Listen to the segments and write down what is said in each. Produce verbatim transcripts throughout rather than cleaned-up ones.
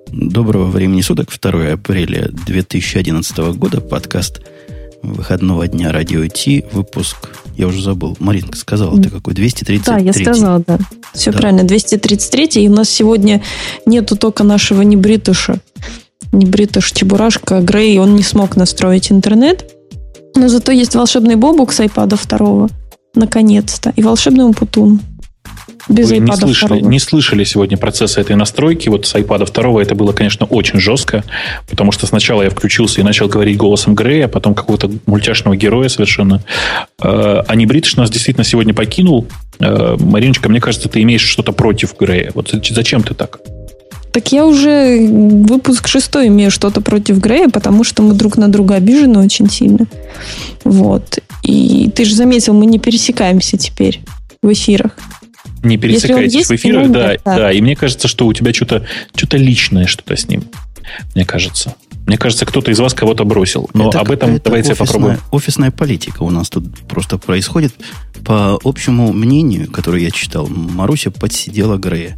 Доброго времени суток, второе апреля две тысячи одиннадцатого года, подкаст выходного дня Радио Ти, выпуск, я уже забыл, Маринка сказала, ты какой, двести тридцать три? Да, я сказала, да. Все да. Правильно, двести тридцать три, и у нас сегодня нету только нашего небритыша, небритыш Чебурашка Грей, он не смог настроить интернет, но зато есть волшебный Бобук с айпада второго, наконец-то, и волшебный Умпутун. Без Вы не слышали, не слышали сегодня процесса этой настройки. Вот с iPad два это было, конечно, очень жестко, потому что сначала я включился и начал говорить голосом Грея, а потом какого-то мультяшного героя совершенно. А небритыш нас действительно сегодня покинул. Мариночка, мне кажется, ты имеешь что-то против Грея. Вот зачем ты так? Так я уже выпуск шестой имею что-то против Грея, потому что мы друг на друга обижены очень сильно. Вот. И ты же заметил, мы не пересекаемся теперь в эфирах. Не пересекаетесь в эфирах, да, да, да. И мне кажется, что у тебя что-то, что-то личное что-то с ним. Мне кажется. Мне кажется, кто-то из вас кого-то бросил. Но это об этом давайте офисная, попробуем. Офисная политика у нас тут просто происходит. По общему мнению, которое я читал, Маруся подсидела Грея.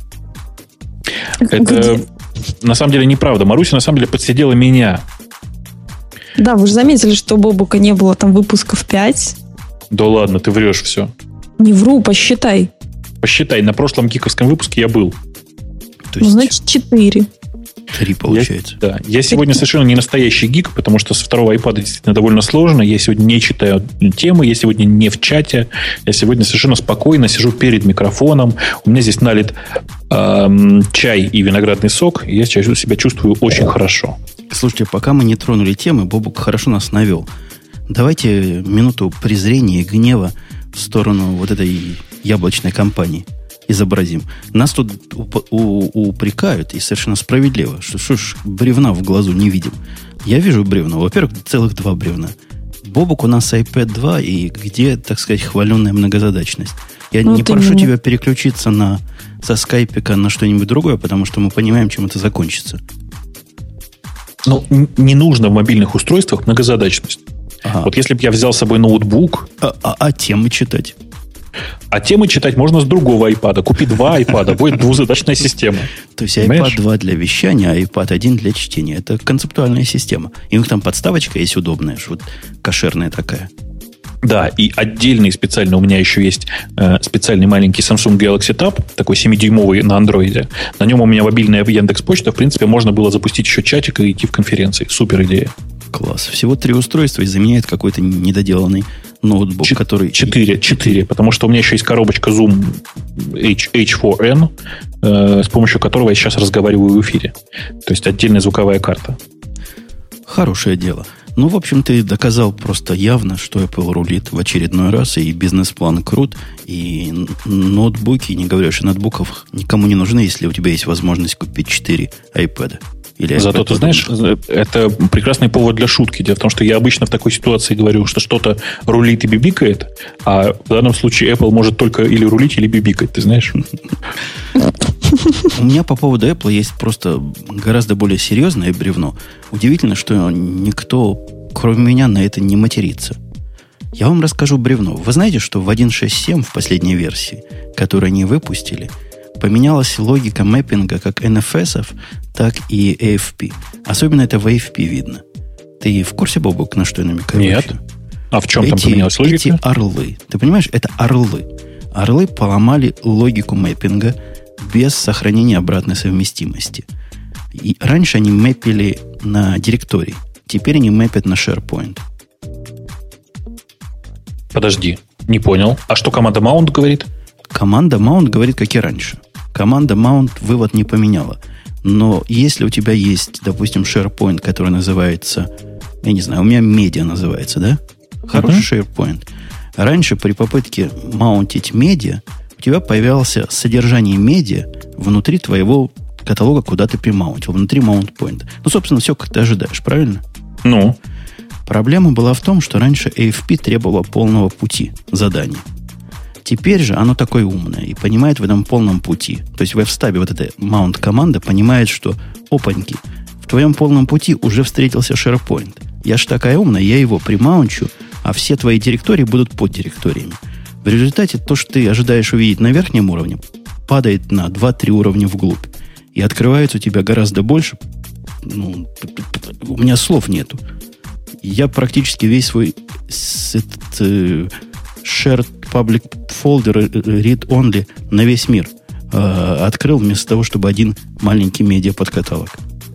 Это Где? На самом деле неправда. Маруся на самом деле подсидела меня. Да, вы же заметили, что Бобука не было там выпусков пять. Да ладно, ты врешь все. Не вру, посчитай. Посчитай, на прошлом гиковском выпуске я был. То есть ну, значит, четыре. Три получается. Я, да. Я сегодня совершенно не настоящий гик, потому что со второго iPad действительно довольно сложно. Я сегодня не читаю темы, я сегодня не в чате. Я сегодня совершенно спокойно сижу перед микрофоном. У меня здесь налит эм, чай и виноградный сок. И я себя чувствую очень хорошо. Слушайте, пока мы не тронули темы, Бобук хорошо нас навел. Давайте минуту презрения и гнева в сторону вот этой яблочной компании изобразим. Нас тут уп- у- упрекают, и совершенно справедливо, что что ж бревна в глазу не видим. Я вижу бревна. Во-первых, целых два бревна. Бобук у нас iPad два, и где, так сказать, хваленная многозадачность. Я вот не прошу меня. тебя переключиться на, со скайпика на что-нибудь другое, потому что мы понимаем, чем это закончится. Ну, не нужно в мобильных устройствах многозадачность. Ага. Вот если бы я взял с собой ноутбук... А, а, а темы читать? А темы читать можно с другого iPad. Купи два iPad, будет двузадачная система. То есть iPad два для вещания, а iPad один для чтения. Это концептуальная система. И у них там подставочка есть удобная, вот кошерная такая. Да, и отдельный специально у меня еще есть э, специальный маленький Samsung Galaxy Tab, такой семидюймовый на андроиде. На нем у меня мобильная Яндекс.Почта. В принципе, можно было запустить еще чатик и идти в конференции. Супер идея. Класс. Всего три устройства и заменяет какой-то недоделанный ноутбук, Ч- который... Четыре, четыре, потому что у меня еще есть коробочка Zoom эйч фор эн, э, с помощью которого я сейчас разговариваю в эфире. То есть отдельная звуковая карта. Хорошее дело. Ну, в общем, ты доказал просто явно, что Apple рулит в очередной раз, и бизнес-план крут, и ноутбуки, не говоря уж о ноутбуках, никому не нужны, если у тебя есть возможность купить четыре iPad. Или Зато ты знаешь, это прекрасный повод для шутки. Дело в том, что я обычно в такой ситуации говорю, что что-то рулит и бибикает, а в данном случае Apple может только или рулить, или бибикать, ты знаешь? У меня по поводу Apple есть просто гораздо более серьезное бревно. Удивительно, что никто, кроме меня, на это не матерится. Я вам расскажу бревно. Вы знаете, что в один точка шесть точка семь в последней версии, которую они выпустили, поменялась логика мэппинга как эн эф эс-ов, так и эй эф пи. Особенно это в эй эф пи видно. Ты в курсе, Бобук, на что я намекаю? Нет. Вообще? А в чем эти, там поменялась логика? Эти орлы. Ты понимаешь, это орлы. Орлы поломали логику мэппинга без сохранения обратной совместимости. И раньше они мэппили на директории. Теперь они мэппят на SharePoint. Подожди, не понял. А что команда Mount говорит? Команда Mount говорит, как и раньше. Команда Mount вывод не поменяла. Но если у тебя есть, допустим, SharePoint, который называется, я не знаю, у меня медиа называется, да? Хороший uh-huh. SharePoint. Раньше при попытке маунтить медиа у тебя появлялось содержание медиа внутри твоего каталога, куда ты примаунтил, внутри маунт-поинта. Ну, собственно, все, как ты ожидаешь, правильно? Ну. Проблема была в том, что раньше эй эф пи требовало полного пути задания. Теперь же оно такое умное и понимает в этом полном пути. То есть в F-стабе вот эта маунт-команда понимает, что опаньки, в твоем полном пути уже встретился SharePoint. Я ж такая умная, я его примаунчу, а все твои директории будут под директориями. В результате то, что ты ожидаешь увидеть на верхнем уровне, падает на два-три уровня вглубь. И и открывается у тебя гораздо больше. Ну, у меня слов нету. Я практически весь свой этот, э, shared public folder read-only на весь мир э, открыл вместо того, чтобы один маленький медиа под каталог.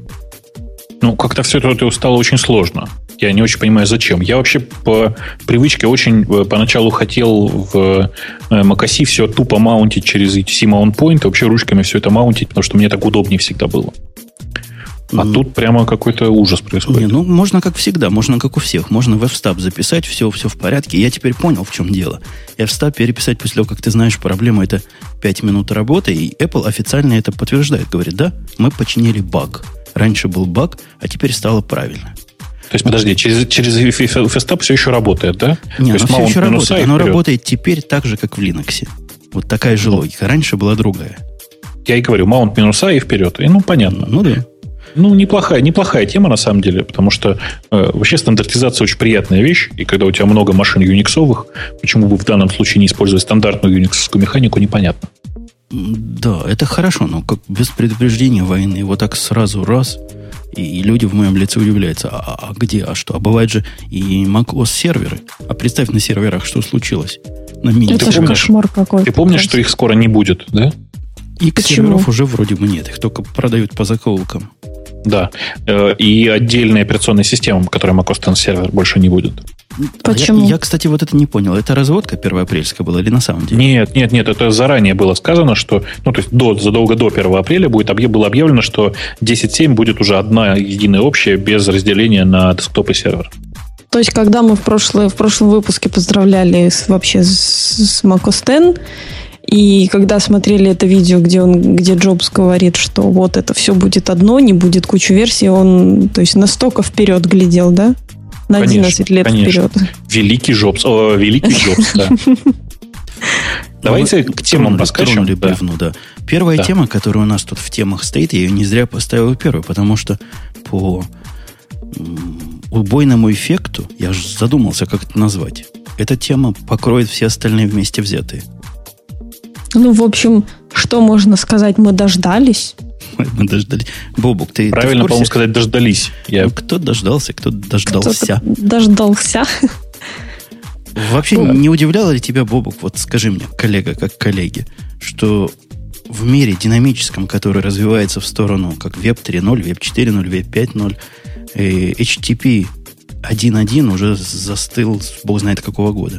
Ну, как-то все это стало очень сложно. Я не очень понимаю, зачем. Я вообще по привычке очень поначалу хотел в macOS все тупо маунтить через эй ти си Mount Point, и вообще ручками все это маунтить, потому что мне так удобнее всегда было. А mm. тут прямо какой-то ужас происходит. Не, ну, можно как всегда, можно как у всех. Можно в F-Stub записать, все, все в порядке. Я теперь понял, в чем дело. F-Stub переписать после того, как ты знаешь проблему, это пять минут работы, и Apple официально это подтверждает. Говорит, да, мы починили баг. Раньше был баг, а теперь стало правильно. То есть, подожди, через, через F-Stub все еще работает, да? Нет, оно все еще работает. Оно работает теперь так же, как в Linux. Вот такая же логика. Раньше была другая. Я и говорю, маунт минуса и вперед. И, ну, понятно. Ну, да. Ну, неплохая, неплохая тема, на самом деле, потому что э, вообще стандартизация очень приятная вещь, и когда у тебя много машин юниксовых, почему бы в данном случае не использовать стандартную юниксовскую механику, непонятно. Да, это хорошо, но как без предупреждения войны, вот так сразу раз, и, и люди в моем лице удивляются, а, а где, а что? А бывает же и macOS серверы. А представь на серверах, что случилось. На мини. Это же кошмар какой-то. Ты помнишь, что их скоро не будет, да? И серверов уже вроде бы нет, их только продают по заколкам. Да, и отдельная операционная система, которая macOS Ten Server, больше не будет. Почему? Я, я, кстати, вот это не понял. Это разводка первоапрельская была или на самом деле? Нет, нет, нет. Это заранее было сказано, что... Ну, то есть до, задолго до первого апреля будет, было объявлено, что десять точка семь будет уже одна единая общая, без разделения на десктоп и сервер. То есть, когда мы в, прошлое, в прошлом выпуске поздравляли с, вообще с, с macOS Ten, и когда смотрели это видео, где, он, где Джобс говорит, что вот это все будет одно, не будет кучу версий, он, то есть, настолько вперед глядел, да? На конечно, одиннадцать лет конечно. Вперед. Великий Джобс. О, великий Джобс, да. Давайте к темам поскачем. Да. Первая тема, которая у нас тут в темах стоит, я ее не зря поставил первой, потому что по убойному эффекту, я же задумался, как это назвать, эта тема покроет все остальные вместе взятые. Ну, в общем, что можно сказать, мы дождались. Мы дождались. Бобук, ты правильно, ты по-моему, сказать дождались. Я... Кто дождался, кто дождался. Кто-то дождался. Вообще, ну, не удивляло ли тебя, Бобук, вот скажи мне, коллега, как коллеге, что в мире динамическом, который развивается в сторону как веб три ноль, веб четыре ноль, веб пять ноль, эйч ти ти пи один точка один уже застыл, бог знает какого года?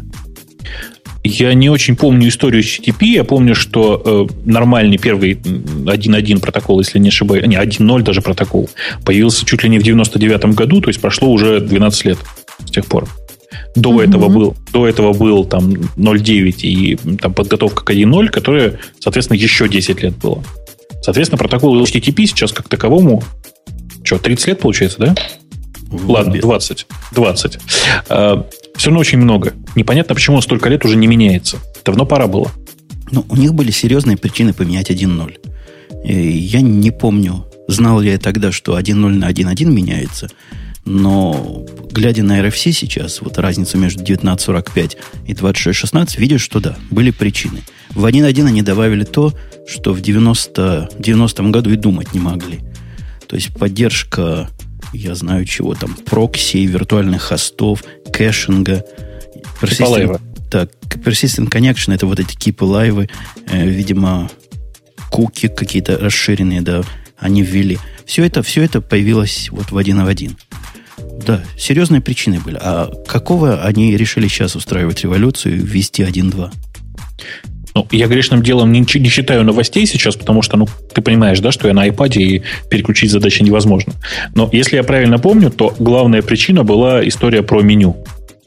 Я не очень помню историю эйч ти ти пи. Я помню, что э, нормальный первый один точка один протокол, если не ошибаюсь, не, один точка ноль даже протокол, появился чуть ли не в девяносто девятом году, то есть прошло уже двенадцать лет с тех пор. До, mm-hmm. этого, был, до этого был там ноль девять и там, подготовка к один ноль, которая, соответственно, еще десять лет была. Соответственно, протокол эйч ти ти пи сейчас как таковому, что, тридцать лет получается, да? В Ладно, двадцать. двадцать. А, все равно очень много. Непонятно, почему он столько лет уже не меняется. Давно пора было. Ну, у них были серьезные причины поменять один ноль. И я не помню, знал ли я тогда, что один ноль на один точка один меняется, но, глядя на эр эф си сейчас, вот разницу между девятнадцать сорок пять и двадцать шесть шестнадцать, видишь, что да, были причины. В один точка один они добавили то, что в девяностом году и думать не могли. То есть поддержка, я знаю чего там, прокси, виртуальных хостов, кэшинга. Persistent, так, Persistent Connection, это вот эти keep alive, э, видимо, куки какие-то расширенные, да, они ввели. Все это, все это появилось вот в один в один. Да, серьезные причины были. А какого они решили сейчас устраивать революцию и ввести один точка два? Ну, я грешным делом не, не читаю новостей сейчас, потому что, ну, ты понимаешь, да, что я на iPad и переключить задачи невозможно. Но если я правильно помню, то главная причина была история про меню.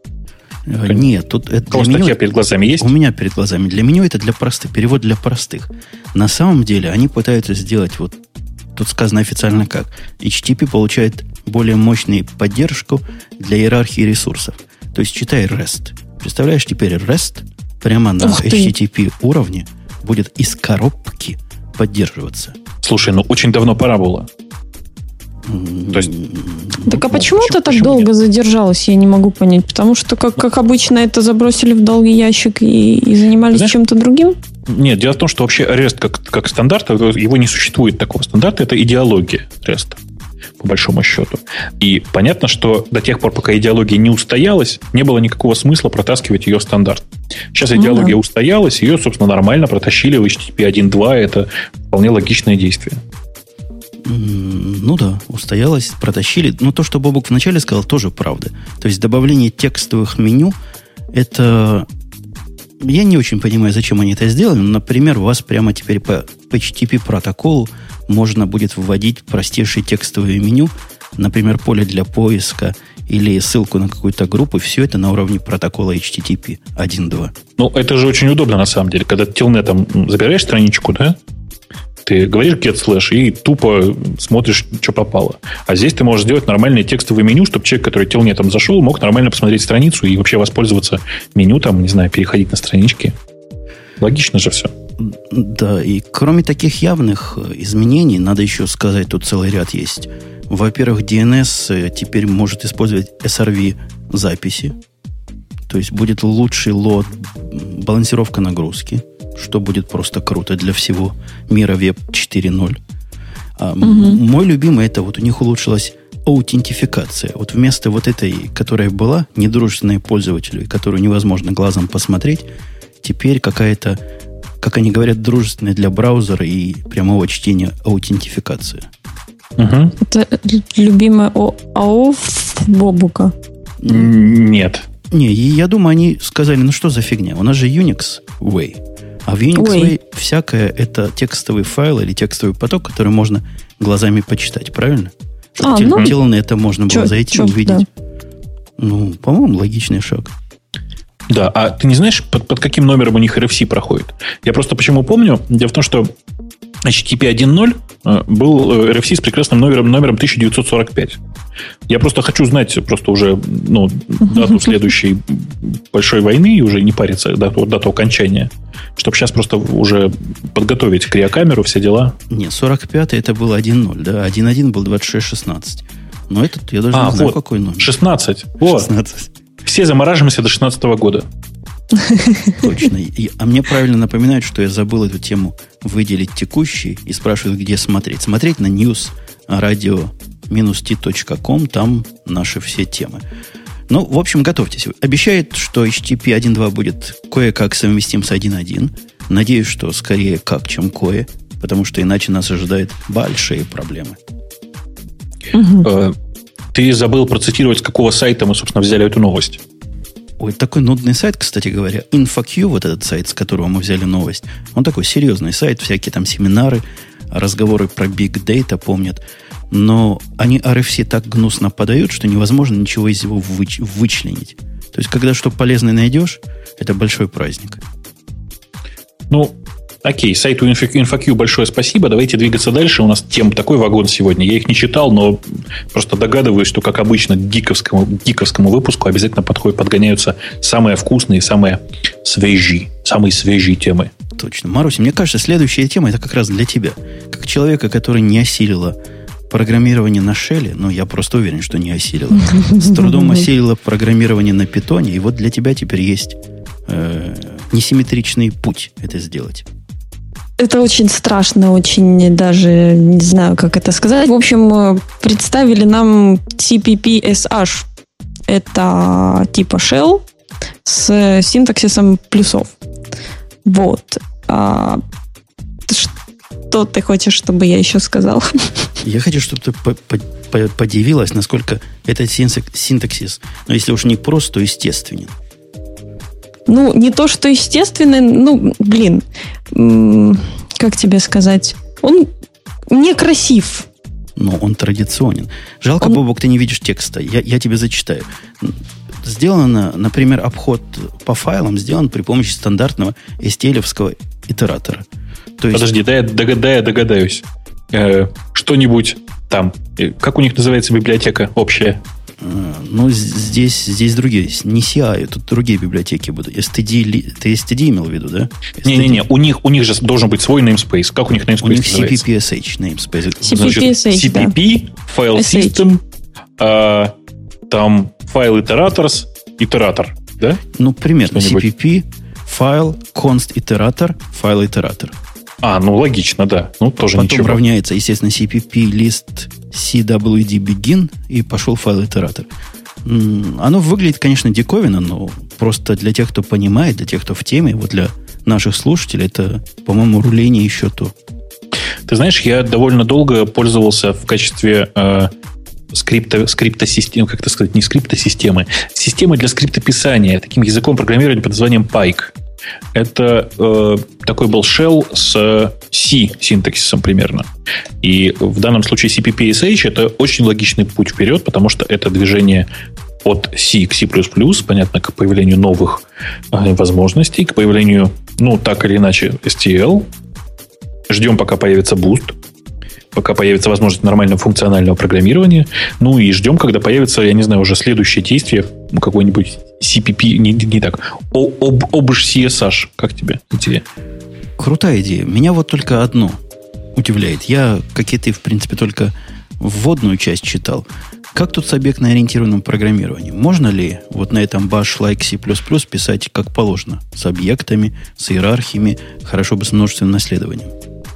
Нет, тут это для меню, перед глазами есть? У меня перед глазами. Для меню это для простых, перевод для простых. На самом деле они пытаются сделать вот, тут сказано официально как, эйч ти ти пи получает более мощную поддержку для иерархии ресурсов. То есть читай REST. Представляешь, теперь REST прямо на эйч ти ти пи уровне будет из коробки поддерживаться. Слушай, ну очень давно пора было. То есть, так а почему это так почему долго нет? задержалось, я не могу понять. Потому что, как, как обычно, это забросили в долгий ящик и, и занимались Знаешь, чем-то другим? Нет, дело в том, что вообще REST как, как стандарт, его не существует такого стандарта, это идеология REST, по большому счету. И понятно, что до тех пор, пока идеология не устоялась, не было никакого смысла протаскивать ее в стандарт. Сейчас идеология ну, да. устоялась, ее, собственно, нормально протащили в эйч ти ти пи один точка два, это вполне логичное действие. Ну да, устоялось, протащили. Но то, что Бобук вначале сказал, тоже правда. То есть добавление текстовых меню, это... Я не очень понимаю, зачем они это сделали. Например, у вас прямо теперь по эйч ти ти пи протоколу можно будет вводить простейшие текстовые меню, например, поле для поиска или ссылку на какую-то группу. Все это на уровне протокола эйч ти ти пи один точка два. Ну, это же очень удобно, на самом деле. Когда ты телнетом забираешь страничку, да? Ты говоришь get slash и тупо смотришь, что попало. А здесь ты можешь сделать нормальное текстовое меню, чтобы человек, который телнетом зашел, мог нормально посмотреть страницу и вообще воспользоваться меню, там, не знаю, переходить на странички. Логично же все. Да, и кроме таких явных изменений, надо еще сказать, тут целый ряд есть. Во-первых, ди эн эс теперь может использовать эс ар ви записи. То есть будет лучший лот, балансировка нагрузки, что будет просто круто для всего мира веб четыре ноль. А угу. Мой любимый, это вот у них улучшилась аутентификация. Вот вместо вот этой, которая была, недружественной пользователю, которую невозможно глазом посмотреть, теперь какая-то, как они говорят, дружественная для браузера и прямого чтения аутентификация. Угу. Это любимая АО Бобука? Нет. Не, я думаю, они сказали, ну что за фигня? У нас же Unix Way. А в Unix Way, Way всякое это текстовый файл или текстовый поток, который можно глазами почитать, правильно? Чтобы а, тел- ну, тело на это можно было чё, зайти и увидеть. Да. Ну, по-моему, логичный шаг. Да, а ты не знаешь, под, под каким номером у них эр эф си проходит? Я просто почему помню? Дело в том, что эйч ти ти пи один точка ноль был эр эф си с прекрасным номером, номером тысяча девятьсот сорок пять. Я просто хочу знать просто уже ну, дату следующей большой войны и уже не париться дату, дату окончания, чтобы сейчас просто уже подготовить криокамеру, все дела. Не, сорок пятый это был один ноль, да, один один был двадцать шесть шестнадцать. Но этот я даже а, не знаю, вот, какой номер. шестнадцать. О, шестнадцать. Все замораживаемся до шестнадцатого года. Точно. И, а мне правильно напоминают, что я забыл эту тему выделить текущий и спрашивают, где смотреть. Смотреть на news радио минус ти точка ком, там наши все темы. Ну, в общем, готовьтесь. Обещает, что эйч ти ти пи один точка два будет кое-как совместим с один точка один. Надеюсь, что скорее как, чем кое, потому что иначе нас ожидают большие проблемы. Угу. Ты забыл процитировать, с какого сайта мы, собственно, взяли эту новость. Ой, такой нудный сайт, кстати говоря. InfoQ, вот этот сайт, с которого мы взяли новость, он такой серьезный сайт, всякие там семинары, разговоры про Big Data помнят. Но они ар эф си так гнусно подают, что невозможно ничего из него выч- вычленить. То есть, когда что полезное найдешь, это большой праздник. Ну, окей, сайту InfoQ большое спасибо. Давайте двигаться дальше. У нас тем такой вагон сегодня. Я их не читал, но просто догадываюсь, что, как обычно, к гиковскому, гиковскому выпуску обязательно подходят, подгоняются самые вкусные, самые свежие, самые свежие темы. Точно. Маруся, мне кажется, следующая тема это как раз для тебя. Как человека, который не осилила программирование на шелле, ну, я просто уверен, что не осилила. С трудом осилила программирование на питоне, и вот для тебя теперь есть э, несимметричный путь это сделать. Это очень страшно, очень даже не знаю, как это сказать. В общем, представили нам ти пи пи эс эйч. Это типа shell с синтаксисом плюсов. Вот. А, что ты хочешь, чтобы я еще сказал? Я хочу, чтобы ты подивилась, насколько этот синтаксис, ну, если уж не прост, то естественен. Ну, не то, что естественный, ну, блин, как тебе сказать? Он некрасив. Но он традиционен. Жалко, он... Бобок, ты не видишь текста. Я, я тебе зачитаю. Сделано, например, обход по файлам сделан при помощи стандартного эс ти эл-овского итератора. То есть... Подожди, дай, дай, дай я догадаюсь. Э, что-нибудь там. Как у них называется библиотека общая? Ну, здесь, здесь другие. Не си ай, тут другие библиотеки будут. эс ти ди, ты эс ти ди имел в виду, да? Не-не-не, у них, у них же должен быть свой namespace. Как у них namespace у них называется? си пи пи эс эйч namespace. си пи пи эс эйч, си пи пи, да. File System, а, там File Iterators, итератор, да? Ну, примерно. Что-нибудь? си пи пи, файл, const итератор, файл итератор. А, ну логично, да. Ну, тоже Потом ничего. равняется, естественно, си пи пи list си дабл ю ди begin и пошел файл итератор. Оно выглядит, конечно, диковинно, но просто для тех, кто понимает, для тех, кто в теме, вот для наших слушателей, это, по-моему, руление еще то. Ты знаешь, я довольно долго пользовался в качестве э, скрипта, скриптосистемы, как это сказать, не скриптосистемы, системы для скриптописания, таким языком программирования под названием Pike. Это э, такой был shell с C синтаксисом примерно. И в данном случае си пи пи эс эйч это очень логичный путь вперед, потому что это движение от C к C++, понятно, к появлению новых э, возможностей, к появлению, ну, так или иначе, эс ти эл. Ждем, пока появится Boost, пока появится возможность нормального функционального программирования. Ну и ждем, когда появится, я не знаю, уже следующее действие, какой-нибудь си пи пи, не, не так, обж си эс эйч. Как тебе идея? Крутая идея. Меня вот только одно удивляет. Я, как и ты, в принципе, только вводную часть читал. Как тут с объектно-ориентированным программированием? Можно ли вот на этом bash-like C++ писать как положено? С объектами, с иерархиями, хорошо бы с множественным наследованием.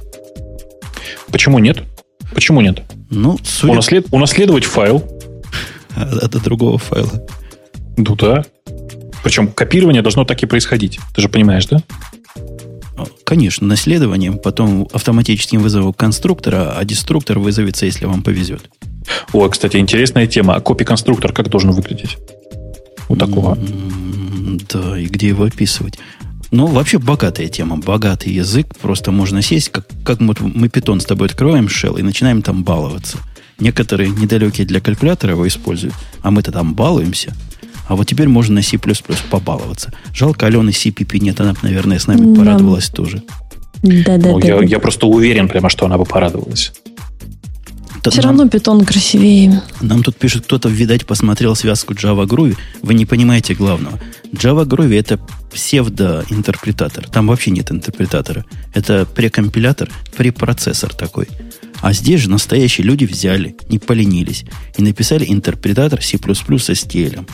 Почему нет? Почему нет? Ну, судя... Унаслед... Унаследовать файл. От другого файла. Ну да. Причем копирование должно так и происходить. Ты же понимаешь, да? Конечно, наследованием, потом автоматическим вызовом конструктора, а деструктор вызовется, если вам повезет. О, кстати, интересная тема. А копи-конструктор как должен выглядеть? У такого. Mm-hmm, да, и где его описывать? Ну, вообще богатая тема, богатый язык. Просто можно сесть, как, как мы, мы Python с тобой открываем shell и начинаем там баловаться. Некоторые недалекие для калькулятора его используют, а мы-то там балуемся. А вот теперь можно на C++ побаловаться. Жалко, Алены си пи пи нет, она бы, наверное, с нами порадовалась тоже. Да-да-да. Ну, я, я просто уверен прямо, что она бы порадовалась. Все нам, равно Python красивее. Нам тут пишет, кто-то, видать, посмотрел связку Java Groovy. Вы не понимаете главного. Java Groovy это псевдоинтерпретатор. Там вообще нет интерпретатора. Это прекомпилятор, препроцессор такой. А здесь же настоящие люди взяли, не поленились и написали интерпретатор C++ с эс ти эл.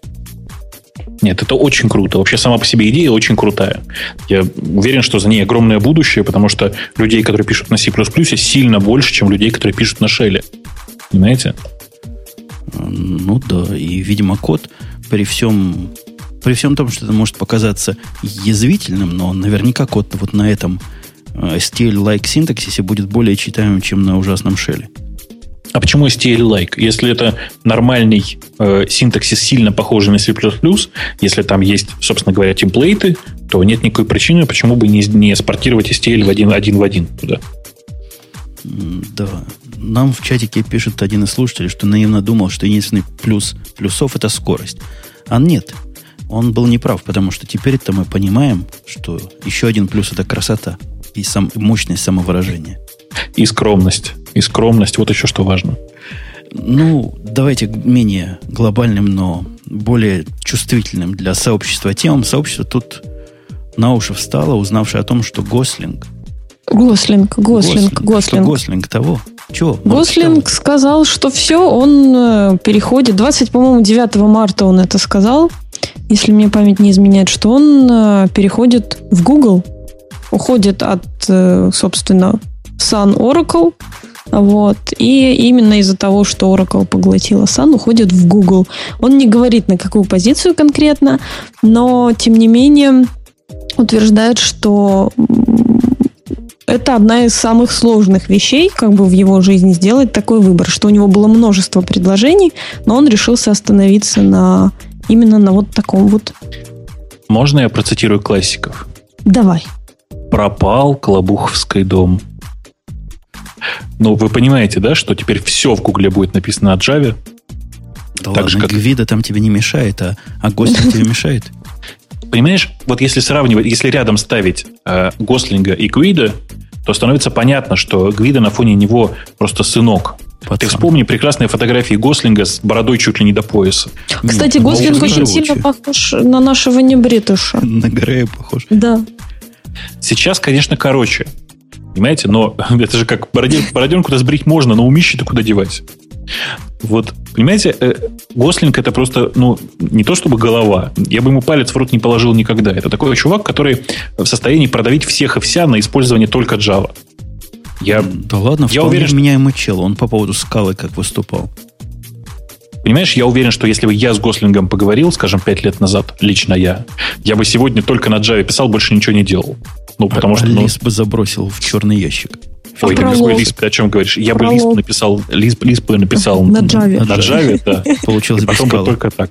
Нет, это очень круто. Вообще сама по себе идея очень крутая. Я уверен, что за ней огромное будущее, потому что людей, которые пишут на C++, сильно больше, чем людей, которые пишут на Shell. Понимаете? Ну да, и, видимо, код при всем, при всем том, что это может показаться язвительным, но наверняка код вот на этом эс ти эл-like синтаксисе будет более читаемым, чем на ужасном Shell. А почему эс ти эл-like? Если это нормальный э, синтаксис, сильно похожий на C++, если там есть, собственно говоря, темплейты, то нет никакой причины, почему бы не, не спортировать эс ти эл в один, один в один туда. Да. Нам в чатике пишет один из слушателей, что наивно думал, что единственный плюс плюсов – это скорость. А нет. Он был неправ, потому что теперь-то мы понимаем, что еще один плюс – это красота и сам, мощность самовыражения. И скромность. И скромность, вот еще что важно. Ну, давайте менее глобальным, но более чувствительным для сообщества темам. Сообщество тут на уши встало, узнавшее о том, что Гослинг... Гослинг, Гослинг, Гослинг. Гослинг того. Чего? Гослинг сказал, что все, он переходит... двадцать, по-моему, девятого марта он это сказал, если мне память не изменяет, что он переходит в Google, уходит от, собственно, Sun Oracle. Вот. И именно из-за того, что Oracle поглотила Sun, уходит в Google. Он не говорит, на какую позицию конкретно, но, тем не менее, утверждает, что это одна из самых сложных вещей, как бы в его жизни сделать такой выбор, что у него было множество предложений, но он решился остановиться на именно на вот таком вот. Можно я процитирую классиков? Давай. Пропал Клобуховский дом. Ну, вы понимаете, да, что теперь все в Гугле будет написано на Java? Да так ладно, же, как... Гвида там тебе не мешает, а, а Гослинг тебе мешает. Понимаешь, вот если сравнивать, если рядом ставить э, Гослинга и Гвида, то становится понятно, что Гвида на фоне него просто сынок. Пацан. Ты вспомни прекрасные фотографии Гослинга с бородой чуть ли не до пояса. Кстати, Ну, Гослинг ну, очень короче. сильно похож на нашего небритыша. На Грея похож. Да. Сейчас, конечно, короче. Понимаете? Но это же как бороденку-то сбрить можно, но умище-то куда девать? Вот, понимаете, э, Гослинг это просто, ну, не то чтобы голова. Я бы ему палец в рот не положил никогда. Это такой чувак, который в состоянии продавить всех и вся на использование только Java. Я, Да ладно, я вполне уверен, что, вменяемый чел. Он по поводу скалы как выступал. понимаешь, я уверен, что если бы я с Гослингом поговорил, скажем, пять лет назад, лично я, я бы сегодня только на Java писал, больше ничего не делал. Ну, потому а, что... а Ну, Лисп бы забросил в черный ящик. ой, Пролог. какой Лисп, ты о чем говоришь? Я бы Пролог. Лисп написал, Лисп, Лисп бы написал На Java. на Java, да. Получилось И без потом бы скалы. только так.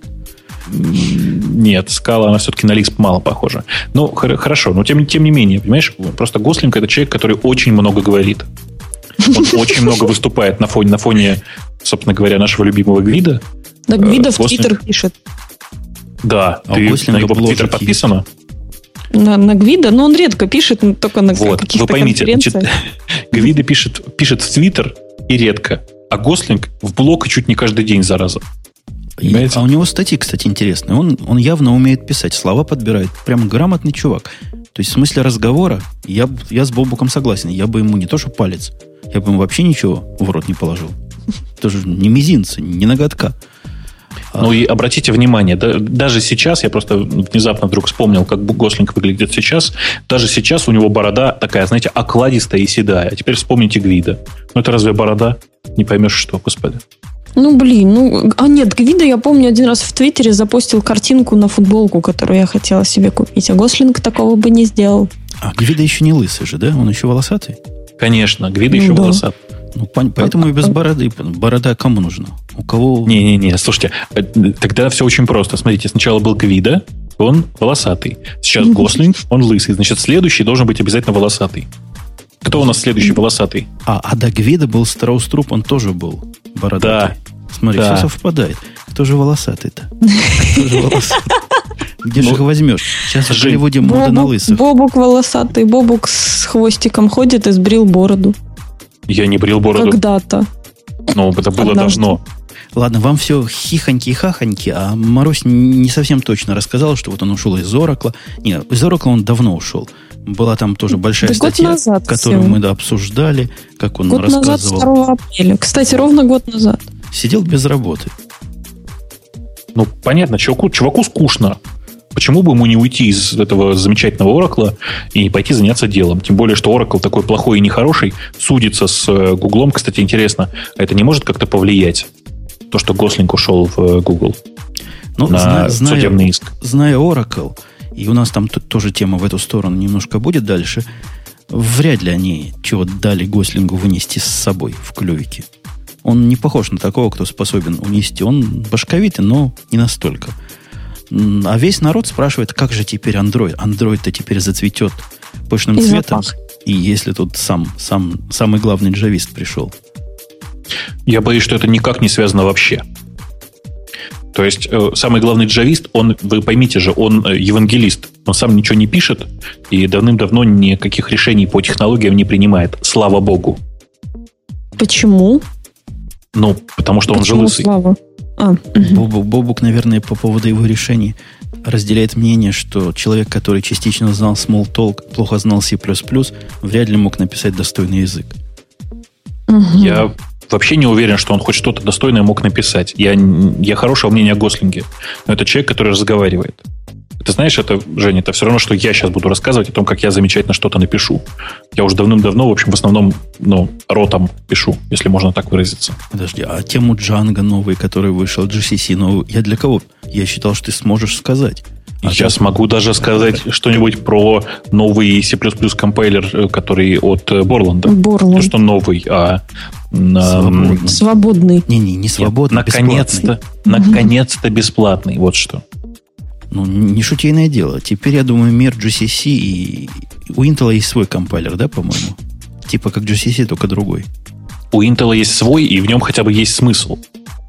Нет, скала, она все-таки на Lisp мало похожа. Ну, хор- хорошо, но тем, тем не менее, понимаешь, просто Гослинг это человек, который очень много говорит. Он очень много выступает на фоне, на фоне, собственно говоря, нашего любимого Гвида. Да, Гвида в Гослинг- Твиттер пишет. Да, А у ты Гослинга на его бложек Твиттер есть. подписано? На, на Гвида, но он редко пишет, но только на Вот, каких-то вы поймите, значит, конференциях. Гвида пишет, пишет в Твиттер и редко, а Гослинг в блог и чуть не каждый день, зараза. И- Понимаете? а у него статьи, кстати, интересные. Он, он явно умеет писать, слова подбирает. Прям грамотный чувак. То есть в смысле разговора я, б- я с Бобуком согласен. Я бы ему не то что палец, я бы ему вообще ничего в рот не положил. Тоже ни мизинца, ни ноготка. А- Ну и обратите внимание, да, даже сейчас, я просто внезапно вдруг вспомнил, как Гослинг выглядит сейчас, даже сейчас у него борода такая, знаете, окладистая и седая. А теперь вспомните Гвида. Ну это разве борода? Не поймешь, что, господи. Ну, блин, ну... А нет, Гвида, я помню, один раз в Твиттере запостил картинку на футболку, которую я хотела себе купить. А Гослинг такого бы не сделал. А Гвида еще не лысый же, да? Он еще волосатый? Конечно, Гвида Ну еще да. волосат. Ну, пон- поэтому и без бороды. Борода кому нужна? У кого... Не-не-не, слушайте, э, тогда все очень просто. Смотрите, сначала был Гвида, он волосатый. Сейчас Гослинг, он лысый. Значит, следующий должен быть обязательно волосатый. Кто у нас следующий волосатый? А, а до Гвида был Страус-Труп, он тоже был бородатый. Смотри, Да. все совпадает. Кто же волосатый-то? Кто же волосатый? Где же Ну, его возьмешь? Сейчас в Жень, Голливуде мода на Бобук, лысых. Бобук волосатый, Бобук с хвостиком ходит и сбрил бороду. Я не брил бороду. Когда-то. Ну, это было Однажды. давно. Ладно, вам все хихоньки и хахоньки, а Марусь не совсем точно рассказала, что вот он ушел из Оракла. Нет, из Оракла он давно ушел. Была там тоже большая Да год статья, назад которую всего. мы да, обсуждали, как он Год назад, рассказывал. второго апреля. Кстати, ровно год назад. Сидел без работы. Ну, понятно, чуваку, чуваку скучно. Почему бы ему не уйти из этого замечательного Оракла и пойти заняться делом? Тем более, что Oracle такой плохой и нехороший, судится с э, Гуглом. Кстати, интересно, а это не может как-то повлиять? То, что Гослинг ушел в э, Google Ну, на зна- зная, судебный иск. зная Oracle, и у нас там т- тоже тема в эту сторону немножко будет дальше, вряд ли они чего дали Гослингу вынести с собой в клювике. Он не похож на такого, кто способен унести. Он башковитый, но не настолько. М, А весь народ спрашивает, как же теперь Android? Android-то теперь зацветет пышным И цветом. запах. И если тут сам, сам, самый главный джавист пришел. Я боюсь, что это никак не связано вообще. То есть, э, самый главный джавист, он, вы поймите же, он э, евангелист. Он сам ничего не пишет и давным-давно никаких решений по технологиям не принимает. Слава богу. Почему? Ну, потому что он же Почему, лысый. Слава? А, мгм. Бобук, Бобук, наверное, по поводу его решений разделяет мнение, что человек, который частично знал Smalltalk, плохо знал C++, вряд ли мог написать достойный язык. Мгм. Я вообще не уверен, что он хоть что-то достойное мог написать. Я, я хорошего мнения о Гослинге. Но это человек, который разговаривает. Ты знаешь, это, Женя, это все равно, что я сейчас буду рассказывать о том, как я замечательно что-то напишу. Я уже давным-давно, в общем, в основном, ну, ротом пишу, если можно так выразиться. Подожди, а тему Django новый, который вышел, джи си си новый, я для кого? Я считал, что ты сможешь сказать. А Я как- смогу даже сказать что-нибудь про новый C++ компайлер, э, который от э, Борланда. Не Борланд. то, что новый, а... м, Свободный. Свободный. Не-не, не свободно, Нет, наконец-то, наконец-то бесплатный. Вот что. Ну, не шутейное дело. Теперь, я думаю, мир джи си си и... У Intel есть свой компайлер, да, по-моему? Типа как джи си си, только другой. У Intel есть свой, и в нем хотя бы есть смысл.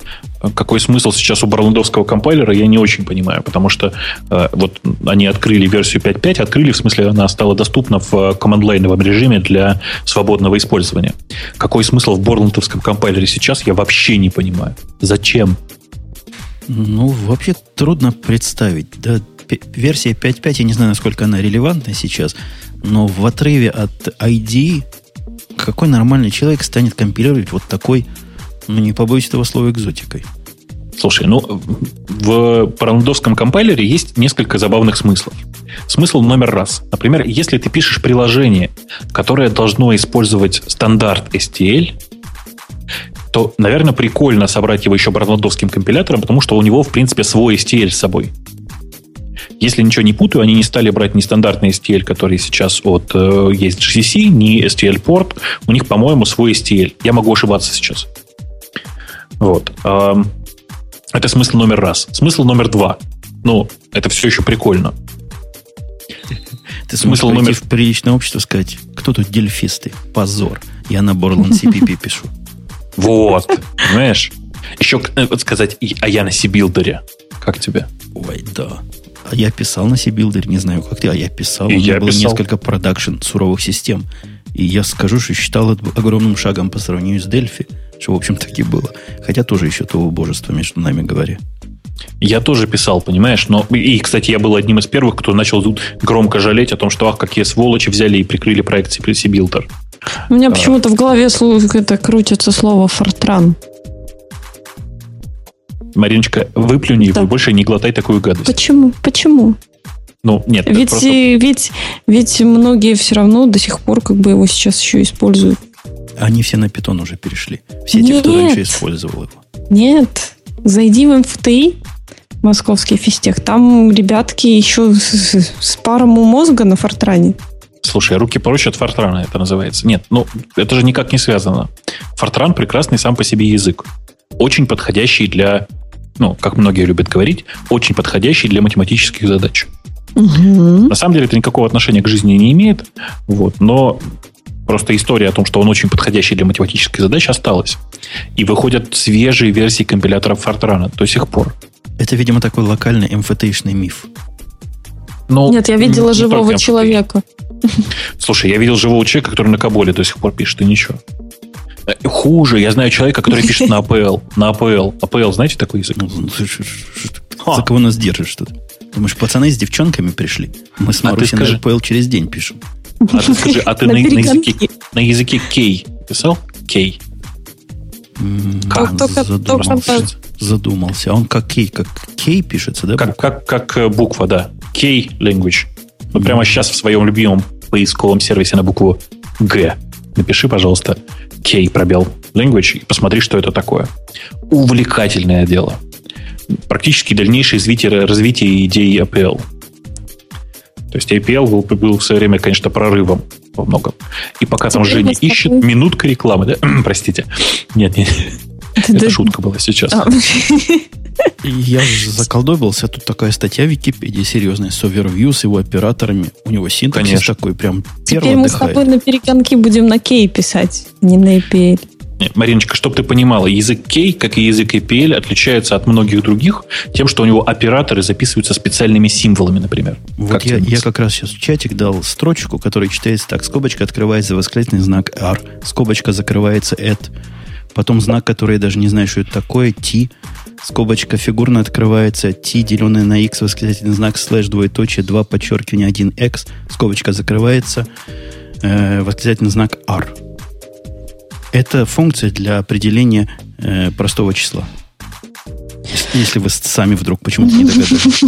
какой смысл сейчас у барландовского компайлера, я не очень понимаю, потому что э, вот они открыли версию пять точка пять, открыли, в смысле, она стала доступна в команд-лайновом режиме для свободного использования. Какой смысл в борландовском компайлере сейчас, я вообще не понимаю. Зачем? Ну, вообще трудно представить. Да, версия пять точка пять, я не знаю, насколько она релевантна сейчас, но в отрыве от ай ди и какой нормальный человек станет компилировать вот такой, ну, не побоюсь этого слова, экзотикой? Слушай, ну, в параллеловском компайлере есть несколько забавных смыслов. Смысл номер раз. Например, если ты пишешь приложение, которое должно использовать стандарт эс ти эль, то, наверное, прикольно собрать его еще параллеловским компилятором, потому что у него, в принципе, свой эс ти эль с собой. Если ничего не путаю, они не стали брать ни стандартный эс ти эль, который сейчас от э, есть джи си си, ни эс ти эль-порт. У них, по-моему, свой эс ти эль. Я могу ошибаться сейчас. Вот. Эм, это смысл номер раз. Смысл номер два. Ну, это все еще прикольно. Ты смысл номер... в приличное общество сказать, кто тут дельфисты? Позор. Я на Borland си пи пи пишу. Вот. Понимаешь? Еще вот сказать, а я на C-билдере. Как тебе? Ой, да. А я писал на C-билдере, не знаю, как ты, а я писал. И У меня я было писал. несколько продакшн суровых систем. И я скажу, что считал это огромным шагом по сравнению с Delphi, что, в общем, так и было. Хотя тоже еще то убожество, между нами говоря. Я тоже писал, понимаешь? Но, и, кстати, я был одним из первых, кто начал тут громко жалеть о том, что, ах, какие сволочи взяли и прикрыли проект C-билдер. У меня а. почему-то в голове это крутится слово «фортран». Мариночка, выплюни его Да. и больше не глотай такую гадость. Почему? Почему? Ну, нет. Ведь, просто... ведь, ведь многие все равно до сих пор как бы его сейчас еще используют. Они все на Python уже перешли. Все те, кто Нет. раньше использовал его. Нет. Зайди в эм эф ти и, московский физтех, там ребятки еще с, с паром мозга на фортране. Слушай, руки прочь от Фортрана это называется. Нет, ну, это же никак не связано. Фортран прекрасный сам по себе язык. Очень подходящий для, ну, как многие любят говорить, очень подходящий для математических задач. Угу. На самом деле это никакого отношения к жизни не имеет, вот, но просто история о том, что он очень подходящий для математических задач, осталась. И выходят свежие версии компиляторов Фортрана до сих пор. Это, видимо, такой локальный эм эф ти и-шный миф. Но Нет, я видела не живого только человека. Слушай, я видел живого человека, который на Каболе до сих пор пишет, и ничего. Хуже, я знаю человека, который пишет на эй пи эл. На эй пи эл. эй пи эл, знаете такой язык? Ну, ш- ш- ш- За кого нас держишь что-то? Думаешь, пацаны с девчонками пришли? Мы с А ты Марусей скажи. на эй пи эл через день пишем. А ты скажи, а ты На на, на перегонки. языке, на языке Кей писал? Кей. М, Как? Только- задумался. только- Задумался. А он как кей, как кей пишется, да? Как, как, как э, буква, да. Кей language. Вот прямо сейчас в своем любимом поисковом сервисе на букву Г напиши, пожалуйста, Кей пробел language и посмотри, что это такое. Увлекательное дело. Практически дальнейшее развитие, развитие идеи эй пи эл. То есть эй пи эл был, был в свое время, конечно, прорывом во многом. И пока там Теперь Женя мы с тобой- ищет, минутка рекламы, да? Простите. Нет, нет. Это Да- шутка была сейчас. А, И я же заколдобился. Тут такая статья в Википедии серьезная. С Overview, с его операторами. У него синтаксис Конечно. такой прям Теперь перл мы с тобой отдыхает. на перегонки будем на кей писать, не на эй пи эл. Нет, Мариночка, чтобы ты понимала, язык Кей, как и язык эй пи эл, отличается от многих других тем, что у него операторы записываются специальными символами, например. Вот Как я, тебе я мысль? как раз сейчас в чатик дал строчку, которая читается так. Скобочка открывается, восклицательный знак R. Скобочка закрывается at. Потом знак, который я даже не знаю, что это такое, T. Скобочка фигурно открывается, T, деленное на X, восклицательный знак, слэш, двоеточие, два, подчеркивание, один, X. Скобочка закрывается, э, восклицательный знак R. Это функция для определения э, простого числа. Если- Если вы сами вдруг почему-то не догадались.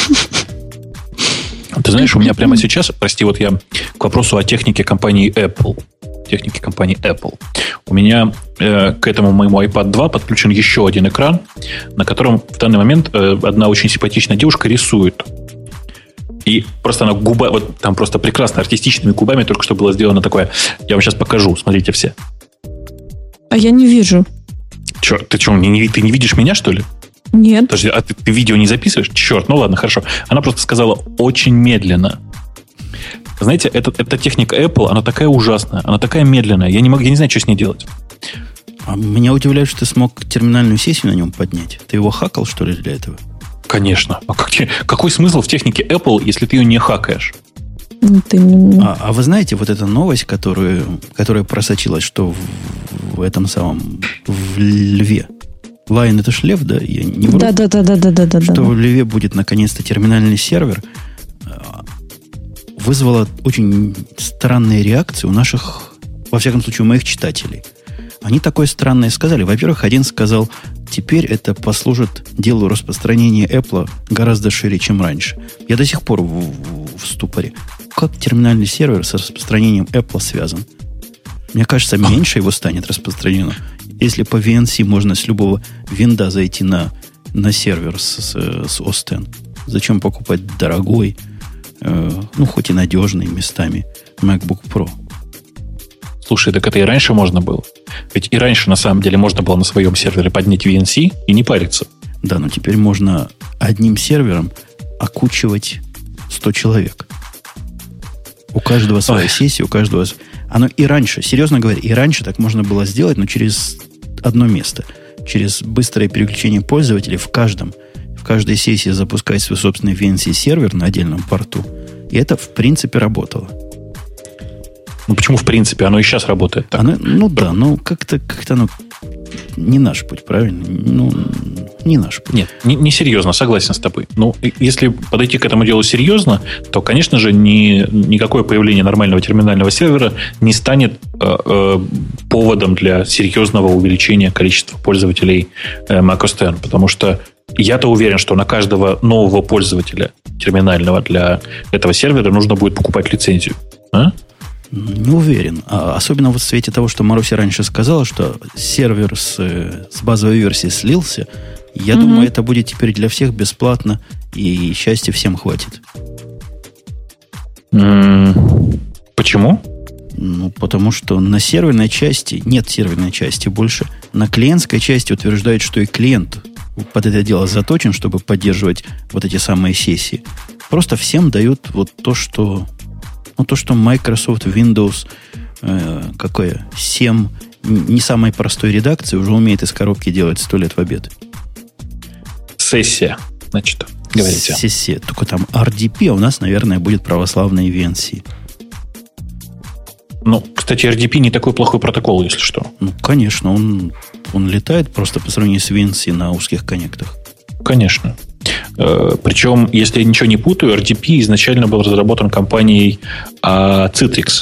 Ты знаешь, у меня прямо сейчас, прости, вот я к вопросу о технике компании Apple. Технике компании Apple. У меня э, к этому моему айпад два подключен еще один экран, на котором в данный момент э, одна очень симпатичная девушка рисует. И просто она губа, вот там просто прекрасно артистичными губами только что было сделано такое. Я вам сейчас покажу, смотрите все. А я не вижу. Черт, ты что, не, не- ты не видишь меня, что ли? Нет. Подожди, а ты, ты видео не записываешь? Черт, ну ладно, хорошо. Она просто сказала очень медленно. Знаете, это, эта техника Apple, она такая ужасная, она такая медленная. Я не могу, я не знаю, что с ней делать. А меня удивляет, что ты смог терминальную сессию на нем поднять. Ты его хакал, что ли, для этого? Конечно. А как, какой смысл в технике Apple, если ты ее не хакаешь? Ты... А, а вы знаете, вот эта новость, которую, которая просочилась, что в, в этом самом, в Льве. Lion это ж лев, да? Я не вру. Да, да, да, да, да, да, да. Что да. в Льве будет наконец-то терминальный сервер, вызвало очень странные реакции у наших, во всяком случае, у моих читателей. Они такое странное сказали. Во-первых, один сказал, теперь это послужит делу распространения Apple гораздо шире, чем раньше. Я до сих пор в, в, в ступоре. Как терминальный сервер с распространением Apple связан? Мне кажется, меньше его станет распространено. Если по ви эн си можно с любого винда зайти на, на сервер с, с, с о эс X, зачем покупать дорогой, э, ну, хоть и надежный местами MacBook Pro? Слушай, так это и раньше можно было. Ведь и раньше, на самом деле, можно было на своем сервере поднять ви эн си и не париться. Да, но теперь можно одним сервером окучивать сто человек. У каждого своя Ой. сессия, у каждого... Оно и раньше, серьезно говоря, и раньше так можно было сделать, но через одно место. Через быстрое переключение пользователей в каждом, в каждой сессии запускать свой собственный ви эн си-сервер на отдельном порту. И это, в принципе, работало. Ну, почему в принципе? Оно и сейчас работает так. Оно, ну да, но как-то, как-то оно не наш путь, правильно? Ну, не наш путь. Нет, не, не серьезно, согласен с тобой. Ну, если подойти к этому делу серьезно, то, конечно же, ни, никакое появление нормального терминального сервера не станет э, э, поводом для серьезного увеличения количества пользователей э, macOS X, потому что я-то уверен, что на каждого нового пользователя терминального для этого сервера нужно будет покупать лицензию. А? Не уверен. А особенно вот в свете того, что Маруся раньше сказала, что сервер с, с базовой версии слился. Я mm-hmm. думаю, это будет теперь для всех бесплатно, и счастья всем хватит. Mm. Почему? Ну, потому что на серверной части, нет серверной части больше, на клиентской части утверждают, что и клиент под это дело заточен, чтобы поддерживать вот эти самые сессии. Просто всем дают вот то, что... Ну, то, что Microsoft Windows э, какое, семь, не самой простой редакции, уже умеет из коробки делать сто лет в обед. Сессия, значит, говорите. Сессия. Только там ар ди пи, а у нас, наверное, будет православный ви эн си. Ну, кстати, ар ди пи не такой плохой протокол, если что. Ну, конечно, он, он летает просто по сравнению с ви эн си на узких коннектах. Конечно. Причем, если я ничего не путаю, ар ди пи изначально был разработан компанией Citrix.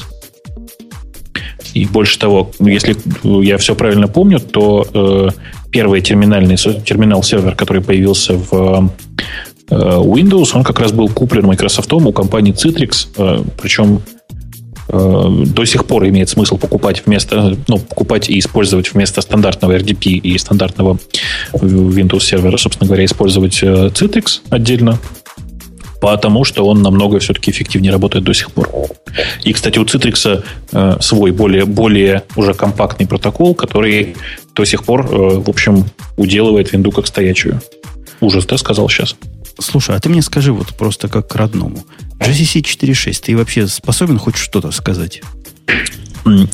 И больше того, если я все правильно помню, то первый терминальный терминал-сервер, который появился в Windows, он как раз был куплен Microsoft у компании Citrix. Причем до сих пор имеет смысл покупать вместо, ну, покупать и использовать вместо стандартного ар ди пи и стандартного Windows сервера, собственно говоря, использовать Citrix отдельно, потому что он намного все-таки эффективнее работает до сих пор. И, кстати, у Citrix э, свой более, более уже компактный протокол, который до сих пор, э, в общем, уделывает винду как стоячую. Ужас, да, сказал сейчас? Слушай, а ты мне скажи вот просто как к родному. джи си си четыре точка шесть, ты вообще способен хоть что-то сказать? Ну,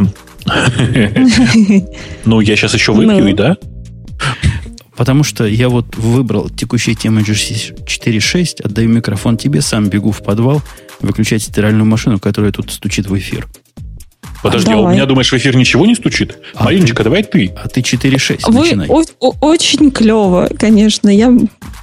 я сейчас еще выпью, и да? Потому что я вот выбрал текущие темы джи си си четыре точка шесть, отдаю микрофон тебе, сам бегу в подвал, выключать стиральную машину, которая тут стучит в эфир. Подожди, а, а у меня, думаешь, в эфир ничего не стучит? А Мариночка, ты, давай ты. А ты четыре точка шесть Вы начинай. О- о- очень клево, конечно. Я...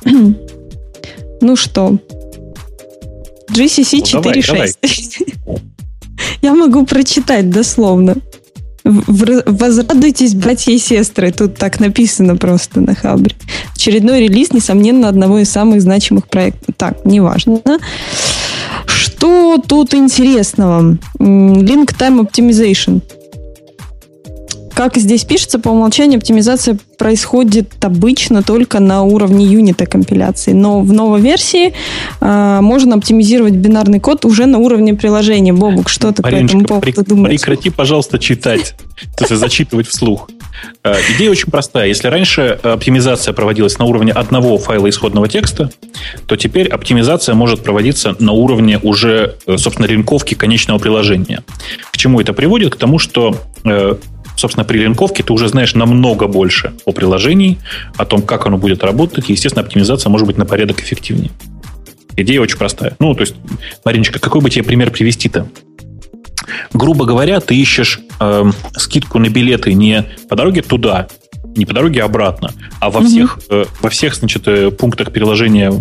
Ну что? джи си си четыре точка шесть. Я могу прочитать дословно. Возрадуйтесь, братья и сестры. Тут так написано просто на Хабре. Очередной релиз, несомненно, одного из самых значимых проектов. Так, неважно. Что тут интересного? Link Time Optimization. Как здесь пишется, по умолчанию оптимизация происходит обычно только на уровне юнита компиляции. Но в новой версии э, можно оптимизировать бинарный код уже на уровне приложения. Бобук, что ты Мариночка, по этому поводу при, думаешь? Прекрати, пожалуйста, читать. То есть зачитывать вслух. Э, идея очень простая. Если раньше оптимизация проводилась на уровне одного файла исходного текста, то теперь оптимизация может проводиться на уровне уже, собственно, линковки конечного приложения. К чему это приводит? К тому, что... Э, Собственно, при линковке ты уже знаешь намного больше о приложении, о том, как оно будет работать. И, естественно, оптимизация может быть на порядок эффективнее. Идея очень простая. Ну, то есть, Мариночка, какой бы тебе пример привести-то? Грубо говоря, ты ищешь э, скидку на билеты не по дороге туда, не по дороге обратно, а во, mm-hmm. всех, э, во всех, значит, пунктах переложения,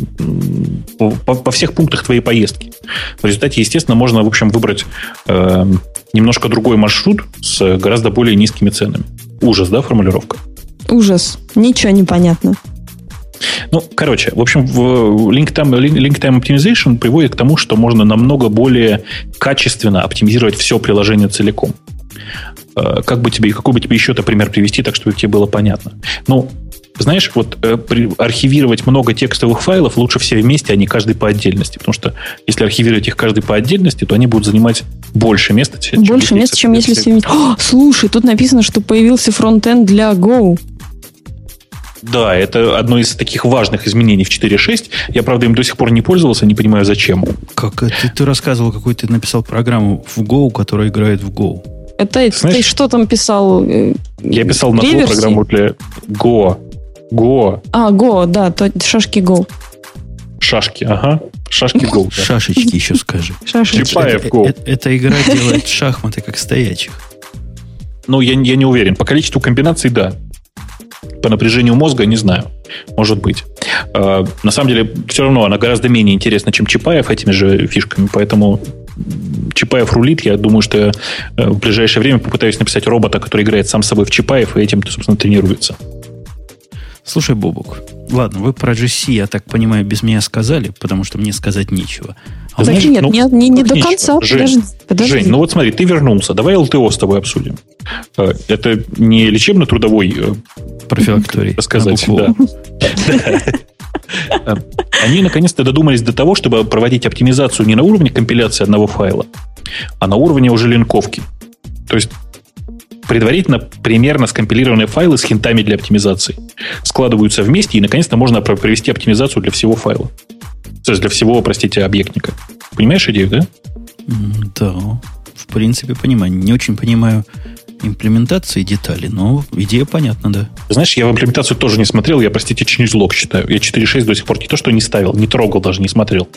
по, по всех пунктах твоей поездки. В результате, естественно, можно, в общем, выбрать э, немножко другой маршрут с гораздо более низкими ценами. Ужас, да, формулировка? Ужас. Ничего не понятно. Ну, короче, в общем, в Link Time, Link Time Optimization приводит к тому, что можно намного более качественно оптимизировать все приложение целиком. Как бы тебе, какой бы тебе еще-то пример привести, так, чтобы тебе было понятно? Ну, знаешь, вот архивировать много текстовых файлов лучше все вместе, а не каждый по отдельности. Потому что если архивировать их каждый по отдельности, то они будут занимать больше места. Чем больше места, чем если все вместе. О, слушай, тут написано, что появился фронтенд для Go. Да, это одно из таких важных изменений в четыре точка шесть. Я, правда, им до сих пор не пользовался, не понимаю, зачем. Как ты, ты рассказывал, какой ты написал программу в Go, которая играет в Go. Это Знаешь, ты что там писал? Я писал на Go программу для Go. Go. А, Go, да, то шашки Go. Шашки, ага. Шашки Go. Да. Шашечки еще скажи. Чапаев Go. Это, эта игра делает шахматы как стоячих. Ну, я, я не уверен. По количеству комбинаций, да. По напряжению мозга не знаю. Может быть. Э, на самом деле, все равно она гораздо менее интересна, чем Чапаев этими же фишками. Поэтому Чапаев рулит. Я думаю, что в ближайшее время попытаюсь написать робота, который играет сам с собой в Чапаев, и этим, собственно, тренируется. Слушай, Бобук, ладно, вы про джи си, я так понимаю, без меня сказали, потому что мне сказать нечего. А так нет, ну, не, не, не до нечего. конца. Жень, подожди, подожди. Жень, ну вот смотри, ты вернулся. Давай эл тэ о с тобой обсудим. Это не лечебно-трудовой профилакторий, так сказать, да. Они наконец-то додумались до того, чтобы проводить оптимизацию не на уровне компиляции одного файла, а на уровне уже линковки. То есть предварительно примерно скомпилированные файлы с хинтами для оптимизации складываются вместе, и наконец-то можно провести оптимизацию для всего файла. То есть для всего, простите, объектника. Понимаешь идею, да? Да, в принципе понимаю. Не очень понимаю имплементации деталей, но идея понятна, да. Знаешь, я в имплементацию тоже не смотрел, я, простите, changelog читаю. Я четыре точка шесть до сих пор не то, что не ставил, не трогал даже, не смотрел.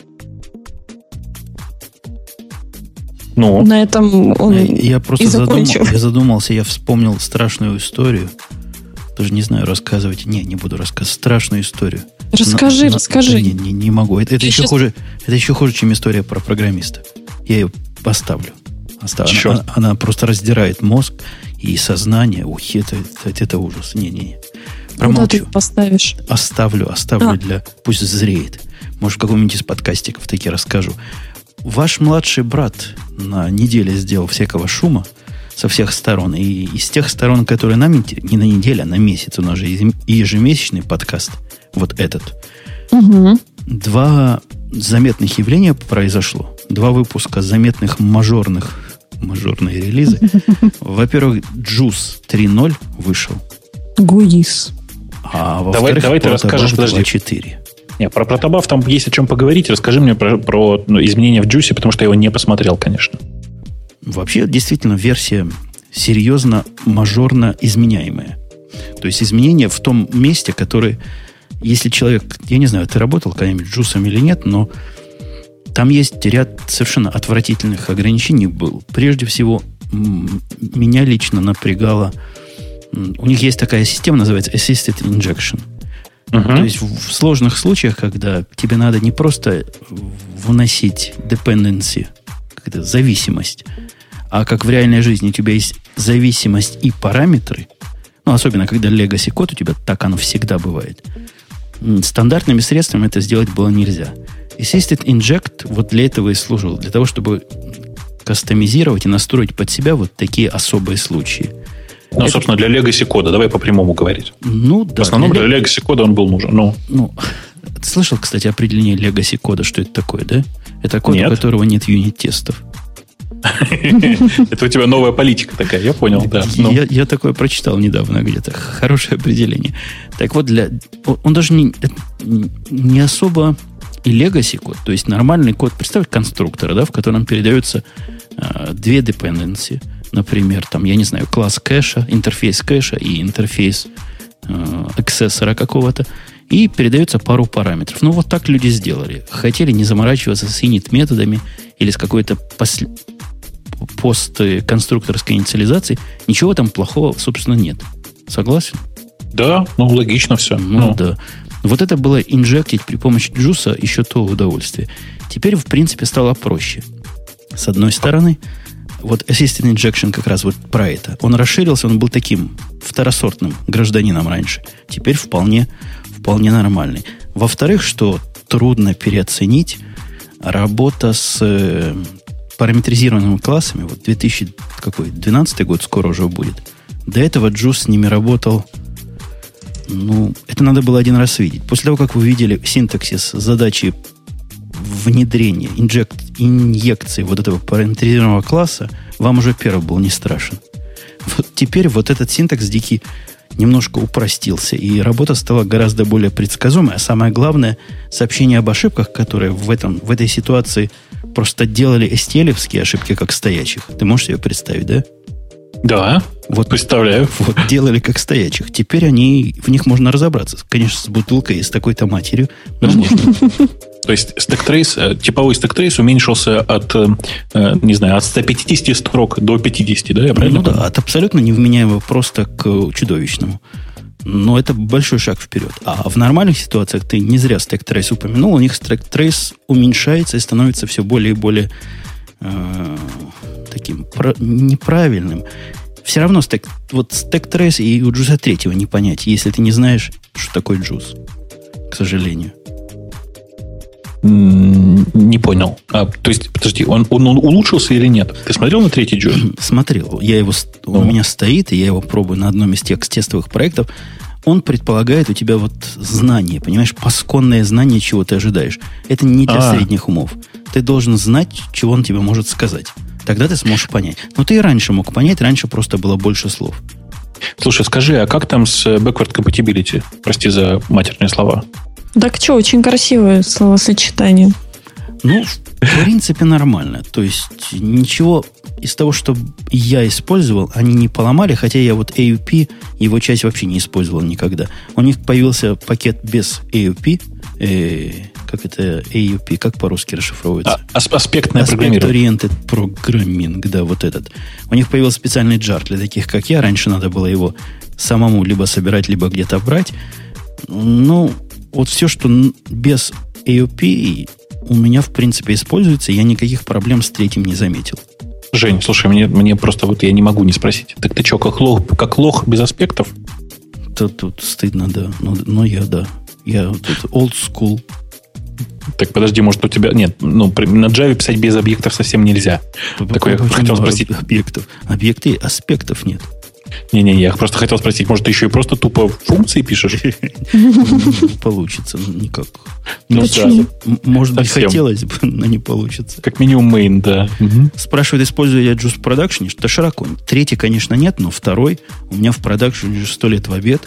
Ну. На этом он я просто и задумал, закончил. я задумался, я вспомнил страшную историю. Даже не знаю, рассказывать. Не, не буду рассказывать. Страшную историю. Расскажи, на, расскажи. На, не, не, не могу. Это, это, еще сейчас... хуже, это еще хуже, чем история про программиста. Я ее поставлю. Оставлю. Она, она просто раздирает мозг и сознание. Ух, это, это, это ужас. Не-не-не. Промолчу. Куда ты поставишь? Оставлю, оставлю а. для... Пусть зреет. Может, в каком-нибудь из подкастиков таки расскажу. Ваш младший брат на неделе сделал всякого шума со всех сторон. И из тех сторон, которые нам не на неделю, а на месяц. У нас же ежемесячный подкаст. Вот этот. Угу. Два заметных явления произошло. Два выпуска заметных мажорных мажорные релизы. Во-первых, джуз три ноль вышел. Гуис. А во-вторых, давай, давай ты расскажешь, подожди. четыре. Не, про протобаф там есть о чем поговорить. Расскажи мне про, про ну, изменения в джусе, потому что я его не посмотрел, конечно. Вообще, действительно, версия серьезно мажорно изменяемая. То есть изменения в том месте, которое, если человек, я не знаю, ты работал когда-нибудь с джусом или нет, но там есть ряд совершенно отвратительных ограничений был. Прежде всего, меня лично напрягало. У них есть такая система, называется Assisted Injection. Uh-huh. То есть в сложных случаях, когда тебе надо не просто вносить dependency, как-то зависимость, а как в реальной жизни у тебя есть зависимость и параметры, ну, особенно когда legacy код у тебя, так оно всегда бывает. Стандартными средствами это сделать было нельзя. Assisted Inject вот для этого и служил. Для того, чтобы кастомизировать и настроить под себя вот такие особые случаи. Ну, это... собственно, для legacy кода. Давай по-прямому говорить. Ну, да. В основном для, для legacy кода он был нужен. Ну. Ну, ты слышал, кстати, определение legacy кода, что это такое, да? Это код, нет. у которого нет юнит-тестов. Это у тебя новая политика такая, я понял, да. Я такое прочитал недавно где-то. Хорошее определение. Так вот, для он даже не особо и legacy код, то есть нормальный код. Представь конструктора, да, в котором передаются две dependency. например, там, я не знаю, класс кэша, интерфейс кэша и интерфейс э, аксессора какого-то, и передается пару параметров. Ну, вот так люди сделали. Хотели не заморачиваться с init-методами или с какой-то посл... постконструкторской инициализацией. Ничего там плохого, собственно, нет. Согласен? Да, ну, логично все. Ну, ну. да. Вот это было инжектить при помощи джуса еще то удовольствие. Теперь, в принципе, стало проще. С одной стороны, вот Assisted Injection как раз вот про это. Он расширился, он был таким второсортным гражданином раньше. Теперь вполне, вполне нормальный. Во-вторых, что трудно переоценить, работа с э, параметризированными классами, вот две тысячи двенадцатый год скоро уже будет. До этого Juice с ними работал, ну, это надо было один раз видеть. После того, как вы видели синтаксис задачи внедрения, инжект, инъекции вот этого параметризированного класса, вам уже первый был не страшен. Вот теперь вот этот синтакс дикий немножко упростился, и работа стала гораздо более предсказуемой. А самое главное, сообщения об ошибках, которые в, этом, в этой ситуации просто делали эс ти эл-евские ошибки как стоячих. Ты можешь себе представить, да? Да, вот представляю. Вот делали как стоячих. Теперь они, в них можно разобраться. Конечно, с бутылкой и с такой-то матерью. То есть stacktrace, типовой stacktrace уменьшился от, не знаю, от ста пятидесяти строк до пятидесяти, да? Я правильно ну да, от абсолютно невменяемого просто к чудовищному. Но это большой шаг вперед. А в нормальных ситуациях ты не зря stacktrace упомянул. У них stacktrace уменьшается и становится все более и более э, таким про, неправильным. Все равно стек, вот stacktrace и у Juice третьего не понять, если ты не знаешь, что такое Juice, к сожалению. Не понял. А, то есть, подожди, он, он улучшился или нет? Ты смотрел на третий Juice? Смотрел. Я его, у О. меня стоит, и я его пробую на одном из тех тестовых проектов. Он предполагает у тебя вот знание, понимаешь, пасконное знание, чего ты ожидаешь. Это не для а. средних умов. Ты должен знать, чего он тебе может сказать. Тогда ты сможешь понять. Но ты и раньше мог понять, раньше просто было больше слов. Слушай, скажи, а как там с backward compatibility? Прости за матерные слова. Так что, очень красивое словосочетание. Ну, в принципе, нормально. То есть, ничего из того, что я использовал, они не поломали, хотя я вот эй ю пи, его часть вообще не использовал никогда. У них появился пакет без эй ю пи, э, как это эй ю пи, как по-русски расшифровывается? А, аспектное программирование. Aspect-oriented programming, да, вот этот. У них появился специальный джар для таких, как я. Раньше надо было его самому либо собирать, либо где-то брать. Ну, вот все, что без эй ю пи, у меня, в принципе, используется, и я никаких проблем с третьим не заметил. Жень, слушай, мне, мне просто вот я не могу не спросить. Так ты что, как лох, как лох без аспектов? Тут, тут стыдно, да. Но, но я, да. Я тут old school. Так, подожди, может, у тебя... Нет, ну, на Java писать без объектов совсем нельзя. Такое я хотел спросить. Объектов. Объекты, аспектов нет. Не-не-не, я просто хотел спросить, может, ты еще и просто тупо функции пишешь? Получится, никак. Почему? Может быть, хотелось бы, но не получится. Как минимум main, да. Спрашивают, использую я Juice в продакшене? Что широко. Третий, конечно, нет, но второй у меня в продакшене уже сто лет в обед.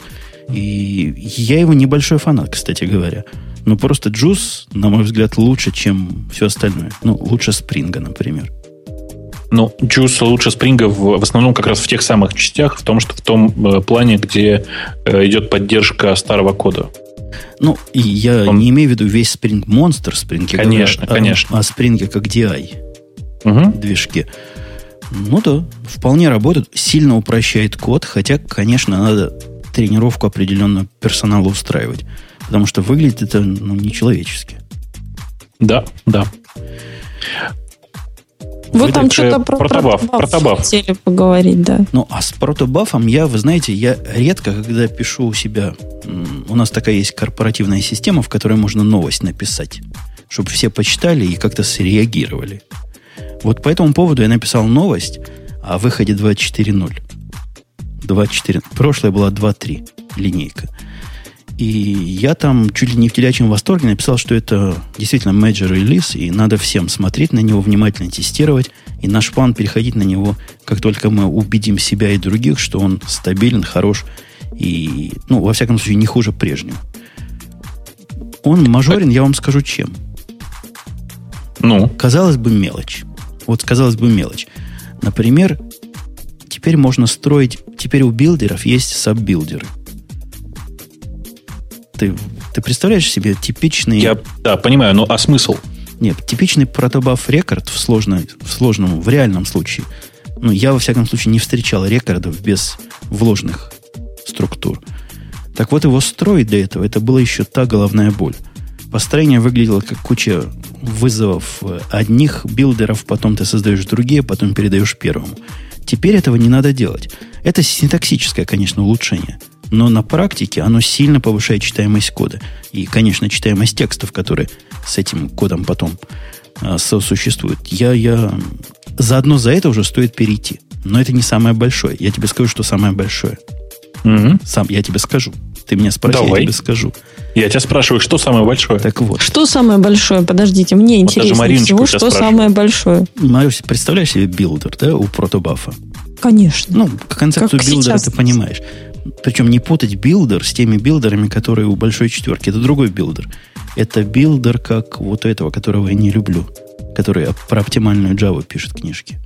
И я его небольшой фанат, кстати говоря. Но просто Juice, на мой взгляд, лучше, чем все остальное. Ну, лучше Spring, например. Ну, Juice лучше Spring в, в основном как раз в тех самых частях, в том, что в том э, плане, где э, идет поддержка старого кода. Ну, и я Он... не имею в виду весь Spring Monster Spring. Конечно, говоря, конечно. А, а Spring как ди ай угу. движке. Ну да, вполне работает, сильно упрощает код, хотя, конечно, надо тренировку определенно персоналу устраивать, потому что выглядит это ну, нечеловечески. Да, да. Вот там что-то про протобаф, протобаф хотели поговорить, да. Ну, а с протобафом я, вы знаете, я редко, когда пишу у себя... У нас такая есть корпоративная система, в которой можно новость написать, чтобы все почитали и как-то среагировали. Вот по этому поводу я написал новость о выходе двадцать четыре ноль. двадцать четыре. Прошлая была два три линейка. И я там чуть ли не в телячьем восторге написал, что это действительно major релиз, и надо всем смотреть на него, внимательно тестировать. И наш план переходить на него, как только мы убедим себя и других, что он стабилен, хорош и, ну, во всяком случае, не хуже прежнего. Он мажорен, я вам скажу, чем. Ну? Казалось бы, мелочь. Вот казалось бы, мелочь. Например, теперь можно строить... Теперь у билдеров есть саббилдеры. Ты, ты представляешь себе типичный... Я, да, понимаю, но а смысл? Нет, типичный протобаф рекорд в, сложной, в сложном, в реальном случае. Ну, я, во всяком случае, не встречал рекордов без вложенных структур. Так вот, его строить для этого, это была еще та головная боль. Построение выглядело как куча вызовов одних билдеров, потом ты создаешь другие, потом передаешь первому. Теперь этого не надо делать. Это синтаксическое, конечно, улучшение. Но на практике оно сильно повышает читаемость кода. И, конечно, читаемость текстов, которые с этим кодом потом а, сосуществуют. Я, я... Заодно за это уже стоит перейти. Но это не самое большое. Я тебе скажу, что самое большое. Угу. Сам я тебе скажу. Ты меня спроси, Давай. я тебе скажу. Я тебя спрашиваю, что самое большое? Так вот. Что самое большое? Подождите, мне Вот интересно всего, что самое большое. Марусь, представляешь себе билдер, да, у протобафа? Конечно. Ну, концепцию как билдера сейчас. ты понимаешь. Причем не путать билдер с теми билдерами, которые у большой четверки. Это другой билдер. Это билдер, как вот этого, которого я не люблю. Который про оптимальную Java пишет книжки.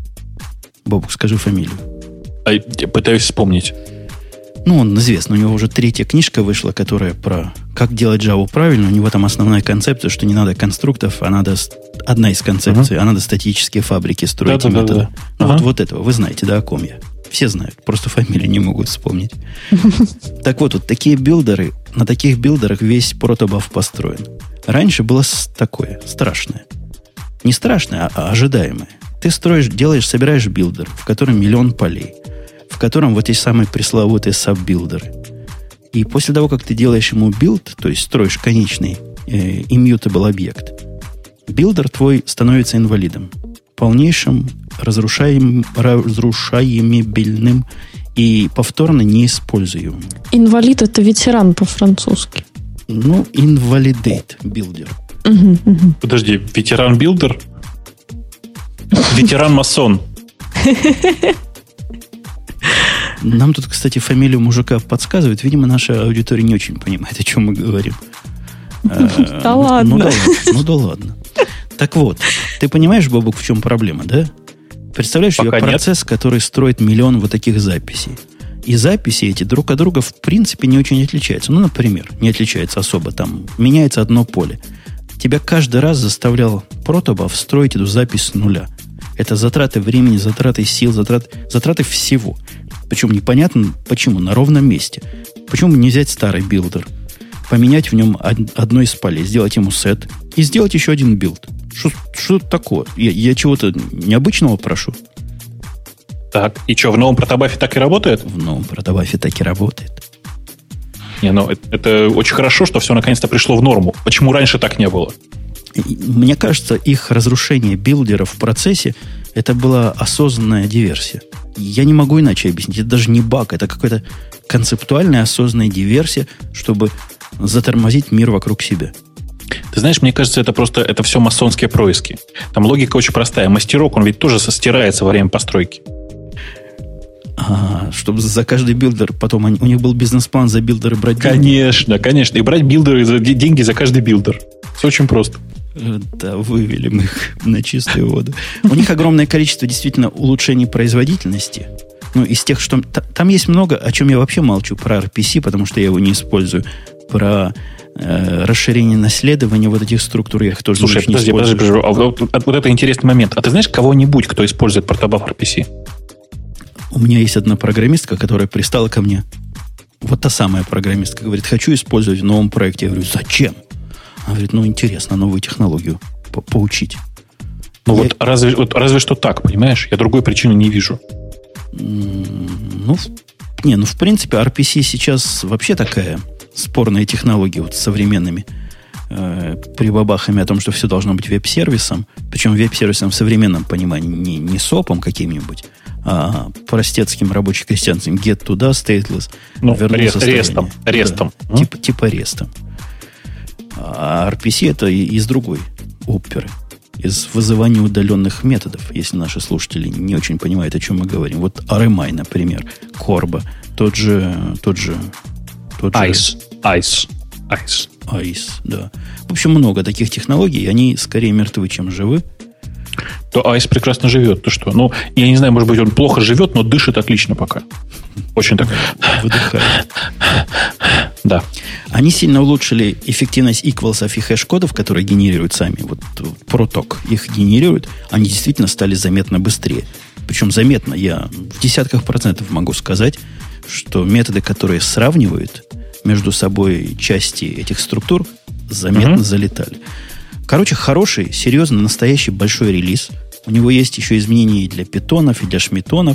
Бобук, скажи фамилию. А, я пытаюсь вспомнить. Ну, он известный. У него уже третья книжка вышла, которая про как делать Java правильно. У него там основная концепция, что не надо конструктов, а надо... Одна из концепций, uh-huh. а надо статические фабрики строить. Да-да-да-да. методы. Ну, Uh-huh. вот, вот этого. Вы знаете, да, о ком я? Все знают. Просто фамилию не могут вспомнить. Так вот, вот такие билдеры, на таких билдерах весь протобаф построен. Раньше было такое, страшное. Не страшное, а ожидаемое. Ты строишь, делаешь, собираешь билдер, в котором миллион полей, в котором вот эти самые пресловутые саббилдеры. И после того, как ты делаешь ему билд, то есть строишь конечный э, immutable объект, билдер твой становится инвалидом. Полнейшим, разрушаем, разрушаемебельным и повторно неиспользуемым. Инвалид — это ветеран по-французски. Ну, invalidate билдер. Угу, угу. Подожди, ветеран-билдер? Ветеран-масон. Нам тут, кстати, фамилию мужика подсказывают. Видимо, наша аудитория не очень понимает, о чем мы говорим. Да ладно. Ну да ладно. Так вот, ты понимаешь, Бобук, в чем проблема, да? Представляешь себе процесс, который строит миллион вот таких записей. И записи эти друг от друга в принципе не очень отличаются. Ну, например, не отличается особо. Там меняется одно поле. Тебя каждый раз заставлял протобаф строить эту запись с нуля. Это затраты времени, затраты сил, затраты, затраты всего. Причем непонятно почему, на ровном месте. Почему бы не взять старый билдер, поменять в нем одно из полей, сделать ему сет и сделать еще один билд. Что, что такое? Я, я чего-то необычного прошу. Так, и что, в новом протобафе так и работает? В новом протобафе так и работает. Не, ну это, это очень хорошо, что все наконец-то пришло в норму. Почему раньше так не было? И, мне кажется, их разрушение билдеров в процессе это была осознанная диверсия. Я не могу иначе объяснить. Это даже не баг, это какая-то концептуальная осознанная диверсия, чтобы затормозить мир вокруг себя. Ты знаешь, мне кажется, это просто это все масонские происки. Там логика очень простая. Мастерок, он ведь тоже стирается во время постройки. А, чтобы за каждый билдер потом они, у них был бизнес-план за билдеры брать деньги. Конечно, конечно. И брать билдеры за деньги за каждый билдер. Все очень просто. Да, вывели мы их на чистую воду. У них огромное количество действительно улучшений производительности. Ну, из тех, что... Там есть много, о чем я вообще молчу. Про ар пи си, потому что я его не использую. Про э, расширение наследования вот этих структур, я их тоже Слушай, не подожди, использую. подожди, подожди. А вот, вот, вот это интересный момент. А ты знаешь кого-нибудь, кто использует протобаф ар пи си? У меня есть одна программистка, которая пристала ко мне. Вот та самая программистка говорит, хочу использовать в новом проекте. Я говорю, зачем? Она говорит, ну, интересно, новую технологию по- поучить. Ну, я... вот, разве, вот разве что так, понимаешь? Я другой причины не вижу. Ну, в, не, ну, в принципе, ар пи си сейчас вообще такая спорная технология вот с современными э, прибабахами о том, что все должно быть веб-сервисом. Причем веб-сервисом в современном понимании не, не сопом каким-нибудь, а простецким рабоче-крестьянским get туда, stateless, ну, вернулся рест, рестом, рестом. Да, типа, типа рестом. А ар пи си это из другой оперы. Из вызывания удаленных методов, если наши слушатели не очень понимают, о чем мы говорим. Вот ар эм ай, например, Корба, тот же, тот же, тот же Ice, Ice, Ice. Ice, да. В общем, много таких технологий, они скорее мертвы, чем живы. То Айс прекрасно живет. Ты что? Ну, я не знаю, может быть, он плохо живет, но дышит отлично пока. Очень так. Выдыхает. Да. Они сильно улучшили эффективность equals и хэш-кодов, которые генерируют сами. Вот проток их генерирует. Они действительно стали заметно быстрее. Причем заметно. Я в десятках процентов могу сказать, что методы, которые сравнивают между собой части этих структур, заметно uh-huh. залетали. Короче, хороший, серьезно, настоящий большой релиз. У него есть еще изменения и для питонов, и для шмитонов,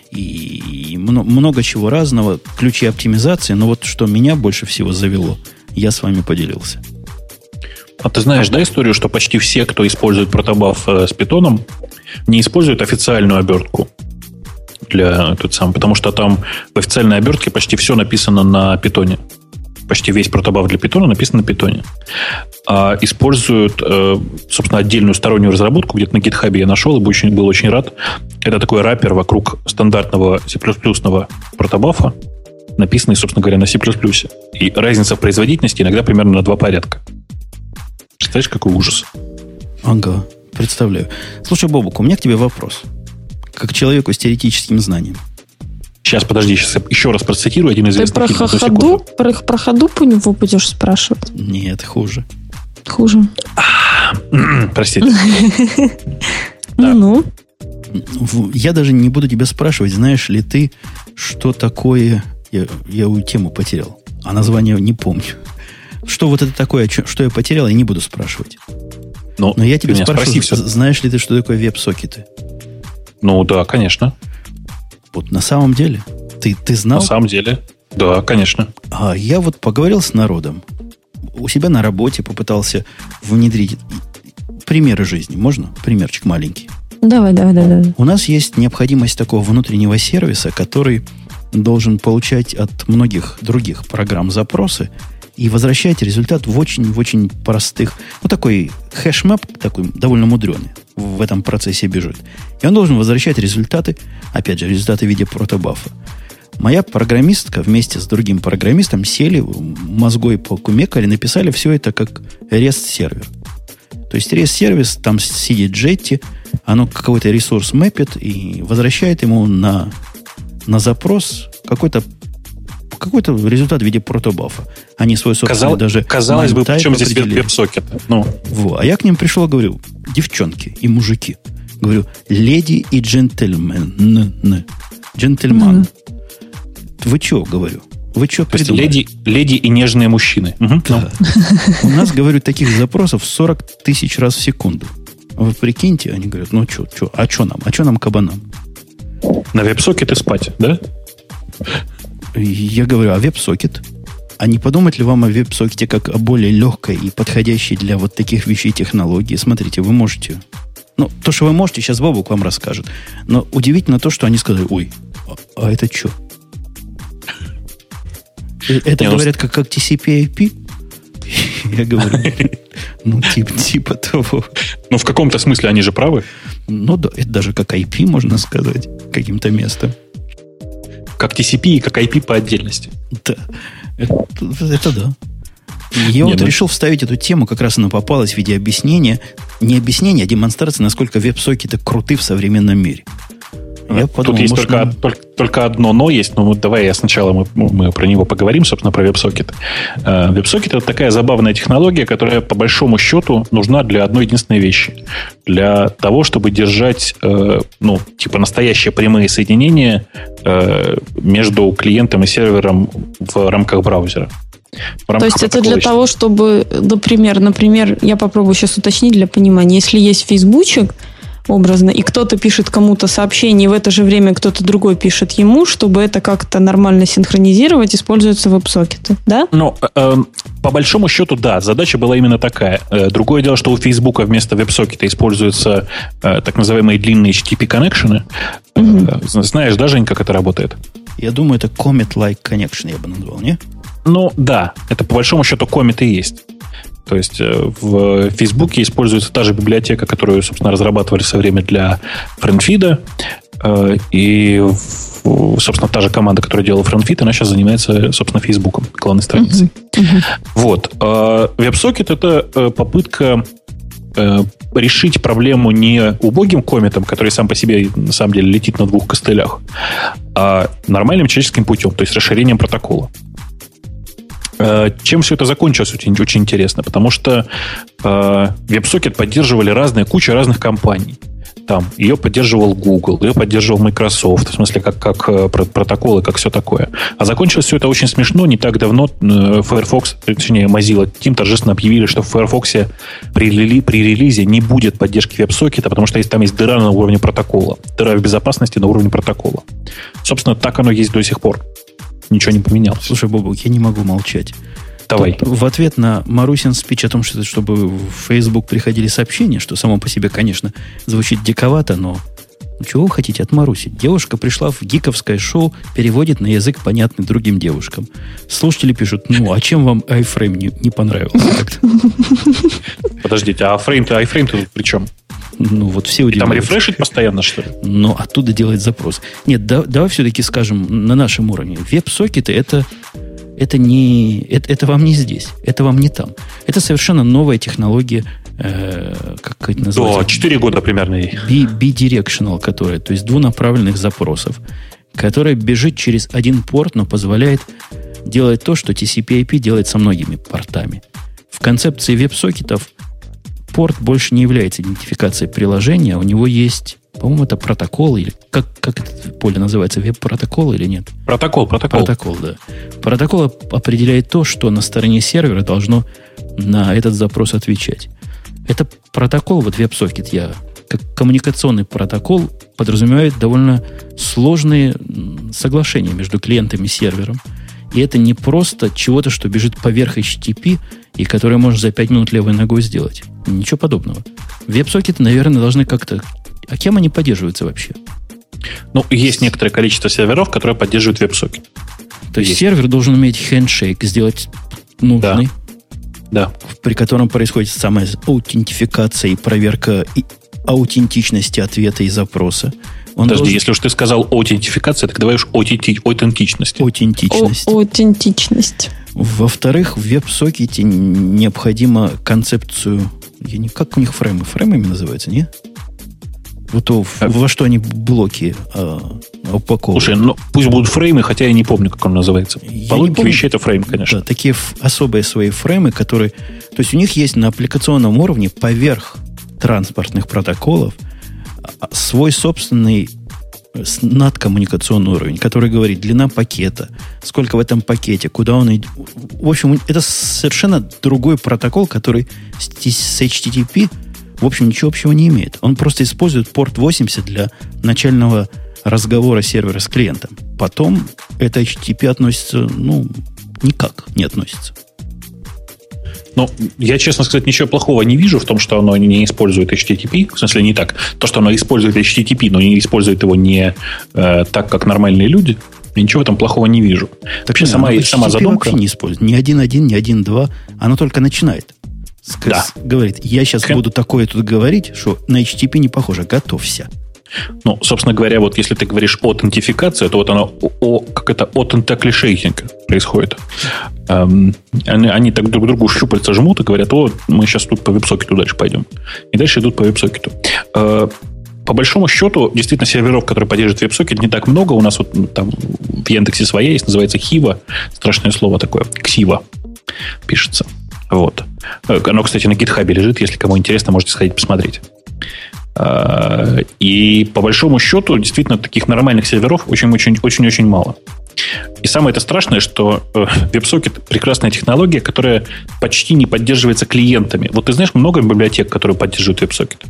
и много чего разного, ключи оптимизации. Но вот что меня больше всего завело, я с вами поделился. А ты знаешь, да, историю, что почти все, кто использует протобаф с питоном, не используют официальную обертку для тут сам, потому что там в официальной обертке почти все написано на питоне. Почти весь протобаф для питона написан на питоне. А используют, собственно, отдельную стороннюю разработку, где-то на GitHub я нашел и был очень, был очень рад. Это такой раппер вокруг стандартного C++ протобафа, написанный, собственно говоря, на C++. И разница в производительности иногда примерно на два порядка. Представляешь, какой ужас? Ага, представляю. Слушай, Бобук, у меня к тебе вопрос. Как человеку с теоретическим знанием. Сейчас, подожди, сейчас я еще раз процитирую один из известных фильмов. Ты про ходу, про, про ходу по него будешь спрашивать? Нет, хуже. Хуже. Простите. Ну-ну. Я даже не буду тебя спрашивать, знаешь ли ты, что такое... Я, я тему потерял, а название не помню. Что вот это такое, что я потерял, я не буду спрашивать. Но, Но я тебя спрашиваю, знаешь ли ты, что такое веб-сокеты? Ну да, конечно. Вот на самом деле? Ты, ты знал? На самом деле, да, конечно. А я вот поговорил с народом. У себя на работе попытался внедрить примеры жизни. Можно? Примерчик маленький. Давай, давай, давай. У нас есть необходимость такого внутреннего сервиса, который должен получать от многих других программ запросы и возвращать результат в очень, в очень простых... Ну, такой хэшмэп, такой довольно мудреный в этом процессе бежит. И он должен возвращать результаты, опять же, результаты в виде протобафа. Моя программистка вместе с другим программистом сели, мозгой покумекали, написали все это как REST-сервер. То есть REST-сервис, там сидит Jetty, оно какой-то ресурс мэпит и возвращает ему на, на запрос какой-то какой-то результат в виде протобафа. Они свой собственный Казал, даже... Казалось бы, причем здесь веб-сокет? Ну. Во. А я к ним пришел и говорю, девчонки и мужики. Говорю, леди и джентльмен. Джентльмен. Mm-hmm. Вы что, говорю? Вы что придумали? Леди, леди и нежные мужчины. Угу. Да. У нас, говорю, таких запросов сорок тысяч раз в секунду. Вы прикиньте, они говорят, ну что, что, а что нам? А что нам кабанам? На веб-сокеты спать, да? Я говорю, а веб-сокет? А не подумать ли вам о веб-сокете как о более легкой и подходящей для вот таких вещей технологии? Смотрите, вы можете... Ну, то, что вы можете, сейчас Бобук вам расскажет. Но удивительно то, что они сказали, ой, а, а это что? Это не, говорят, ну... как, как ти си пи ай пи? Я говорю, ну, типа, типа того. Ну, в каком-то смысле они же правы. Ну, да, это даже как ай пи, можно сказать, каким-то местом. Как ти си пи и как ай пи по отдельности. Да, это, это да. Я вот решил вставить эту тему, как раз она попалась в виде объяснения. Не объяснения, а демонстрации, насколько веб-сокеты круты в современном мире. Я подумал, тут есть может, только, нам... только, только одно «но» есть, но вот давай я сначала мы, мы про него поговорим, собственно, про веб-сокет. Веб-сокет – это такая забавная технология, которая, по большому счету, нужна для одной единственной вещи. Для того, чтобы держать, ну, типа, настоящие прямые соединения между клиентом и сервером в рамках браузера. То есть это для того, чтобы, например, например, я попробую сейчас уточнить для понимания, если есть фейсбучек, образно, и кто-то пишет кому-то сообщение, и в это же время кто-то другой пишет ему, чтобы это как-то нормально синхронизировать, используются веб-сокеты, да? Ну, э, по большому счету, да, задача была именно такая. Э, другое дело, что у Фейсбука вместо веб-сокета используются э, так называемые длинные эйч ти ти пи-коннекшены. Угу. Э, знаешь, да, Жень, как это работает? Я думаю, это commit-like connection я бы назвал, не? Ну, да, это по большому счету коммит и есть. То есть в Фейсбуке используется та же библиотека, которую, собственно, разрабатывали в свое время для френдфида. И, собственно, та же команда, которая делала френдфид, она сейчас занимается, собственно, Фейсбуком, главной страницей. Uh-huh. Uh-huh. Вот. WebSocket – это попытка э, решить проблему не убогим коммитом, который сам по себе на самом деле летит на двух костылях, а нормальным человеческим путем, то есть расширением протокола. Э, чем все это закончилось, очень, очень интересно, потому что э, WebSocket поддерживали разные, куча разных компаний. Там ее поддерживал Google, ее поддерживал Microsoft, в смысле, как, как протоколы, как все такое. А закончилось все это очень смешно. Не так давно Firefox, точнее, Mozilla Team торжественно объявили, что в Firefox при, рели, при релизе не будет поддержки WebSocket, потому что там есть дыра на уровне протокола. Дыра в безопасности на уровне протокола. Собственно, так оно есть до сих пор. Ничего не поменялось. Слушай, Бобук, я не могу молчать. Давай. Тут в ответ на Марусин спич о том, что чтобы в Facebook приходили сообщения, что само по себе, конечно, звучит диковато, но ну, чего вы хотите от Маруси? Девушка пришла в гиковское шоу, переводит на язык, понятный другим девушкам. Слушатели пишут, ну, а чем вам iFrame не, не понравился? Подождите, а iFrame-то, iFrame-то тут при чем? Ну, вот все удивляются. Там рефрешить постоянно, что ли? Но оттуда делать запрос. Нет, да, давай все-таки скажем на нашем уровне. Веб-сокеты это... Это, не, это, это вам не здесь, это вам не там. Это совершенно новая технология, э, как это называется? Да, четыре года примерно ей. Bidirectional, которая, то есть двунаправленных запросов, которая бежит через один порт, но позволяет делать то, что ти си пи ай пи делает со многими портами. В концепции веб-сокетов порт больше не является идентификацией приложения, у него есть... По-моему, это протокол, или как, как это поле называется, веб-протокол или нет? Протокол, протокол. Протокол, да. Протокол определяет то, что на стороне сервера должно на этот запрос отвечать. Это протокол, вот WebSocket, я, как коммуникационный протокол, подразумевает довольно сложные соглашения между клиентами и сервером. И это не просто чего-то, что бежит поверх эйч ти ти пи, и которое можно за пять минут левой ногой сделать. Ничего подобного. WebSocket, наверное, должны как-то... А кем они поддерживаются вообще? Ну, есть некоторое количество серверов, которые поддерживают WebSocket. То есть, есть сервер должен уметь хендшейк сделать нужный, да. Да. при котором происходит самая аутентификация и проверка и аутентичности ответа и запроса. Он Подожди, должен... если уж ты сказал аутентификация, так давай уж аутентичность. Аутентичность. О- аутентичность. Во-вторых, в веб-сокете необходимо концепцию... Я не... Как у них фреймы? Фреймами называются, не? Вот то, а... во что они блоки а, упаковывают. Слушай, ну пусть будут фреймы, хотя я не помню, как он называется. Я По логике вещей это фрейм, конечно. Да, такие ф- особые свои фреймы, которые... То есть у них есть на аппликационном уровне поверх транспортных протоколов свой собственный надкоммуникационный уровень, который говорит длина пакета, сколько в этом пакете, куда он идет. В общем, это совершенно другой протокол, который с эйч ти ти пи в общем, ничего общего не имеет. Он просто использует порт восемьдесят для начального разговора сервера с клиентом. Потом это эйч ти ти пи относится, ну, никак не относится. Ну, я, честно сказать, ничего плохого не вижу в том, что оно не использует эйч ти ти пи. В смысле, не так. То, что оно использует эйч ти ти пи, но не использует его не э, так, как нормальные люди, ничего в этом плохого не вижу. Так вообще, сама, сама задумка... вообще не использует. Ни один точка один, ни один точка два. Оно только начинает. Да. Говорит, я сейчас Хэм. буду такое тут говорить, что на эйч ти ти пи не похоже. Готовься. Ну, собственно говоря, вот если ты говоришь аутентификация, то вот оно о, как это аутентиклишейкинг происходит. Эм, они, они так друг другу щупальца жмут и говорят, о, мы сейчас тут по веб-сокету дальше пойдем. И дальше идут по веб-сокету. Э, по большому счету, действительно, серверов, которые поддерживают веб-сокет, не так много. У нас вот там в Яндексе своя есть, называется Хива. Страшное слово такое. Ксива пишется. Вот. Оно, кстати, на гитхабе лежит. Если кому интересно, можете сходить посмотреть. И по большому счету, действительно, таких нормальных серверов очень-очень-очень-очень мало. И самое это страшное, что WebSocket – прекрасная технология, которая почти не поддерживается клиентами. Вот ты знаешь много библиотек, которые поддерживают WebSocket?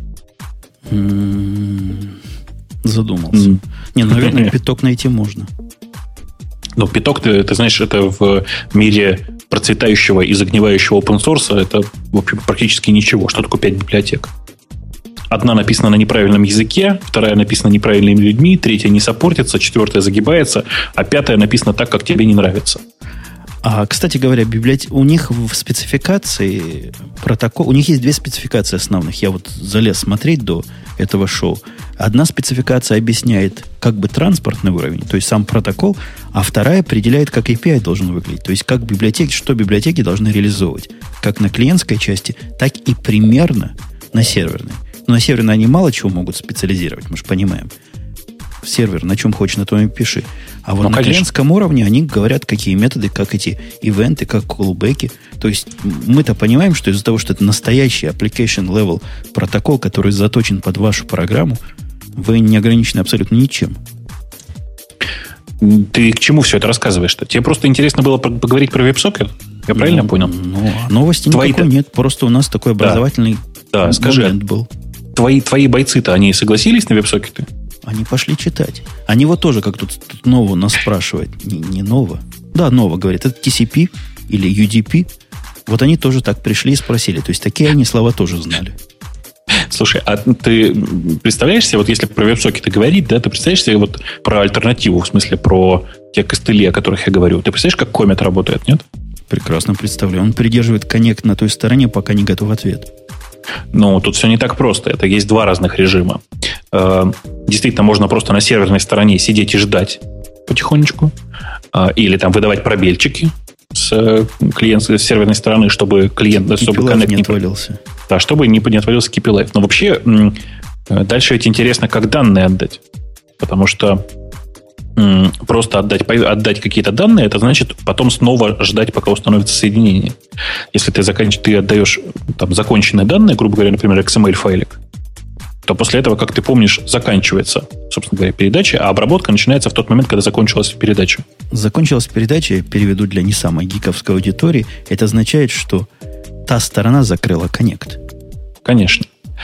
Задумался. Mm. Не, наверное, пяток найти можно. Ну, пяток, ты, ты знаешь, это в мире процветающего и загнивающего open source, это, в общем, практически ничего. Что такое пять библиотек? Одна написана на неправильном языке, вторая написана неправильными людьми, третья не саппортится, четвертая загибается, а пятая написана так, как тебе не нравится. А, кстати говоря, библиотек... у них в спецификации протокол... У них есть две спецификации основных. Я вот залез смотреть до этого шоу. Одна спецификация объясняет как бы транспортный уровень, то есть сам протокол, а вторая определяет, как эй пи ай должен выглядеть. То есть как библиотеки, что библиотеки должны реализовывать. Как на клиентской части, так и примерно на серверной. Но на серверной они мало чего могут специализировать, мы же понимаем. Сервер на чем хочешь, на том и пиши. А вот ну, на конечно. клиентском уровне они говорят, какие методы, как эти ивенты, как callback'и. То есть мы-то понимаем, что из-за того, что это настоящий application level протокол, который заточен под вашу программу, вы не ограничены абсолютно ничем. Ты к чему все это рассказываешь-то? Тебе просто интересно было поговорить про WebSocket? Я правильно ну, понял? Ну, новости Твои никакой нет. Просто у нас такой образовательный да. Да, скажи, был. Твои, твои бойцы-то, они согласились на WebSocket? Они пошли читать. Они вот тоже, как тут, тут Нова нас спрашивает. Не, не Нова. Да, Нова говорит. Это ти си пи или ю ди пи. Вот они тоже так пришли и спросили. То есть такие они слова тоже знали. Слушай, а ты представляешь себе, вот если про веб-сокеты говорить, да, ты представляешь себе вот про альтернативу, в смысле про те костыли, о которых я говорю. Ты представляешь, как Comet работает, нет? Прекрасно представляю. Он придерживает коннект на той стороне, пока не готов ответ. Ну, тут все не так просто. Это есть два разных режима. Действительно, можно просто на серверной стороне сидеть и ждать потихонечку. Или там выдавать пробельчики с клиент, с серверной стороны, чтобы клиент, чтобы коннект не отвалился. Да, чтобы не, не отвалился кей пи Live. Но вообще дальше ведь интересно, как данные отдать. Потому что просто отдать, отдать какие-то данные, это значит потом снова ждать, пока установится соединение. Если ты, заканч... ты отдаешь там, законченные данные, грубо говоря, например, икс эм эль-файлик, то после этого, как ты помнишь, заканчивается, собственно говоря, передача, а обработка начинается в тот момент, когда закончилась передача. Закончилась передача, я переведу для не самой гиковской аудитории, это означает, что та сторона закрыла коннект. Конечно.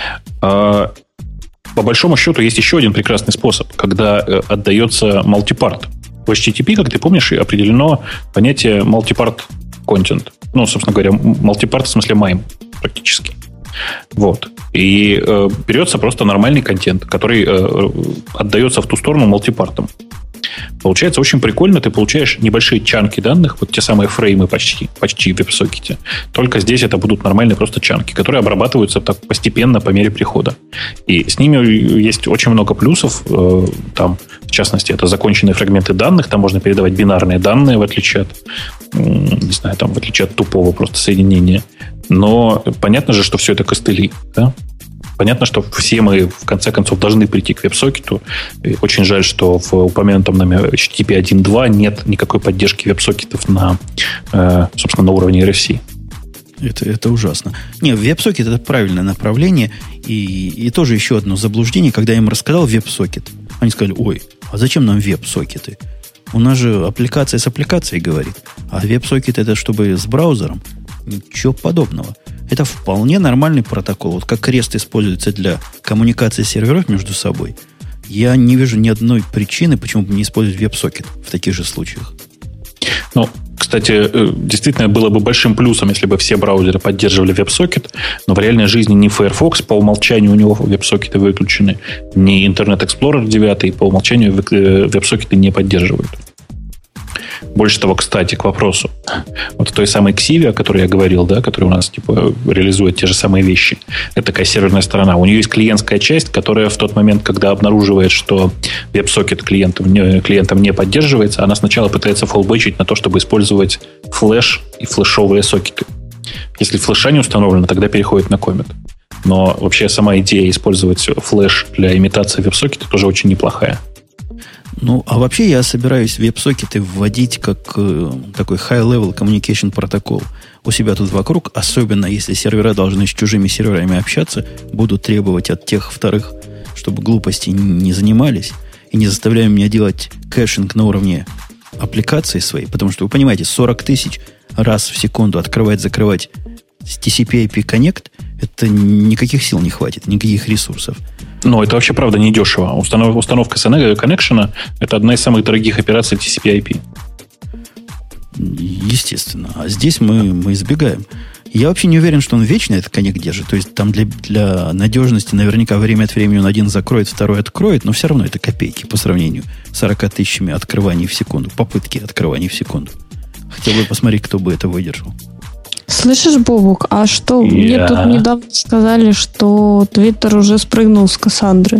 По большому счету, есть еще один прекрасный способ, когда э, отдается multipart. В эйч ти ти пи, как ты помнишь, определено понятие multipart content. Ну, собственно говоря, multipart в смысле MIME практически. Вот. И э, берется просто нормальный контент, который э, отдается в ту сторону мультипартом. Получается очень прикольно, ты получаешь небольшие чанки данных, вот те самые фреймы почти, почти в веб-сокете. Только здесь это будут нормальные просто чанки, которые обрабатываются так постепенно по мере прихода. И с ними есть очень много плюсов. Там, в частности, это законченные фрагменты данных, там можно передавать бинарные данные, в отличие от, не знаю, там, в отличие от тупого просто соединения. Но понятно же, что все это костыли, да? Понятно, что все мы, в конце концов, должны прийти к веб-сокету. И очень жаль, что в упомянутом нами эйч ти ти пи один точка два нет никакой поддержки веб-сокетов на, собственно, на уровне эр эф си. Это, это ужасно. Не, веб-сокет – это правильное направление. И, и тоже еще одно заблуждение. Когда я им рассказал веб-сокет, они сказали, ой, а зачем нам веб-сокеты? У нас же аппликация с аппликацией говорит. А веб-сокет – это чтобы с браузером? Ничего подобного. Это вполне нормальный протокол. Вот как REST используется для коммуникации серверов между собой, я не вижу ни одной причины, почему бы не использовать веб-сокет в таких же случаях. Ну, кстати, действительно было бы большим плюсом, если бы все браузеры поддерживали веб-сокет, но в реальной жизни ни Firefox, по умолчанию у него веб-сокеты выключены, ни Internet Explorer девять по умолчанию веб-сокеты не поддерживают. Больше того, кстати, к вопросу. Вот той самой Xivia, о которой я говорил, да, которая у нас типа реализует те же самые вещи. Это такая серверная сторона. У нее есть клиентская часть, которая в тот момент, когда обнаруживает, что веб-сокет клиентам не, клиентам не поддерживается, она сначала пытается фоллбэчить на то, чтобы использовать флеш и флешовые сокеты. Если флеша не установлено, тогда переходит на Comet. Но вообще сама идея использовать флеш для имитации веб-сокета тоже очень неплохая. Ну, а вообще я собираюсь веб-сокеты вводить как э, такой high-level communication протокол у себя тут вокруг, особенно если сервера должны с чужими серверами общаться, будут требовать от тех вторых, чтобы глупости не занимались и не заставляя меня делать кэшинг на уровне аппликации своей, потому что, вы понимаете, сорок тысяч раз в секунду открывать-закрывать с ти си пи ай пи Connect, это никаких сил не хватит, никаких ресурсов. Но это вообще, правда, не дешево. Установ, установка коннекшена – это одна из самых дорогих операций ти си пи ай пи. Естественно. А здесь мы, мы избегаем. Я вообще не уверен, что он вечно этот коннект держит. То есть там для, для надежности наверняка время от времени он один закроет, второй откроет, но все равно это копейки по сравнению с сорок тысячами открываний в секунду, попытки открываний в секунду. Хотел бы посмотреть, кто бы это выдержал. Слышишь, Бобук, а что, Я... мне тут недавно сказали, что Твиттер уже спрыгнул с Кассандры.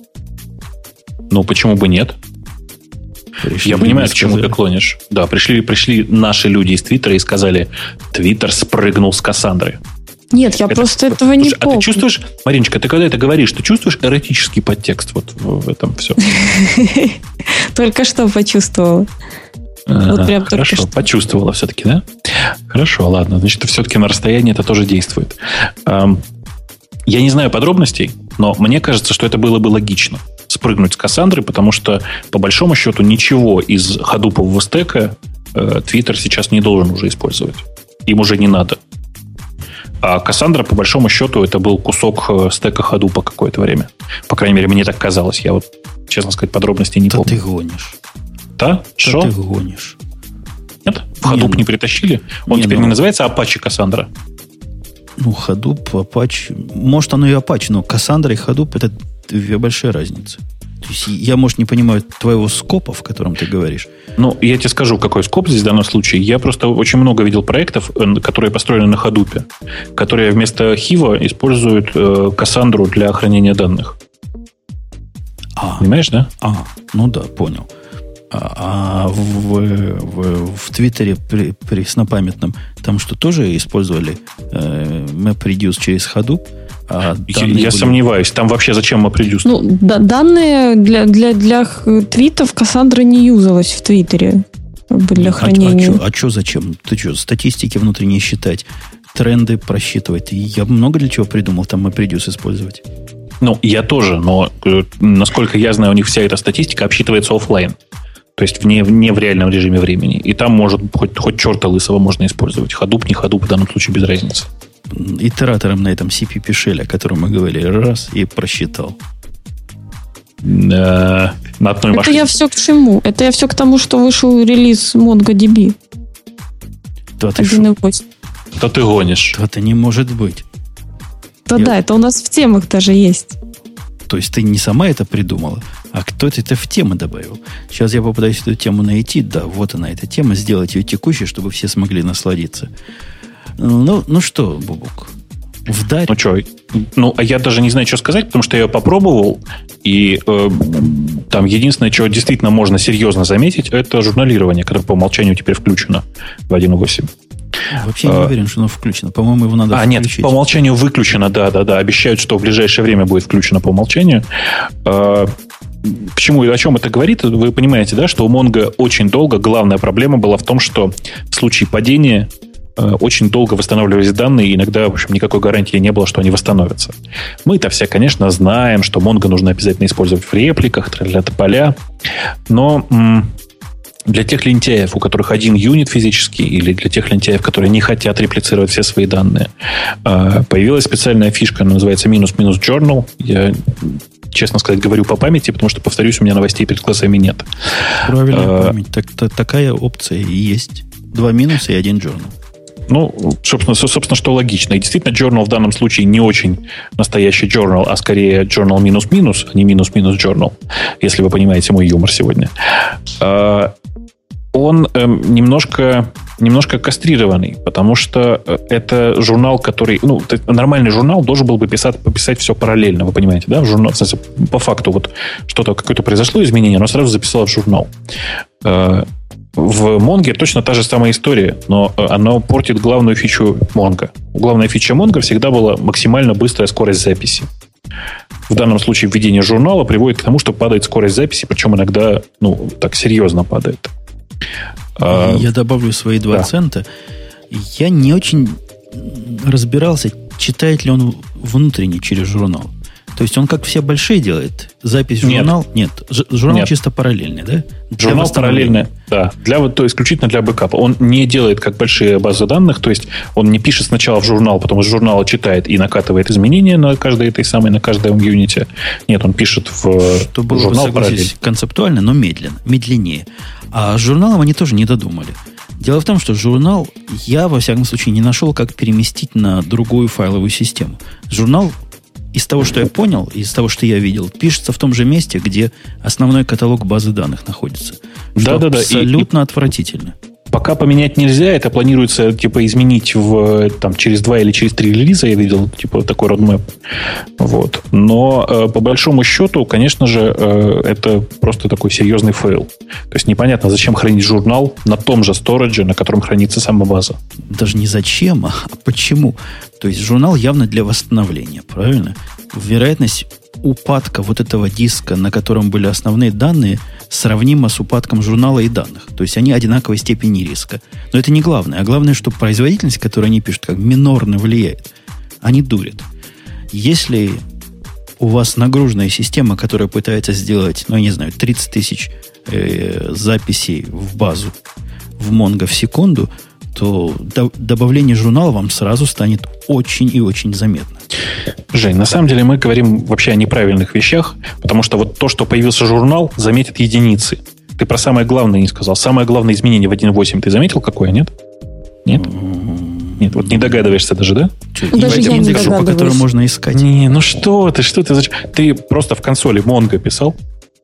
Ну, почему бы нет? Пришли, Я понимаю, к чему ты клонишь. Да, пришли, пришли наши люди из Твиттера и сказали, Твиттер спрыгнул с Кассандры. Нет, я это, просто этого не слушай, помню. А ты чувствуешь, Мариночка, ты когда это говоришь, ты чувствуешь эротический подтекст вот в, в этом все? Только что почувствовала. Вот прям хорошо, что. Почувствовала все-таки, да? Хорошо, ладно. Значит, все-таки на расстоянии это тоже действует. Я не знаю подробностей, но мне кажется, что это было бы логично. Спрыгнуть с Кассандры, потому что, по большому счету, ничего из ходупового стека Twitter сейчас не должен уже использовать. Им уже не надо. А Кассандра, по большому счету, это был кусок стека ходупа какое-то время. По крайней мере, мне так казалось. Я вот, честно сказать, подробностей не да помню. Ты гонишь. Да? Что? Ты гонишь. Нет? В Hadoop не, не притащили? Он не, теперь ну... не называется Apache Cassandra? Ну, Hadoop, Apache... Может, оно и Apache, но Cassandra и Hadoop — это две большие разницы. То есть я, может, не понимаю твоего скопа, в котором ты говоришь. Ну, я тебе скажу, какой скоп здесь в данном случае. Я просто очень много видел проектов, которые построены на Hadoop, которые вместо Хива используют э, Cassandra для хранения данных. А, Понимаешь, да? А, ну да, понял. А, а в, в, в Твиттере при, при снопамятном там что, тоже использовали э, MapReduce через Hadoop? А я были... сомневаюсь. Там вообще зачем MapReduce? Ну, да, данные для, для, для твитов Кассандра не юзалась в Твиттере для хранения. А, а, а что зачем? Ты что, статистики внутренние считать, тренды просчитывать? Я много для чего придумал там MapReduce использовать. Ну, я тоже, но, насколько я знаю, у них вся эта статистика обсчитывается офлайн. То есть вне, не в реальном режиме времени. И там может хоть, хоть черта лысого можно использовать. Hadoop, не Hadoop, в данном случае без разницы. Итератором на этом си пи пи Shell, о котором мы говорили, раз и просчитал. На одной Это машине. я все к чему? Это я все к тому, что вышел релиз MongoDB. Да ты один и восемь. Да ты гонишь. Да это не может быть. Да, я... да, это у нас в темах даже есть. То есть ты не сама это придумала, а кто-то это в тему добавил. Сейчас я попытаюсь эту тему найти. Да, вот она, эта тема. Сделать ее текущей, чтобы все смогли насладиться. Ну, ну что, Бубук, вдарь. Ну что, ну, а я даже не знаю, что сказать, потому что я ее попробовал, и э, там единственное, что действительно можно серьезно заметить, это журналирование, которое по умолчанию теперь включено в один и восемь. Вообще не а, уверен, что оно включено. По-моему, его надо а, включить. А, нет, по умолчанию выключено, да-да-да. Обещают, что в ближайшее время будет включено по умолчанию. А, почему и о чем это говорит? Вы понимаете, да, что у Mongo очень долго главная проблема была в том, что в случае падения очень долго восстанавливались данные, и иногда, в общем, никакой гарантии не было, что они восстановятся. Мы-то все, конечно, знаем, что Mongo нужно обязательно использовать в репликах, для тополя, но м- для тех лентяев, у которых один юнит физический, или для тех лентяев, которые не хотят реплицировать все свои данные, появилась специальная фишка, она называется минус-минус journal. Я, честно сказать, говорю по памяти, потому что, повторюсь, у меня новостей перед глазами нет. Правильная а, память. Так, так, такая опция и есть. Два минуса и один journal. Ну, собственно, собственно, что логично. И действительно, journal в данном случае не очень настоящий journal, а скорее journal минус-минус, а не минус-минус journal, если вы понимаете мой юмор сегодня. Он немножко, немножко кастрированный, потому что это журнал, который... Ну, нормальный журнал должен был бы писать, пописать все параллельно, вы понимаете, да? В журнал, по факту, вот что-то, какое-то произошло изменение, оно сразу записало в журнал. В Mongo точно та же самая история, но оно портит главную фичу Mongo. Главная фича Mongo всегда была максимально быстрая скорость записи. В данном случае введение журнала приводит к тому, что падает скорость записи, причем иногда, ну, так серьезно падает. Я добавлю свои два да. цента. Я не очень разбирался, читает ли он внутренне через журнал. То есть он как все большие делает? Запись в журнал? Нет. Нет. Журнал Нет. чисто параллельный, да? Для журнал параллельный, да. Для, то исключительно для бэкапа. Он не делает как большие базы данных, то есть он не пишет сначала в журнал, потом из журнала читает и накатывает изменения на каждой этой самой, на каждом юните. Нет, он пишет в Что было журнал бы, параллельно. Концептуально, но медленно, медленнее. А с журналом они тоже не додумали. Дело в том, что журнал я, во всяком случае, не нашел, как переместить на другую файловую систему. Журнал, из того, что я понял, из того, что я видел, пишется в том же месте, где основной каталог базы данных находится. Что да, да, абсолютно и, отвратительно. Пока поменять нельзя, это планируется типа изменить в, там, через два или через три релиза, я видел типа такой roadmap. Вот. Но э, по большому счету, конечно же, э, это просто такой серьезный фейл. То есть непонятно, зачем хранить журнал на том же сторидже, на котором хранится сама база. Даже не зачем, а почему. То То есть журнал явно для восстановления, правильно? Вероятность упадка вот этого диска, на котором были основные данные, сравнима с упадком журнала и данных. То есть они одинаковой степени риска. Но это не главное. А главное, что производительность, которую они пишут, как минорно влияет. Они дурят. Если у вас нагруженная система, которая пытается сделать, ну, я не знаю, тридцать тысяч э, записей в базу в Mongo в секунду, то до, добавление журнала вам сразу станет очень и очень заметно. Жень, на самом деле мы говорим вообще о неправильных вещах, потому что вот то, что появился журнал, заметят единицы. Ты про самое главное не сказал. Самое главное изменение в один точка восемь ты заметил какое, нет? Нет? Mm-hmm. Нет, вот не догадываешься даже, да? Даже я не догадываюсь. По которому можно искать. Не, ну что ты, что ты, зачем? Ты просто в консоли Mongo писал?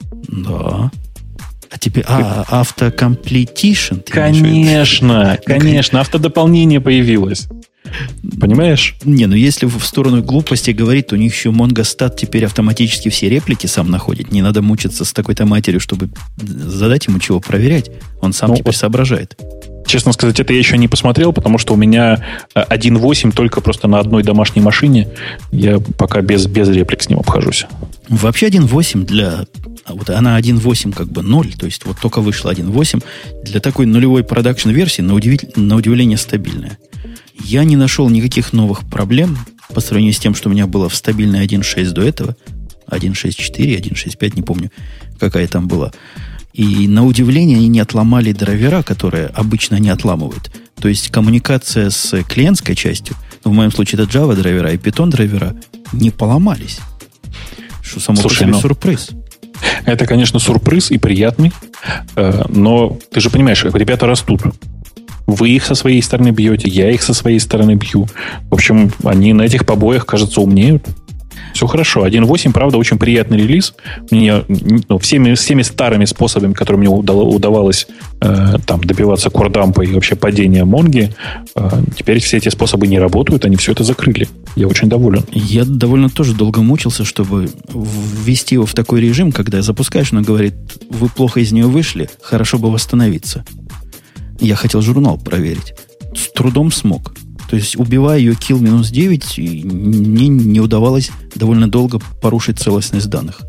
Да. А теперь, а, автокомплетишн? Конечно, конечно, автодополнение появилось. Понимаешь? Не, ну если в сторону глупости говорить, то у них еще MongoStat теперь автоматически все реплики сам находит. Не надо мучиться с такой-то матерью, чтобы задать ему чего проверять. Он сам ну, теперь вот, соображает. Честно сказать, это я еще не посмотрел, потому что у меня один точка восемь только просто на одной домашней машине. Я пока без, без реплик с ним обхожусь. Вообще один точка восемь для... Вот она один точка восемь как бы ноль, то есть вот только вышла один точка восемь. Для такой нулевой продакшн-версии на, удив... на удивление стабильная. Я не нашел никаких новых проблем по сравнению с тем, что у меня было в стабильной один точка шесть до этого. один точка шесть четыре, один точка шесть пять, не помню, какая там была. И на удивление они не отломали драйвера, которые обычно не отламывают. То есть коммуникация с клиентской частью, ну, в моем случае это Java драйвера и Python драйвера, не поломались. Что само Слушай, по себе ну, сюрприз. Это, конечно, сюрприз и приятный, но ты же понимаешь, ребята растут. Вы их со своей стороны бьете, я их со своей стороны бью. В общем, они на этих побоях, кажется, умнеют. Все хорошо. один точка восемь, правда, очень приятный релиз. Мне ну, всеми, всеми старыми способами, которыми мне удавалось э, там, добиваться кордампа и вообще падения Монги, э, теперь все эти способы не работают, они все это закрыли. Я очень доволен. Я довольно тоже долго мучился, чтобы ввести его в такой режим, когда запускаешь, он говорит, вы плохо из нее вышли, хорошо бы восстановиться. Я хотел журнал проверить. С трудом смог. То есть, убивая ее kill минус девять, мне не удавалось довольно долго порушить целостность данных.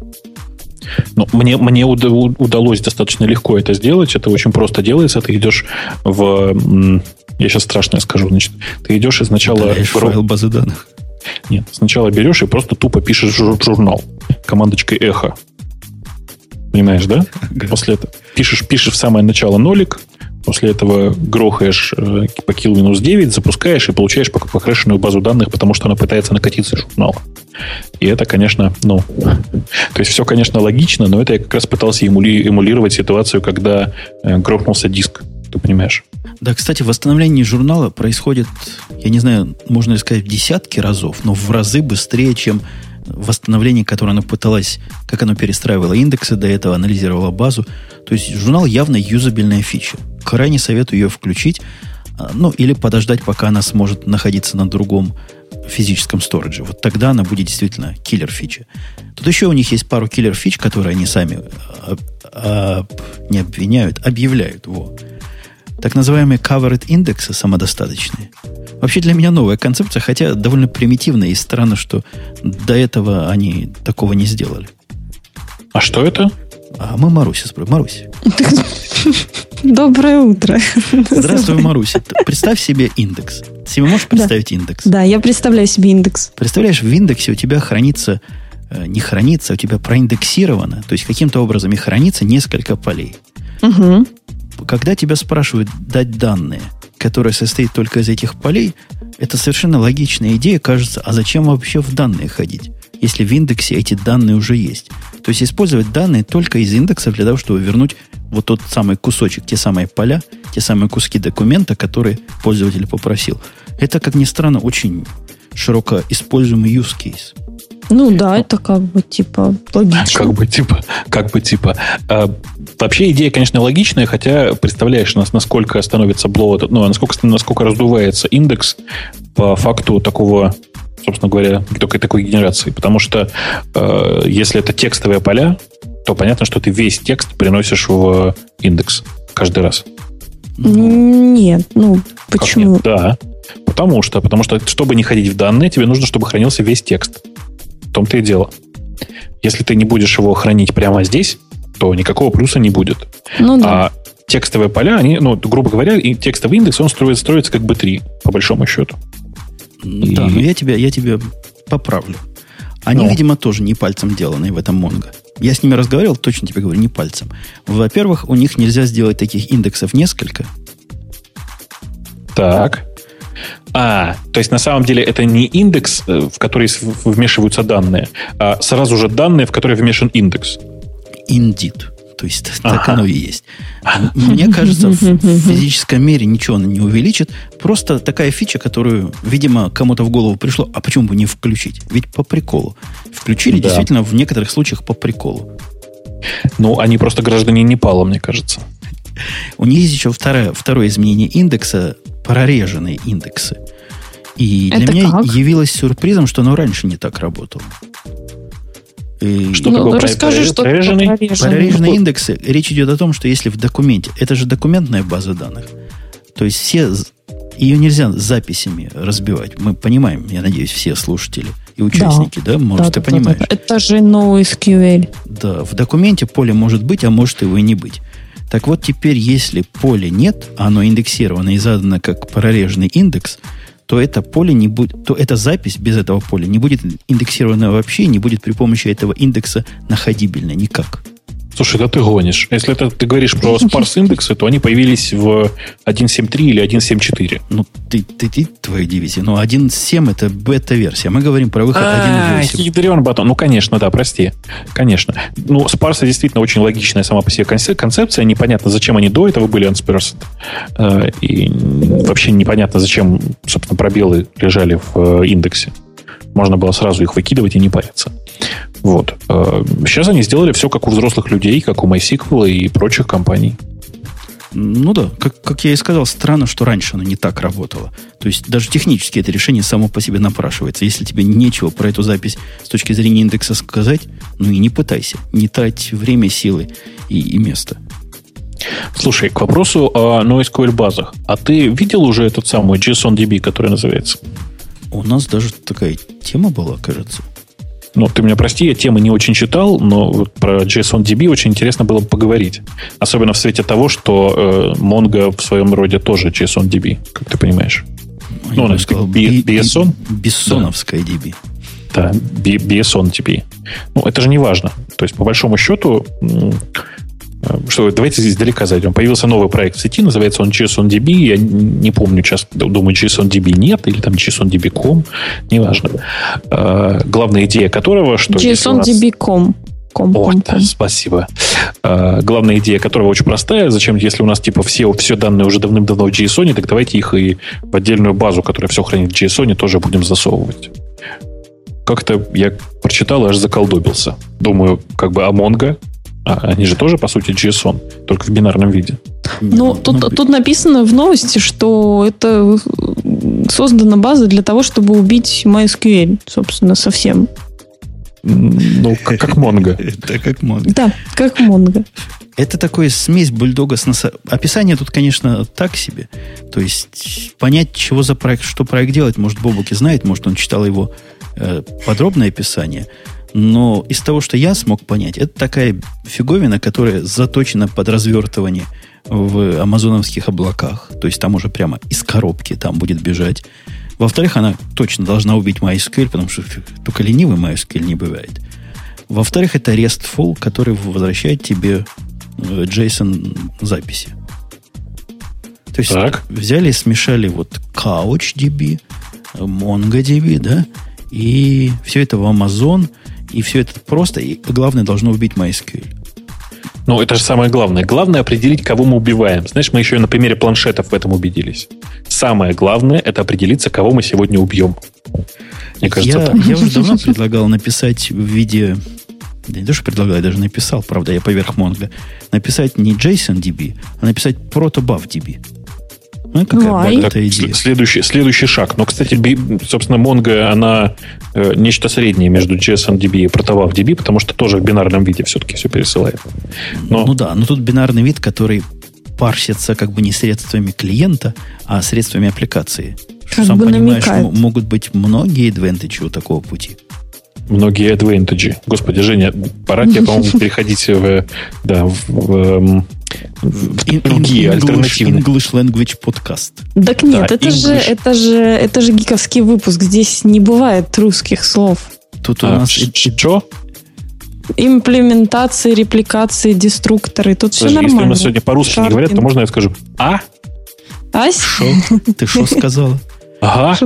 Ну, мне, мне удалось достаточно легко это сделать. Это очень просто делается. Ты идешь в... Я сейчас страшное скажу. Значит, ты идешь и сначала... Удаляешь файл базы данных. Нет, сначала берешь и просто тупо пишешь журнал командочкой эхо. Понимаешь, да? Ага. После этого пишешь, пишешь в самое начало нолик. После этого грохаешь э, по kill минус девять, запускаешь и получаешь покрашенную базу данных, потому что она пытается накатиться из журнала. И это, конечно, ну... То есть все, конечно, логично, но это я как раз пытался эмули- эмулировать ситуацию, когда э, грохнулся диск. Ты понимаешь? Да, кстати, восстановление журнала происходит, я не знаю, можно ли сказать, в десятки разов, но в разы быстрее, чем восстановление, которое оно пыталось, как оно перестраивало индексы до этого, анализировало базу. То есть журнал явно юзабельная фича. Крайне советую ее включить, ну, или подождать, пока она сможет находиться на другом физическом сторидже. Вот тогда она будет действительно киллер-фича. Тут еще у них есть пару киллер-фич, которые они сами об, об, не обвиняют, объявляют. Во. Так называемые covered индексы самодостаточные. Вообще для меня новая концепция, хотя довольно примитивная, и странно, что до этого они такого не сделали. А что это? А мы Маруся спросим. Маруся. Доброе утро. Здравствуй, Маруся. Представь себе индекс. Ты себе можешь представить да. индекс? Да, я представляю себе индекс. Представляешь, в индексе у тебя хранится, не хранится, у тебя проиндексировано, то есть каким-то образом и хранится несколько полей. Угу. Когда тебя спрашивают дать данные, которые состоят только из этих полей, это совершенно логичная идея, кажется, а зачем вообще в данные ходить, если в индексе эти данные уже есть? То есть использовать данные только из индексов для того, чтобы вернуть вот тот самый кусочек, те самые поля, те самые куски документа, которые пользователь попросил. Это, как ни странно, очень широко используемый use case. Ну да, это как бы типа логично. Как бы типа, как бы типа. А, вообще идея, конечно, логичная, хотя представляешь, насколько становится блоуд, ну, насколько, насколько раздувается индекс по факту такого, собственно говоря, только такой генерации. Потому что э, если это текстовые поля, то понятно, что ты весь текст приносишь в индекс каждый раз. Нет, ну почему? Как нет? Да. Потому что, потому что, чтобы не ходить в данные, тебе нужно, чтобы хранился весь текст. В том-то и дело. Если ты не будешь его хранить прямо здесь, то никакого плюса не будет. Ну, да. А текстовые поля, они, ну, грубо говоря, и текстовый индекс, он строится, строится как би три, по большому счету. Да, и... но я тебя, я тебя поправлю. Они, ну. видимо, тоже не пальцем деланы в этом Mongo. Я с ними разговаривал, точно тебе говорю, не пальцем. Во-первых, у них нельзя сделать таких индексов несколько. Так. А, то есть на самом деле это не индекс, в который вмешиваются данные, а сразу же данные, в которые вмешан индекс. Indeed. То есть ага. так оно и есть. Мне кажется, в физическом мире ничего не увеличит. Просто такая фича, которую, видимо, кому-то в голову пришло, а почему бы не включить? Ведь по приколу. Включили да. действительно в некоторых случаях по приколу. Ну, они просто граждане Непала, мне кажется. У них есть еще второе, второе изменение индекса, прореженные индексы. И для Это меня как? явилось сюрпризом, что оно раньше не так работало. И что ну, такое расскажи, что прореженные? Прореженные индексы. Речь идет о том, что если в документе, это же документная база данных, то есть все, ее нельзя записями разбивать. Мы понимаем, я надеюсь, все слушатели и участники, да, да? может, да, ты да, понимаешь. Да, да. Это же NoSQL. Да, в документе поле может быть, а может его и не быть. Так вот, теперь, если поля нет, а оно индексировано и задано как прореженный индекс, то это поле не будет, то эта запись без этого поля не будет индексирована вообще, не будет при помощи этого индекса находибельна никак. Слушай, да ты гонишь. Если это ты говоришь про спарс индексы, то они появились в один точка семь точка три или один точка семь точка четыре. Ну, ты, ты, ты твои дивизии. Но один точка семь это бета-версия. Мы говорим про выход один точка восемь. Хитрен батон. Ну, конечно, да, прости. Конечно. Ну, спарсы действительно очень логичная сама по себе концепция. Непонятно, зачем они до этого были unsparsed. И вообще непонятно, зачем, собственно, пробелы лежали в индексе. Можно было сразу их выкидывать и не париться. Вот. Сейчас они сделали все как у взрослых людей, как у MySQL и прочих компаний. Ну да, как, как я и сказал, странно, что раньше оно не так работало. То есть даже технически это решение само по себе напрашивается. Если тебе нечего про эту запись с точки зрения индекса сказать, ну и не пытайся. Не трать время, силы и, и место. Слушай, к вопросу о NoSQL базах. А ты видел уже этот самый JSON-ди би, который называется? У нас даже такая тема была, кажется. Ну, ты меня прости, я темы не очень читал, но вот про JSON-ди би очень интересно было бы поговорить. Особенно в свете того, что э, Mongo в своем роде тоже JSON-ди би, как ты понимаешь. Я ну, он сказал, би эс о эн? Бессоновская ди би. Да, би эс о эн ди би. Ну, это же не важно. То есть, по большому счету... Что, давайте здесь далеко зайдем. Появился новый проект в сети, называется он JSON-ди би. Я не помню, сейчас думаю, JSON-ди би нет, или там JSON-ди би точка ком, неважно. А, главная идея которого, что... JSON-ди би точка ком. Ком, О, ком, да, ком. Спасибо. А, главная идея которого очень простая. Зачем, если у нас типа все, все данные уже давным-давно в JSON, так давайте их и в отдельную базу, которая все хранит в JSON, тоже будем засовывать. Как-то я прочитал и аж заколдобился. Думаю, как бы, а Mongo? А, они же тоже, по сути, JSON, только в бинарном виде. Ну, тут, ну, тут написано в новости, что это создана база для того, чтобы убить MySQL, собственно, совсем. Ну, как, как Mongo. Это как Mongo. Да, как Mongo. Это такой смесь бульдога с носа... Описание тут, конечно, так себе. То есть понять, чего за проект, что проект делает, может, Бобуки знает, может, он читал его э, подробное описание. Но из того, что я смог понять, это такая фиговина, которая заточена под развертывание в амазоновских облаках. То есть там уже прямо из коробки там будет бежать. Во-вторых, она точно должна убить MySQL, потому что только ленивый MySQL не бывает. Во-вторых, это RESTful, который возвращает тебе JSON-записи. То есть так. Взяли и смешали вот CouchDB, MongoDB, да, и все это в Amazon, и все это просто, и главное, должно убить MySQL. Ну, это же самое главное. Главное определить, кого мы убиваем. Знаешь, мы еще и на примере планшетов в этом убедились. Самое главное – это определиться, кого мы сегодня убьем. Мне кажется, я, так. Я уже давно предлагал написать в виде... Да не то, что предлагал, я даже написал, правда, я поверх Mongo. Написать не JSON-ди би, а написать Protobuf-ди би. Ну, какая богатая идея. Следующий, следующий шаг. Но, кстати, собственно, Mongo, она э, нечто среднее между JSON-ди би и Protobuf-ди би, потому что тоже в бинарном виде все-таки все пересылает. Но... Ну да, но тут бинарный вид, который парсится как бы не средствами клиента, а средствами аппликации. Как Сам бы понимаешь, намекает. м- могут быть многие адвентеджи у такого пути. Многие адвентеджи. Господи, Женя, пора тебе, по-моему, переходить в, да, в, в, в другие English, альтернативные. English Language Podcast. Так нет, Да, это, же, English. это, же, это же гиковский выпуск. Здесь не бывает русских слов. Тут у А, нас... что? Имплементации, репликации, деструкторы. Тут все Подожди, нормально. если у нас сегодня по-русски не говорят, то Шарпин. можно я скажу «а»? Ась? Шо? Ты что сказала? Ага.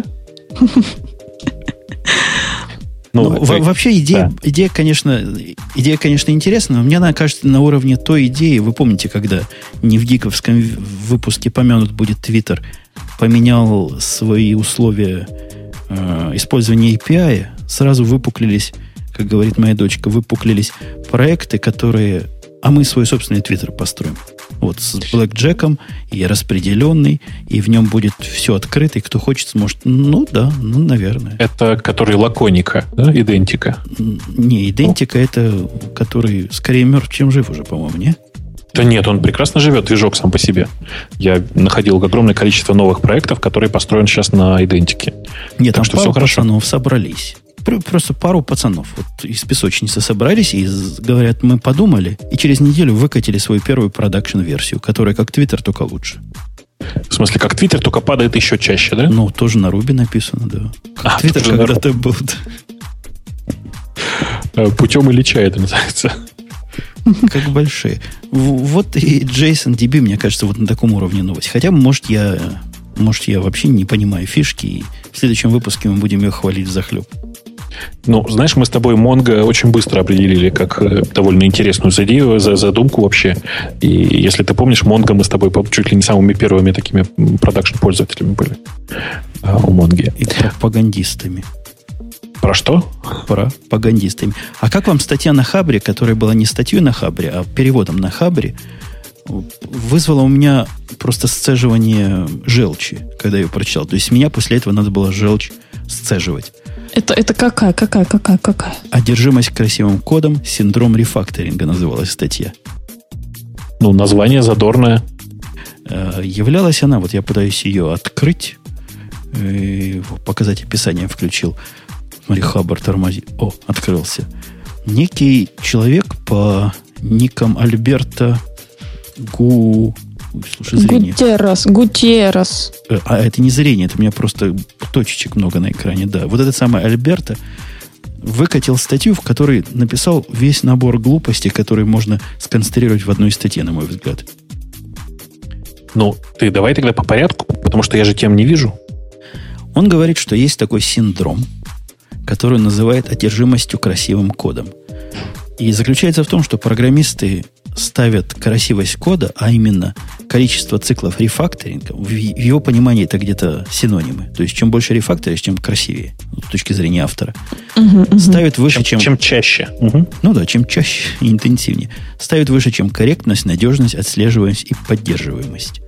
Ну, Ну, во- это- вообще идея, да. идея, конечно, идея, конечно, интересная, но мне она кажется на уровне той идеи. Вы помните, когда не в гиковском в- выпуске помянут будет Twitter, поменял свои условия э, использования эй пи ай, сразу выпуклились, как говорит моя дочка, выпуклились проекты, которые... А мы свой собственный Twitter построим. Вот с блэкджеком и распределенный, и в нем будет все открыто, и кто хочет, сможет... Ну да, ну, наверное. Это который лаконика, да, идентика. Не, идентика это, который скорее мертв, чем жив уже, по-моему, не? Да нет, он прекрасно живет, движок сам по себе. Я находил огромное количество новых проектов, которые построены сейчас на идентике. Нет, Так там что пару все хорошо. пацанов собрались. Пр- Просто пару пацанов вот из песочницы собрались и з- говорят, мы подумали, и через неделю выкатили свою первую продакшн-версию, которая как Твиттер, только лучше. В смысле, как Твиттер, только падает еще чаще, да? Ну, тоже на Руби написано, да. Как А, Твиттер тоже на когда-то был. Э, Путем Ильича это называется. Как большие. В- Вот и JSON-ди би, мне кажется, вот на таком уровне новость. Хотя, может, я, может, я вообще не понимаю фишки, и в следующем выпуске мы будем ее хвалить взахлеб. Ну, знаешь, мы с тобой Mongo очень быстро определили как э, довольно интересную идею, за задумку вообще. И если ты помнишь, Mongo мы с тобой по- чуть ли не самыми первыми такими продакшн-пользователями были а, у Mongo. И пропагандистами. Про что? Пропагандистами. А как вам статья на Хабре, которая была не статьей на Хабре, а переводом на Хабре, вызвала у меня просто сцеживание желчи, когда я ее прочитал. То есть меня после этого надо было желчь сцеживать. Это, это какая, какая, какая, какая? Одержимость красивым кодом, синдром рефакторинга называлась статья. Ну, название задорное. Э, Являлась она, вот я пытаюсь ее открыть, и показать описание включил. Смотри, Хабр тормози. О, открылся. Некий человек по никам Альберто Гу... Ой, слушай, зрение. Гутеррес, Гутеррес. Э, А это не зрение, это у меня просто точечек много на экране. Да, вот этот самый Альберто выкатил статью, в которой написал весь набор глупостей, которые можно сконцентрировать в одной статье, на мой взгляд. Ну, ты давай тогда по порядку, потому что я же тем не вижу. Он говорит, что есть такой синдром, который называет одержимостью красивым кодом. И заключается в том, что программисты ставят красивость кода, а именно количество циклов рефакторинга, в в его понимании это где-то синонимы. То есть, чем больше рефакторишь, тем красивее, ну, с точки зрения автора. Мгм, мгм. Ставят выше, Чем, чем... чем чаще. Мгм. Ну да, чем чаще и интенсивнее. Ставят выше, чем корректность, надежность, отслеживаемость и поддерживаемость.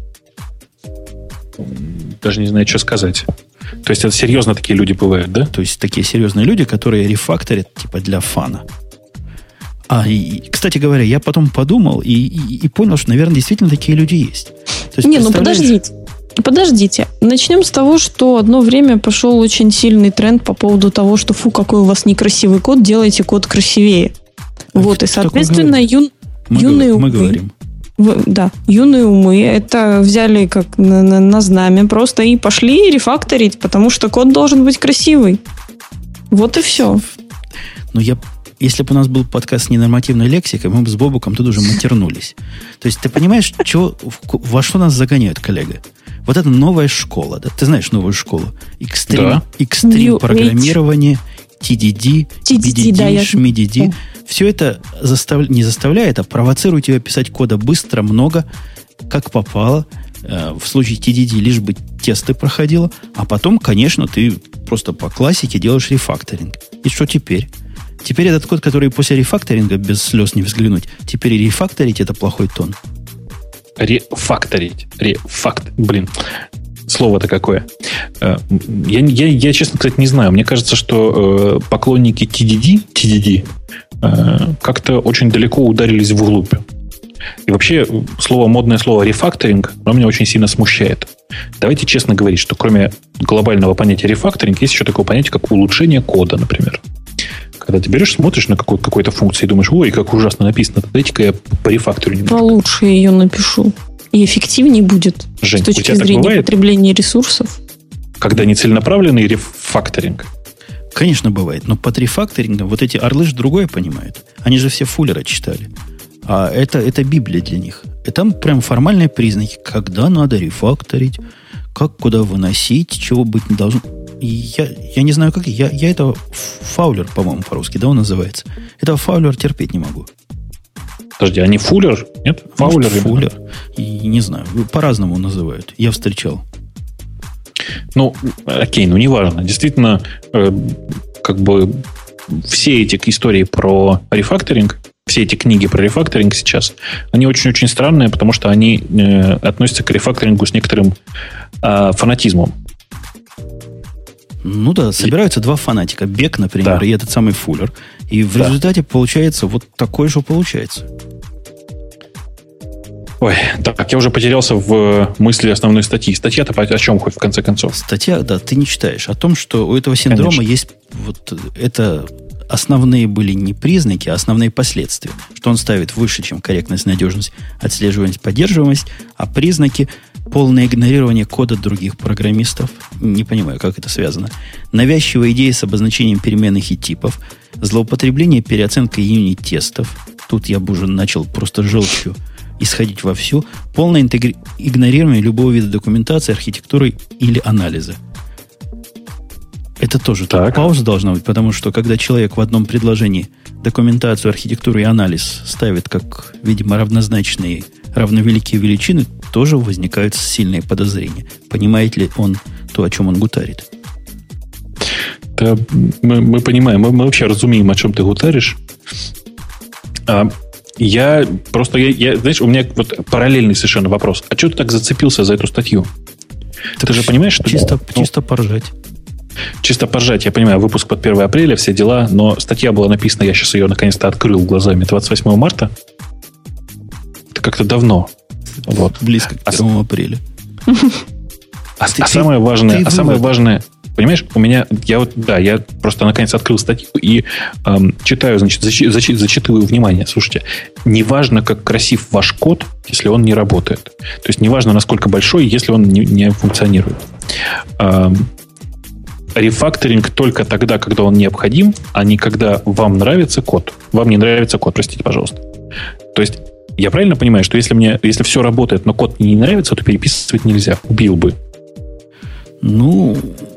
Даже не знаю, что сказать. То есть это серьезно такие люди бывают, да? То есть, такие серьезные люди, которые рефакторят типа для фана. А, и, кстати говоря, я потом подумал и, и, и понял, что, наверное, действительно такие люди есть. То есть, Не, ну представляешь, подождите. Подождите. Начнем с того, что одно время пошел очень сильный тренд по поводу того, что фу, какой у вас некрасивый код, делайте код красивее. А Вот, кто и, такой соответственно, юн, Мы, юные говор- мы умы. говорим. в- да, юные умы это взяли как на, на- на знамя просто и пошли рефакторить, потому что код должен быть красивый. Вот и все. Но я, если бы у нас был подкаст с ненормативной лексикой, мы бы с Бобуком тут уже матернулись. То есть, ты понимаешь, чё, в- во что нас загоняют, коллега? Вот это новая школа, да? Ты знаешь новую школу? Экстрим, Да. экстрим New программирование, ти ди ди, ти ди ди, би ди ди, да, я- шмидиди. Да. Все это застав- не заставляет, а провоцирует тебя писать кода быстро, много, как попало. Э, В случае ти ди ди лишь бы тесты проходило, а потом, конечно, ты просто по классике делаешь рефакторинг. И что теперь? Теперь этот код, который после рефакторинга без слез не взглянуть, теперь и рефакторить это плохой тон. Рефакторить. Рефакт. Блин. Слово-то какое. Э, Я, я, я, честно сказать, не знаю. Мне кажется, что э, поклонники ти ди ди, ти ди ди э, как-то очень далеко ударились вглубь. И вообще, слово, модное слово рефакторинг, оно меня очень сильно смущает. давайте честно говорить, что кроме глобального понятия рефакторинг, есть еще такое понятие, как улучшение кода, например. Когда ты берешь, смотришь на какую- какую-то функцию и думаешь, ой, как ужасно написано, дайте-ка я по рефакторю немножко. Получше ее напишу. И эффективнее будет. Жень, с точки у тебя так зрения бывает? потребления ресурсов. Когда нецеленаправленный рефакторинг. Конечно, бывает. Но под рефакторингом вот эти орлы же другое понимают. Они же все Фуллера читали. А это, это Библия для них. И там прям формальные признаки, когда надо рефакторить, как куда выносить, чего быть не должно. И я, я не знаю, как. Я, я этого фаулер, по-моему, по-русски, да, он называется. Этого фаулер терпеть не могу. Подожди, а не фуллер? Нет? Фаулер? Может, фуллер. И не знаю. По-разному называют. Я встречал. Ну, окей, ну неважно. Действительно, э, как бы все эти истории про рефакторинг, все эти книги про рефакторинг сейчас, они очень-очень странные, потому что они э, относятся к рефакторингу с некоторым э, фанатизмом. Ну да, собираются и... два фанатика. Бек, например, да. и этот самый Фуллер. И в да. результате получается вот такое, что получается. Ой, так, я уже потерялся в мысли основной статьи. Статья-то о чем хоть в конце концов? Статья, да, ты не читаешь. О том, что у этого синдрома Конечно. есть вот это основные были не признаки, а основные последствия. Что он ставит выше, чем корректность, надежность, отслеживаемость, поддерживаемость, а признаки полное игнорирование кода других программистов. Не понимаю, как это связано. Навязчивая идея с обозначением переменных и типов, злоупотребление переоценкой юнит-тестов. Тут я бы уже начал просто желчью исходить вовсю. Полное интегри... игнорирование любого вида документации, архитектуры или анализа. Это тоже так. Пауза должна быть, потому что когда человек в одном предложении документацию, архитектуру и анализ ставит как, видимо, равнозначные, равновеликие величины, тоже возникают сильные подозрения. Понимает ли он то, о чем он гутарит? Да, мы, мы понимаем, мы, мы вообще разумеем, о чем ты гутаришь. А, я просто, я, я, знаешь, у меня вот параллельный совершенно вопрос. А что ты так зацепился за эту статью? Так ты же понимаешь, что... Чисто, ну, чисто поржать. Чисто поржать, я понимаю, выпуск под первое апреля, все дела, но статья была написана, я сейчас ее наконец-то открыл глазами, двадцать восьмого марта. Это как-то давно. Вот. Близко к первому апреля. А, ты, а самое важное, а самое важное, понимаешь, у меня, я вот, да, я просто наконец открыл статью и эм, читаю, значит, зачи, зачи, зачитываю внимание. Слушайте, неважно, как красив ваш код, если он не работает. То есть неважно, насколько большой, если он не, не функционирует. Эм, Рефакторинг только тогда, когда он необходим, а не когда вам нравится код. Вам не нравится код, простите, пожалуйста. То есть, я правильно понимаю, что если мне, если все работает, но код мне не нравится, то переписывать нельзя. Убил бы. Ну,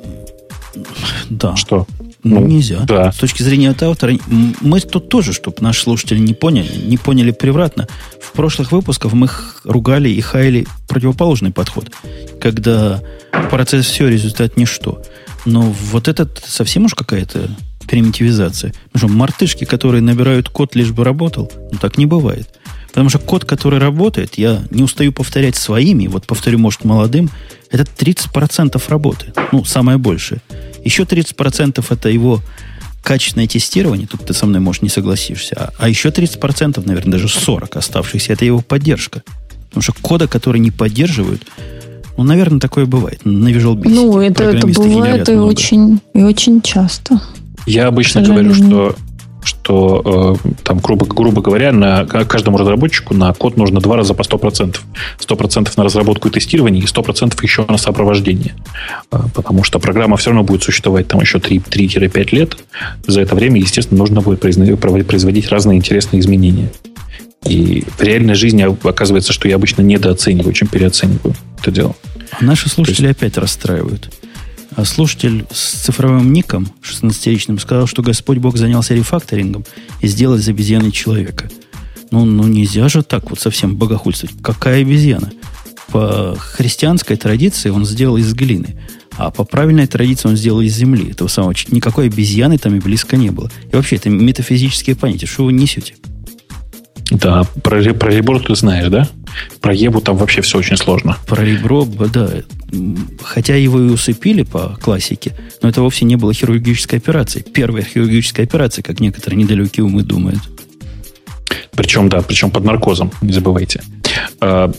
да. Что? Ну, нельзя. Да. С точки зрения этого автора, мы тут тоже, чтобы наши слушатели не поняли, не поняли превратно, в прошлых выпусках мы ругали и хаяли противоположный подход, когда процесс все, результат ничто. Но вот это совсем уж какая-то примитивизация. Потому что мартышки, которые набирают код, лишь бы работал, ну так не бывает. Потому что код, который работает, я не устаю повторять своими, вот повторю, может, молодым, это тридцать процентов работает. Ну, самое большее. Еще тридцать процентов это его качественное тестирование, тут ты со мной, может, не согласишься. А, а еще тридцать процентов, наверное, даже сорок оставшихся, это его поддержка. Потому что кода, который не поддерживают, ну, наверное, такое бывает. На Visual Basic. Ну, это, это бывает и очень, и очень часто. Я обычно говорю, что, что э, там, грубо, грубо говоря, на каждому разработчику на код нужно два раза по сто процентов. сто процентов на разработку и тестирование, и сто процентов еще на сопровождение. Э, потому что программа все равно будет существовать там еще три-пять лет. За это время, естественно, нужно будет производить разные интересные изменения. И в реальной жизни оказывается, что я обычно недооцениваю, чем переоцениваю это дело. А наши слушатели есть... опять расстраивают. А слушатель с цифровым ником шестнадцатиричным сказал, что Господь Бог занялся рефакторингом и сделал из обезьяны человека. Ну, ну нельзя же так вот совсем богохульствовать. Какая обезьяна? По христианской традиции он сделал из глины, а по правильной традиции он сделал из земли. Этого самого. Никакой обезьяны там и близко не было. И вообще, это метафизические понятия. Что вы несете? Да, про, про ребро ты знаешь, да? Про ебу там вообще все очень сложно. Про ребро, да. Хотя его и усыпили по классике, но это вовсе не было хирургической операцией. Первая хирургическая операция, как некоторые недалекие умы думают. Причем, да, причем под наркозом, не забывайте.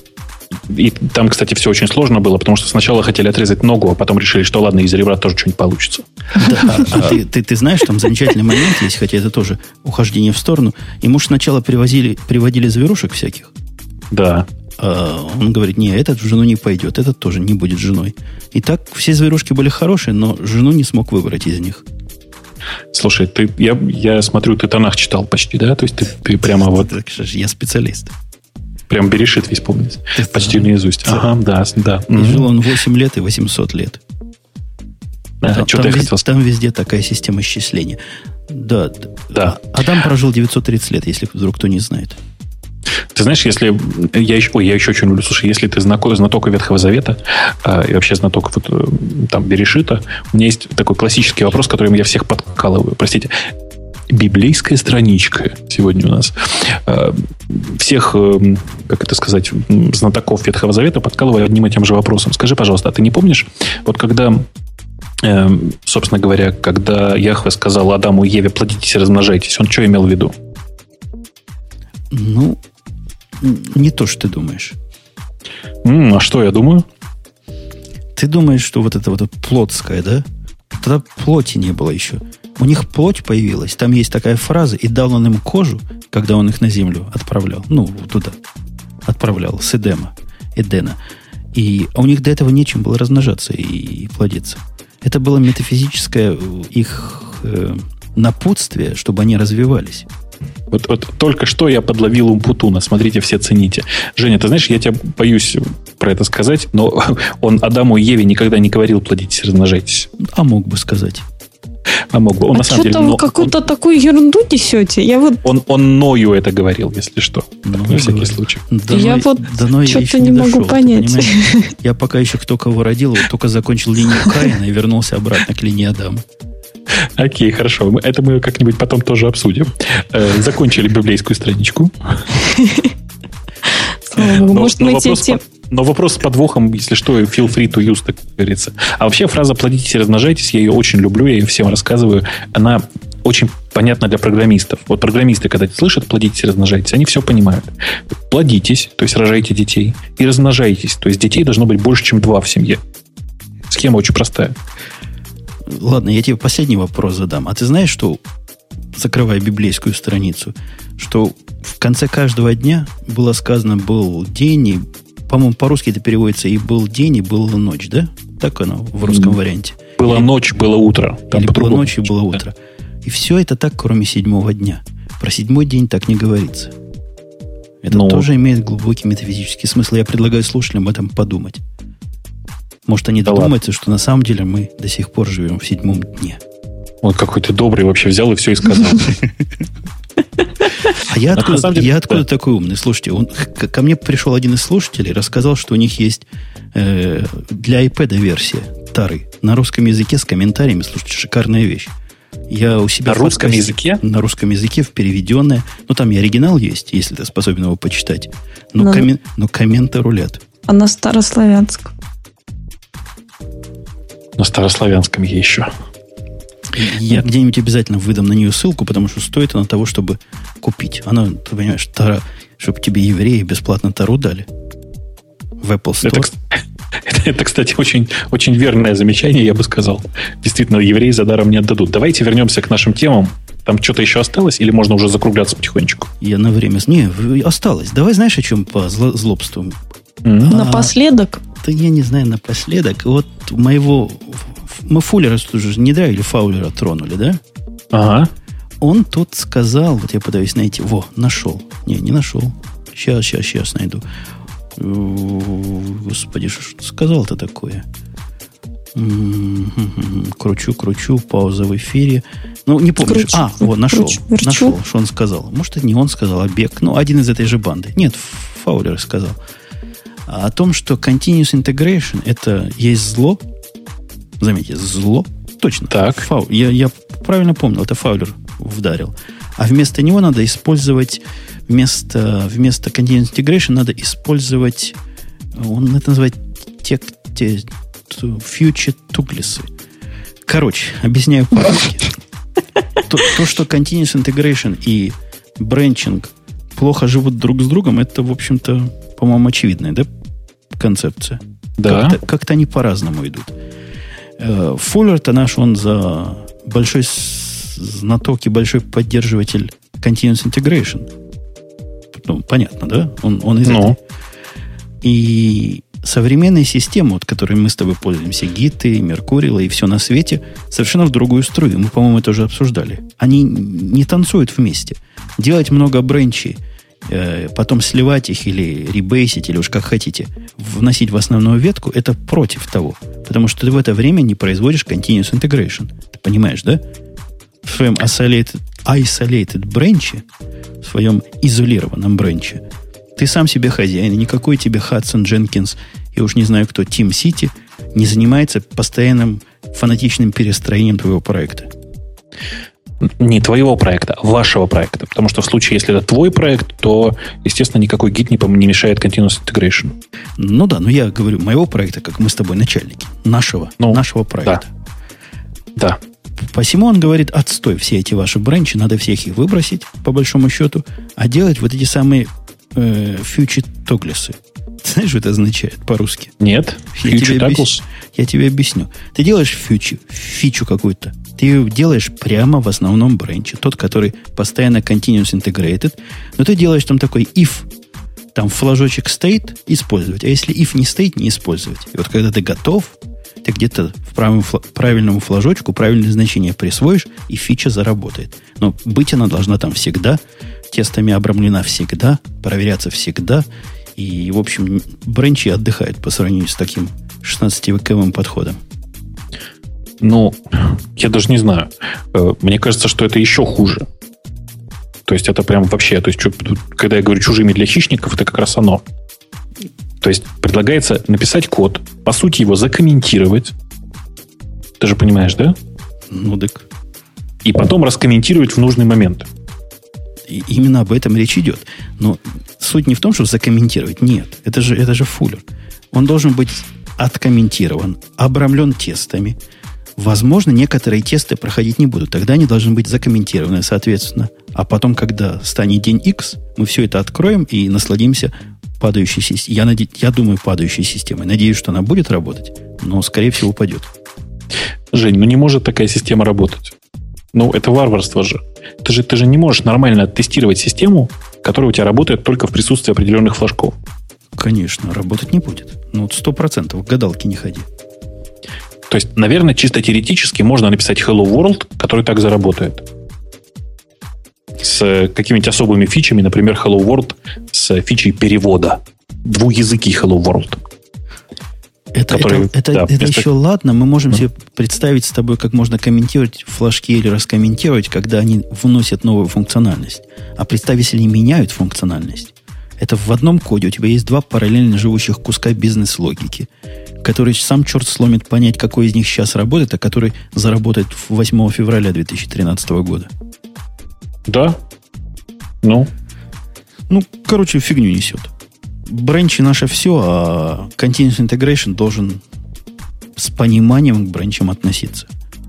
И там, кстати, все очень сложно было, потому что сначала хотели отрезать ногу, а потом решили, что ладно, из ребра тоже что-нибудь получится. Да, а ты, ты, ты знаешь, там замечательный момент есть, хотя это тоже ухождение в сторону. Ему же сначала привозили, приводили зверушек всяких. Да. А он говорит, не, этот в жену не пойдет, этот тоже не будет женой. И так все зверушки были хорошие, но жену не смог выбрать из них. Слушай, ты, я, я смотрю, ты Танах читал почти, да? То есть ты, ты прямо вот... Я специалист. Прям Берешит весь помнишь. Почти наизусть. Ага, да, да. И жил он восемь лет и восемьсот лет. А, там, что там, ты вез, хотел сказать? Там везде такая система исчисления. Да, да. Адам прожил девятьсот тридцать лет, если вдруг кто не знает. Ты знаешь, если... Я еще, ой, я еще очень люблю. Слушай, если ты знаком, знаток Ветхого Завета э, и вообще знаток вот, э, там, Берешита, у меня есть такой классический вопрос, которым я всех подкалываю. Простите. Библейская страничка сегодня у нас. Э, всех, э, как это сказать, знатоков Ветхого Завета подкалываю одним и тем же вопросом. Скажи, пожалуйста, а ты не помнишь, вот когда... Э, собственно говоря, когда Яхве сказал Адаму и Еве, плодитесь и размножайтесь, он что имел в виду? Ну, не то, что ты думаешь. М, а что я думаю? Ты думаешь, что вот это вот плотское, да? Тогда плоти не было еще. У них плоть появилась. Там есть такая фраза, и дал он им кожу, когда он их на землю отправлял. Ну, туда отправлял, с Эдема, Эдена. И, а у них до этого нечем было размножаться и, и плодиться. Это было метафизическое их э, напутствие, чтобы они развивались. Вот, вот только что я подловил Умпутуна. Смотрите, все цените. Женя, ты знаешь, я тебя боюсь про это сказать, но он Адаму и Еве никогда не говорил плодитесь, размножайтесь. А мог бы сказать. А мог бы. Он, а на самом деле, что-то вы какую-то он, такую ерунду несете. Я вот... он, он Ною это говорил, если что. Ну, на всякий говорит. случай. Да я но, вот да но что-то я не, не могу дошел, понять. Я пока еще кто кого родил, вот только закончил линию Каина и вернулся обратно к линии Адама. Окей, хорошо. Это мы как-нибудь потом тоже обсудим. Э, закончили библейскую страничку. Может, мы те... Но вопрос с подвохом, если что, feel free to use, так говорится. А вообще фраза «плодитесь и размножайтесь», я ее очень люблю, я ее всем рассказываю. Она очень понятна для программистов. Вот программисты, когда слышат «плодитесь и размножайтесь», они все понимают. Плодитесь, то есть рожайте детей, и размножайтесь, то есть детей должно быть больше, чем два в семье. Схема очень простая. Ладно, я тебе последний вопрос задам. А ты знаешь, что, закрывая библейскую страницу, что в конце каждого дня было сказано «был день», и, по-моему, по-русски это переводится «и был день, и была ночь», да? Так оно в русском mm. варианте. Была Или, ночь, было утро. Там или была ночь, и было утро. И все это так, кроме седьмого дня. Про седьмой день так не говорится. Это Но... тоже имеет глубокий метафизический смысл. Я предлагаю слушателям об этом подумать. Может, они да додумаются, ладно. Что на самом деле мы до сих пор живем в седьмом дне. Вот какой ты добрый вообще взял и все и сказал. А я откуда, деле, я откуда да. такой умный? Слушайте, он, к, ко мне пришел один из слушателей, рассказал, что у них есть э, для iPad версия Тары на русском языке с комментариями. Слушайте, шикарная вещь. Я у себя на русском языке? На русском языке, в переведенное. Ну, там и оригинал есть, если ты способен его почитать. Но, но, коммен, но комменты рулят. А на старославянском? На старославянском я еще. Я где-нибудь обязательно выдам на нее ссылку, потому что стоит она того, чтобы купить. Она, ты понимаешь, Тара, чтобы тебе евреи бесплатно Тару дали. В Apple Store. Это, это, это кстати, очень, очень верное замечание, я бы сказал. Действительно, евреи за даром не отдадут. Давайте вернемся к нашим темам. Там что-то еще осталось, или можно уже закругляться потихонечку? Я на время... Не, осталось. Давай знаешь, о чем по зло, злобству? Mm-hmm. А, напоследок? Да я не знаю, напоследок. Вот моего... Мы Фуллера уже не да, или Фаулера тронули, да? Ага. Он тут сказал, вот я пытаюсь найти. Во, нашел. Не, не нашел. Сейчас, сейчас, сейчас найду. Господи, что сказал-то такое? Кручу, кручу, пауза в эфире. Ну, не помню. Кручу, а, вот, нашел. Кручу, верчу. Нашел, что он сказал. Может, это не он сказал, а Бек. Ну, один из этой же банды. Нет, Фаулер сказал. О том, что continuous integration это есть зло. Заметьте, зло. Точно. Так. Фау. Я, я правильно помнил, это Фаулер вдарил. А вместо него надо использовать, вместо, вместо continuous integration надо использовать, он это называет те, те, future туглисы. Короче, объясняю по-русски. То, то, что continuous integration и branching плохо живут друг с другом, это, в общем-то, по-моему, очевидное, да? концепция. Да. Как-то, как-то они по-разному идут. Фуллер-то наш, он за большой знаток и большой поддерживатель Continuous Integration. Ну, понятно, да? Он, он из ну. этой. И современные системы, вот, которыми мы с тобой пользуемся, гиты, меркурилы и все на свете, совершенно в другую струю. Мы, по-моему, это уже обсуждали. Они не танцуют вместе. Делать много бренчей, э, потом сливать их или ребейсить, или уж как хотите, вносить в основную ветку, это против того. Потому что ты в это время не производишь continuous integration. Ты понимаешь, да? В своем isolated, isolated бренче, в своем изолированном бренче, ты сам себе хозяин, и никакой тебе Хадсон, Дженкинс и уж не знаю кто, Тим Сити не занимается постоянным фанатичным перестроением твоего проекта. Не твоего проекта, а вашего проекта. Потому что в случае, если это твой проект, то, естественно, никакой гид не, не мешает Continuous Integration. Ну да, но я говорю моего проекта, как мы с тобой начальники. Нашего, ну, нашего проекта. Да. да. Посему он говорит, отстой, все эти ваши бренчи, надо всех их выбросить, по большому счету, а делать вот эти самые э, фьючи тоглисы. Знаешь, что это означает по-русски? Нет. Я тебе, объяс... я тебе объясню. Ты делаешь фьючи, фичу какую-то, ты ее делаешь прямо в основном бренче, тот, который постоянно continuous integrated, но ты делаешь там такой if, там флажочек стоит, использовать, а если if не стоит, не использовать. И вот когда ты готов, ты где-то в правильному, правильному флажочку правильное значение присвоишь, и фича заработает. Но быть она должна там всегда, тестами обрамлена всегда, проверяться всегда. И, в общем, бренчи отдыхают по сравнению с таким шестнадцативековым подходом. Ну, я даже не знаю. Мне кажется, что это еще хуже. То есть это прям вообще... То есть, когда я говорю «чужими для хищников», это как раз оно. То есть предлагается написать код, по сути его закомментировать. Ты же понимаешь, да? Ну так. И потом раскомментировать в нужный момент. И именно об этом речь идет. Но суть не в том, чтобы закомментировать. Нет, это же, это же фуллер. Он должен быть откомментирован, обрамлен тестами. Возможно, некоторые тесты проходить не будут. Тогда они должны быть закомментированы, соответственно. А потом, когда станет день X, мы все это откроем и насладимся падающей системой. Я, наде... Я думаю, падающей системой. Надеюсь, что она будет работать, но, скорее всего, упадет. Жень, ну не может такая система работать. Ну, это варварство же. Ты же, ты же не можешь нормально тестировать систему, которая у тебя работает только в присутствии определенных флажков. Конечно, работать не будет. Ну, сто процентов, гадалки не ходи. То есть, наверное, чисто теоретически можно написать Hello World, который так заработает. С какими-нибудь особыми фичами, например, Hello World с фичей перевода. Двуязыкий Hello World. Это, который, это, это, да, это вместо... еще ладно. Мы можем mm. себе представить с тобой, как можно комментировать флажки или раскомментировать, когда они вносят новую функциональность. А представь, если они меняют функциональность. Это в одном коде у тебя есть два параллельно живущих куска бизнес-логики, которые сам черт сломит понять, какой из них сейчас работает, а который заработает восьмого февраля две тысячи тринадцатого года. Да. Ну? Ну, короче, фигню несет. Бренчи наше все, а Continuous Integration должен с пониманием к бренчам относиться.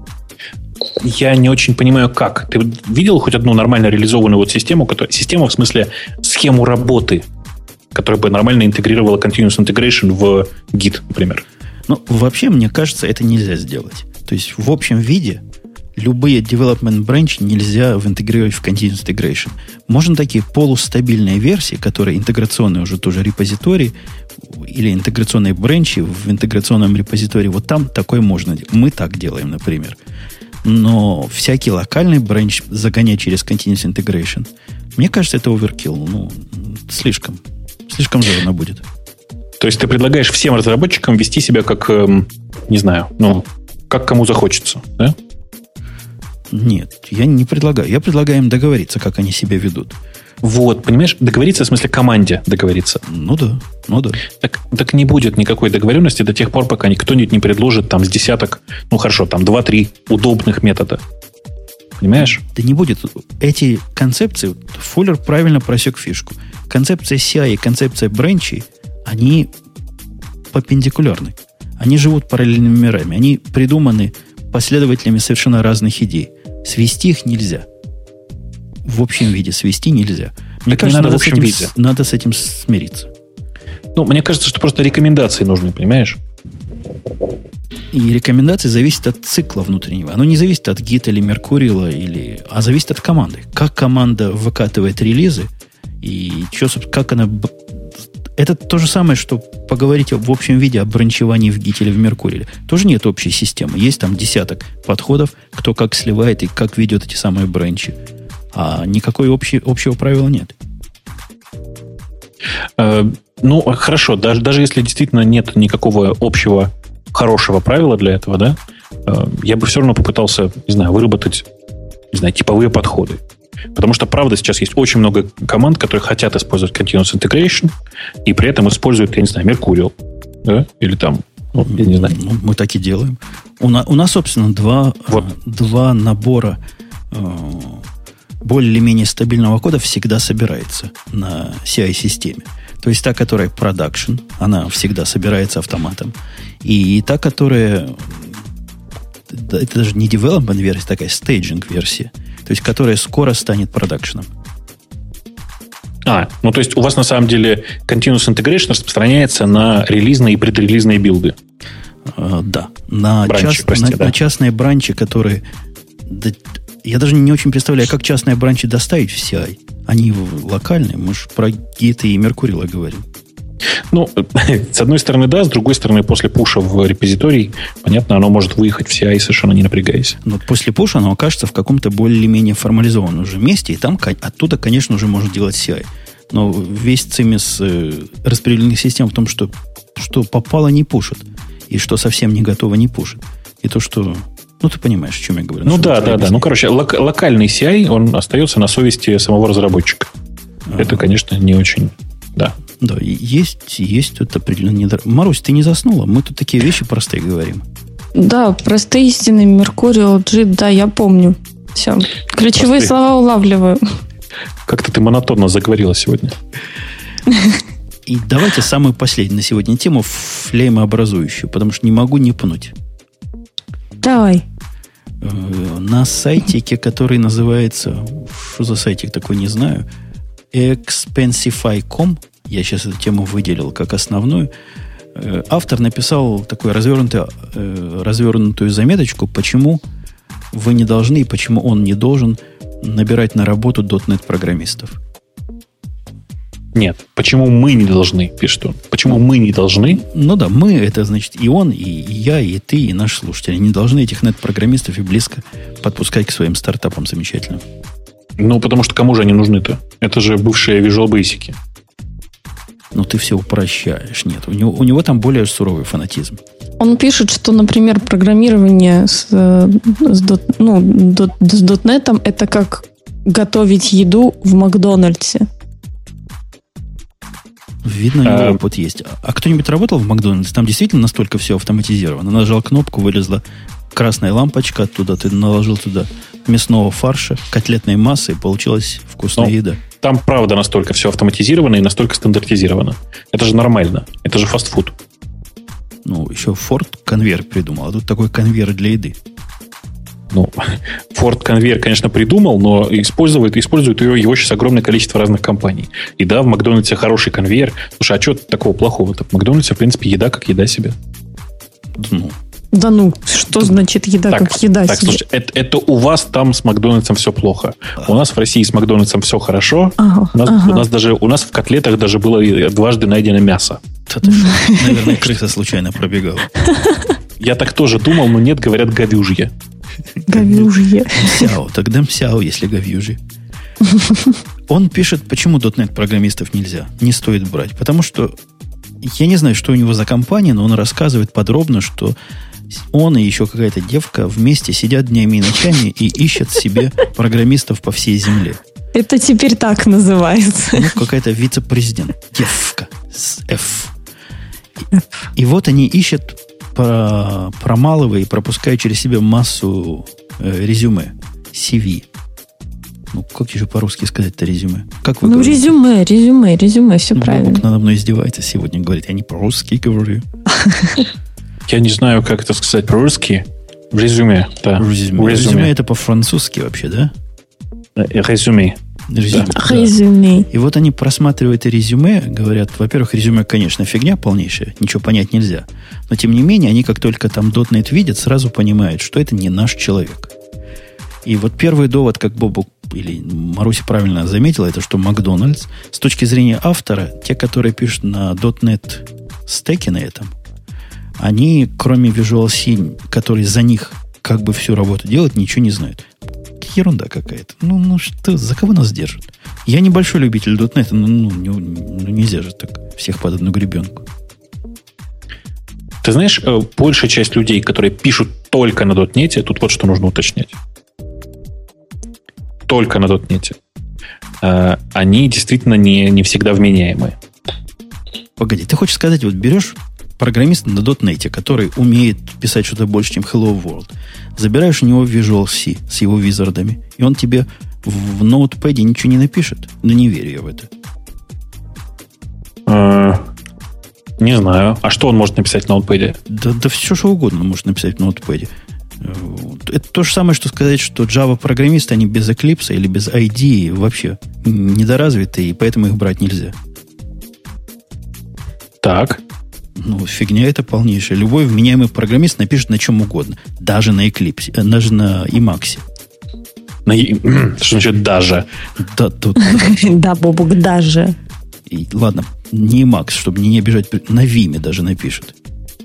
Я не очень понимаю, как. Ты видел хоть одну нормально реализованную вот систему, которая, систему в смысле схему работы, которая бы нормально интегрировала Continuous Integration в гид, например? Ну, вообще, мне кажется, это нельзя сделать. То есть, в общем виде любые development branch нельзя интегрировать в Continuous Integration. Можно такие полустабильные версии, которые интеграционные уже тоже репозитории или интеграционные бренчи в интеграционном репозитории, вот там такое можно делать. Мы так делаем, например. Но всякий локальный бренч загонять через Continuous Integration, мне кажется, это оверкилл. Ну, слишком. Слишком жирно будет. То есть ты предлагаешь всем разработчикам вести себя как, эм, не знаю, ну, как кому захочется, да? Нет, я не предлагаю. Я предлагаю им договориться, как они себя ведут. Вот, понимаешь, договориться, в смысле команде договориться. Ну да, ну да. Так, так не будет никакой договоренности до тех пор, пока кто-нибудь не предложит там с десяток, ну хорошо, там два-три удобных метода. Понимаешь? Да не будет. Эти концепции, Фуллер правильно просек фишку. Концепция си ай и концепция бренчей, они перпендикулярны. Они живут параллельными мирами. Они придуманы последователями совершенно разных идей. Свести их нельзя. В общем виде свести нельзя. Мне так кажется, не надо, надо, в общем с этим, виде. надо с этим смириться. Ну, мне кажется, что просто рекомендации нужны, понимаешь? И рекомендации зависят от цикла внутреннего. Оно не зависит от гит или Меркурила, или... а зависит от команды. Как команда выкатывает релизы, и что, как она... Это то же самое, что поговорить в общем виде о бранчевании в гите или в Меркуриле. Тоже нет общей системы. Есть там десяток подходов, кто как сливает и как ведет эти самые бранчи. А никакой общей, общего правила нет. Э, ну, хорошо. Даже, даже если действительно нет никакого общего хорошего правила для этого, да, э, я бы все равно попытался, не знаю, выработать, не знаю, типовые подходы. Потому что, правда, сейчас есть очень много команд, которые хотят использовать Continuous Integration, и при этом используют, я не знаю, Mercurial, да? Или там, ну, я не знаю. Ну, мы так и делаем. У нас, у нас собственно, два, вот. два набора э, более или менее стабильного кода всегда собирается на си ай-системе. То есть та, которая production, она всегда собирается автоматом. И та, которая... Это даже не development версия, такая staging версия. То есть, которая скоро станет продакшеном. А, ну то есть у вас на самом деле Continuous Integration распространяется на релизные и предрелизные билды. А, да. На, бранчи, част, прости, на, да. на частные бранчи, которые... Да, я даже не очень представляю, как частные бранчи доставить в си ай. Они локальные. Мы же про гиты и Меркурила говорим. Ну, с одной стороны, да, с другой стороны, после пуша в репозиторий, понятно, оно может выехать в си ай, совершенно не напрягаясь. Но после пуша оно окажется в каком-то более-менее формализованном уже месте, и там оттуда, конечно, уже можно делать си ай. Но весь цимис э, распределенных систем в том, что, что попало, не пушит, и что совсем не готово, не пушит. И то, что... Ну, ты понимаешь, о чем я говорю. Ну, да, да, да. Ну, короче, лок- локальный си ай, он остается на совести самого разработчика. А-а-а. Это, конечно, не очень... Да. Да, есть, есть тут определенно недор... Марусь, ты не заснула? Мы тут такие вещи простые говорим. Да, простые истины, Меркуриал, джит, да, я помню. Все. Ключевые простые слова улавливаю. Как-то ты монотонно заговорила сегодня. И давайте самую последнюю на сегодня тему, флеймообразующую, потому что не могу не пнуть. Давай. На сайтике, который называется... Что за сайтик такой, не знаю. Expensify точка ком. Я сейчас эту тему выделил как основную. Автор написал такую развернутую, развернутую заметочку, почему вы не должны и почему он не должен набирать на работу .дот нет-программистов. Нет, почему мы не должны, пишет он. Почему мы не должны? Ну да, мы, это значит и он, и я, и ты, и наши слушатели не должны этих нет-программистов и близко подпускать к своим стартапам замечательным. Ну, потому что кому же они нужны-то? Это же бывшие Visual Basic. Ну, ты все упрощаешь. Нет, у него, у него там более суровый фанатизм. Он пишет, что, например, программирование с, с, ну, с .дот нет это как готовить еду в Макдональдсе. Видно, у него а... опыт есть. А кто-нибудь работал в Макдональдсе? Там действительно настолько все автоматизировано. Нажал кнопку, вылезла красная лампочка оттуда, ты наложил туда мясного фарша, котлетной массы, и получилась вкусная ну, еда. Там, правда, настолько все автоматизировано и настолько стандартизировано. Это же нормально. Это же фастфуд. Ну, еще Ford конвейер придумал, а тут такой конвейер для еды. Ну, Ford конвейер, конечно, придумал, но использует, использует его, его сейчас огромное количество разных компаний. И да, в Макдональдсе хороший конвейер. Слушай, а что такого плохого-то? В Макдональдсе, в принципе, еда как еда себе. Ну, Да ну, что Тут... значит еда так, как еда так, себе? Слушай, это, это у вас там с Макдональдсом все плохо. У нас в России с Макдональдсом все хорошо. Ага, у, нас, ага. у нас даже у нас в котлетах даже было дважды найдено мясо. Наверное, крыса случайно пробегала. Я так тоже думал, но нет, говорят, говюжье. Говюжье. Мсяо, тогда мсяо, если говюжье. Он пишет, почему .дот нет программистов нельзя, не стоит брать. Потому что я не знаю, что у него за компания, но он рассказывает подробно, что он и еще какая-то девка вместе сидят днями и ночами и ищут себе программистов по всей земле. Это теперь так называется. Ну, какая-то вице-президент. Девка с F. И, и вот они ищут, про, промалывая и пропуская через себя массу э, резюме. си ви. Ну, как еще по-русски сказать-то резюме? Как вы ну, говорите? резюме, резюме, резюме, все ну, правильно. Бобук надо мной издевается сегодня, говорит, я не по-русски говорю. Я не знаю, как это сказать по-русски. Резюме, да. Резюме. Резюме это по-французски вообще, да? Резюме. Резюме. Да. Резюме. И вот они просматривают резюме, говорят, во-первых, резюме, конечно, фигня полнейшая, ничего понять нельзя. Но, тем не менее, они как только там .дот нет видят, сразу понимают, что это не наш человек. И вот первый довод, как Бобук или Маруся правильно заметила, это что Макдональдс, с точки зрения автора, те, которые пишут на .дот нет стеке на этом, они, кроме Visual C, который за них как бы всю работу делает, ничего не знают. Ерунда какая-то. Ну, ну что, за кого нас держат? Я небольшой любитель .дот нет, но ну, ну, ну, нельзя же так всех под одну гребенку. Ты знаешь, большая часть людей, которые пишут только на .дот нет, тут вот что нужно уточнять. Только на .дот нет. Они действительно не, не всегда вменяемые. Погоди, ты хочешь сказать, вот берешь программиста на .дот нет, который умеет писать что-то больше, чем Hello World, забираешь у него Visual C с его визардами, и он тебе в ноутпэде ничего не напишет? Ну, не верю я в это. Не знаю. А что он может написать в ноутпэде? Да, да все, что угодно может написать в ноутпэде. Это то же самое, что сказать, что Java-программисты, они без Eclipse или без ай ди и вообще недоразвитые, и поэтому их брать нельзя. Так. Ну, фигня это полнейшая. Любой вменяемый программист напишет на чем угодно. Даже на Eclipse, даже на Emacs. На, что значит даже? Да, тут... Да, Бобук, даже. И, ладно, не Emacs, чтобы не обижать, на Vime даже напишет.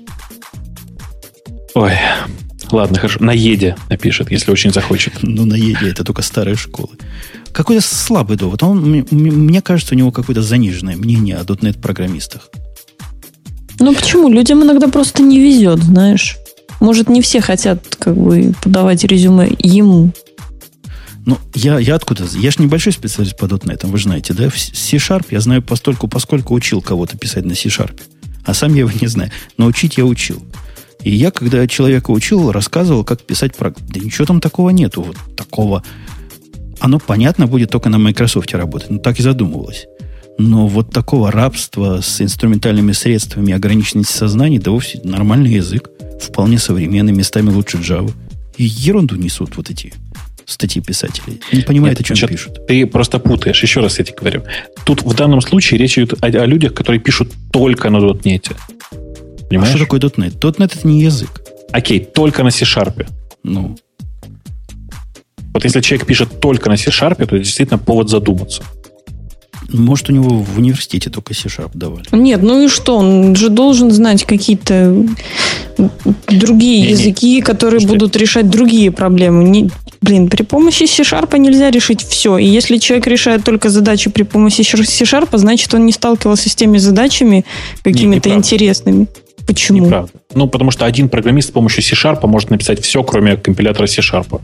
Ой, ладно, хорошо. На Еде напишет, если очень захочет. Ну, на Еде это только старые школы. Какой-то слабый довод. Он, мне кажется, у него какое-то заниженное мнение о .дот нет-программистах. Ну, почему? Людям иногда просто не везет, знаешь. Может, не все хотят как бы подавать резюме ему. Ну, я, я откуда? Я же небольшой специалист по .дот нет, вы же знаете, да? В C-Sharp я знаю постольку, поскольку учил кого-то писать на C-Sharp. А сам я его не знаю. Но учить я учил. И я, когда человека учил, рассказывал, как писать программу. Да ничего там такого нету. Вот такого. Оно, понятно, будет только на Microsoft работать. Ну, так и задумывалось. Но вот такого рабства с инструментальными средствами и ограниченности сознания, да вовсе нормальный язык. Вполне современный, местами лучше Java. И ерунду несут вот эти статьи писателей. Не понимают, Нет, о чем значит, пишут. Ты просто путаешь. Еще раз я тебе говорю. Тут в данном случае речь идет о, о людях, которые пишут только на .дот нет. Понимаешь? А что такое .дот нет? .дот нет это не язык. Окей, только на C-Sharp. Ну. Вот если человек пишет только на C-Sharp, то это действительно повод задуматься. Может, у него в университете только C-Sharp давали. Нет, ну и что? Он же должен знать какие-то другие не, языки, не. которые Слушайте. будут решать другие проблемы. Не, блин, при помощи C-Sharp нельзя решить все. И если человек решает только задачи при помощи C-Sharp, значит, он не сталкивался с теми задачами какими-то не, интересными. Почему? Неправда. Ну, потому что один программист с помощью C-Sharp может написать все, кроме компилятора C-Sharp.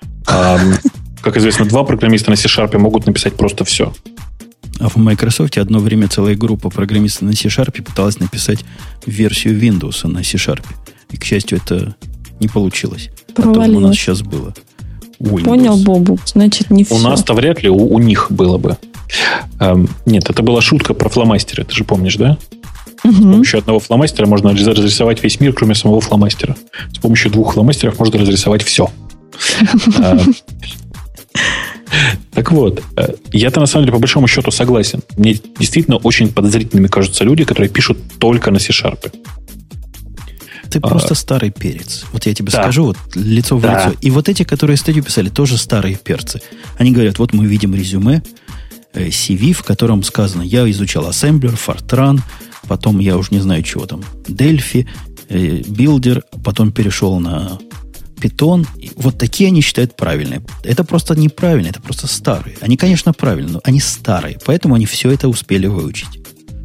Как известно, два программиста на C-Sharp могут написать просто все. А в Microsoft одно время целая группа программистов на C-Sharp пыталась написать версию Windows на C-Sharp. И, к счастью, это не получилось. Провалилось. А то у нас сейчас было. Windows. Понял, Бобу. Значит, не все. У нас-то вряд ли, у, у них было бы. Эм, нет, это была шутка про фломастеры. Ты же помнишь, да? Угу. С помощью одного фломастера можно разрисовать весь мир, кроме самого фломастера. С помощью двух фломастеров можно разрисовать все. Так вот, я-то на самом деле по большому счету согласен. Мне действительно очень подозрительными кажутся люди, которые пишут только на C-Sharp. Ты а, просто старый перец. Вот я тебе да. скажу, вот лицо в да. лицо. И вот эти, которые статью писали, тоже старые перцы. Они говорят, вот мы видим резюме, э, си ви, в котором сказано, я изучал ассемблер, Fortran, потом я уж не знаю чего там, Delphi, э, Builder, потом перешел на Python. Вот такие они считают правильные. Это просто неправильно, это просто старые. Они, конечно, правильные, но они старые. Поэтому они все это успели выучить.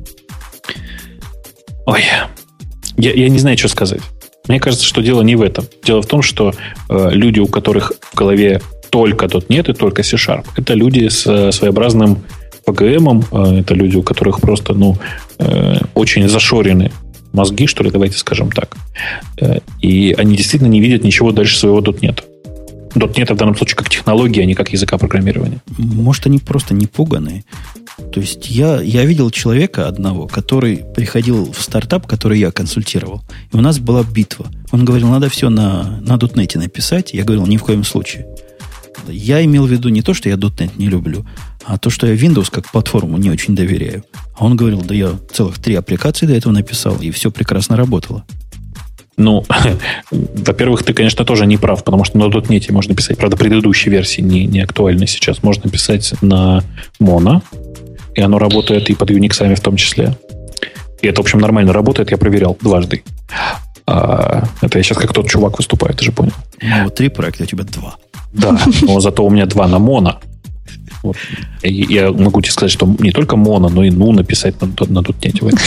Ой, я, я не знаю, что сказать. Мне кажется, что дело не в этом. Дело в том, что э, люди, у которых в голове только .дот нет и только C-Sharp, это люди с э, своеобразным пи джи эм, э, это люди, у которых просто ну, э, очень зашорены мозги, что ли, давайте скажем так. И они действительно не видят ничего дальше своего .дот нет. .дот нет в данном случае как технология, а не как языка программирования. Может, они просто не пуганые. То есть я, я видел человека одного, который приходил в стартап, который я консультировал. И у нас была битва. Он говорил, надо все на, на .дот нет написать. Я говорил, ни в коем случае. Я имел в виду не то, что я .дот нет не люблю, А то, что я Windows как платформу не очень доверяю. А он говорил, да я целых три аппликации до этого написал, и все прекрасно работало. Ну, во-первых, ты, конечно, тоже не прав, потому что на .дот нет можно писать, правда, предыдущей версии не, не актуальной сейчас. Можно писать на Mono, и оно работает и под Unix в том числе. И это, в общем, нормально работает, я проверял дважды. А, это я сейчас как тот чувак выступаю, ты же понял. Ну, вот три проекта, у тебя два. Да, но зато у меня два на Mono. Вот. Я могу тебе сказать, что не только Mono, но и ну написать на, на .дот нет в этой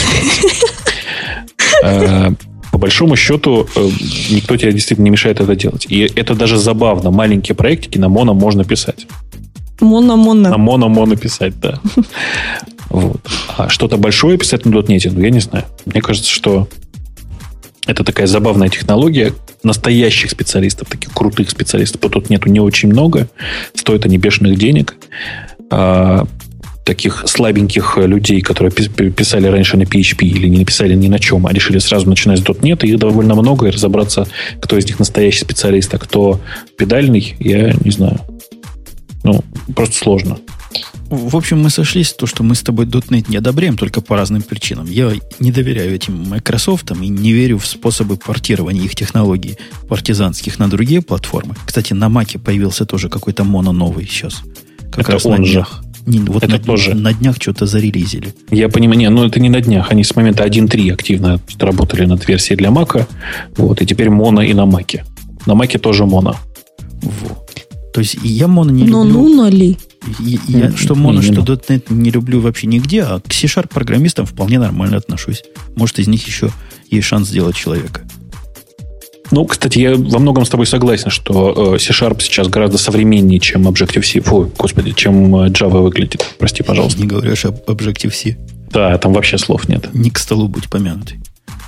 ситуации. По большому счету, никто тебе действительно не мешает это делать. И это даже забавно. Маленькие проектики на Mono можно писать. Моно-моно. На Mono-моно писать, да. Вот. А что-то большое писать на .дот нет, ну, я не знаю. Мне кажется, что это такая забавная технология. Настоящих специалистов, таких крутых специалистов по .дот нету не очень много. Стоят они бешеных денег. А таких слабеньких людей, которые писали раньше на пи эйч пи или не написали ни на чем, а решили сразу начинать с .дот нет, их довольно много, и разобраться, кто из них настоящий специалист, а кто педальный, я не знаю. Ну, просто сложно. В общем, мы сошлись в том, что мы с тобой .дот нет не одобряем, только по разным причинам. Я не доверяю этим Microsoft и не верю в способы портирования их технологий партизанских на другие платформы. Кстати, на Маке появился тоже какой-то моно новый сейчас. Как это раз он на же. днях. Не, вот это на, тоже. На днях что-то зарелизили. Я понимаю, не, ну это не на днях. Они с момента один точка три активно работали над версией для Мака. Вот, и теперь моно и на Маке. На Маке тоже моно. Вот. То есть я моно не Но люблю. ну ли? Я, я, что моно, что .дот нет не люблю вообще нигде, а к C-Sharp программистам вполне нормально отношусь. Может, из них еще есть шанс сделать человека. Ну, кстати, я во многом с тобой согласен, что C-Sharp сейчас гораздо современнее, чем Objective-C. Фу, господи, чем Java выглядит. Прости, пожалуйста. Не говоришь об Objective-C. Да, там вообще слов нет. Не к столу будь помянутый.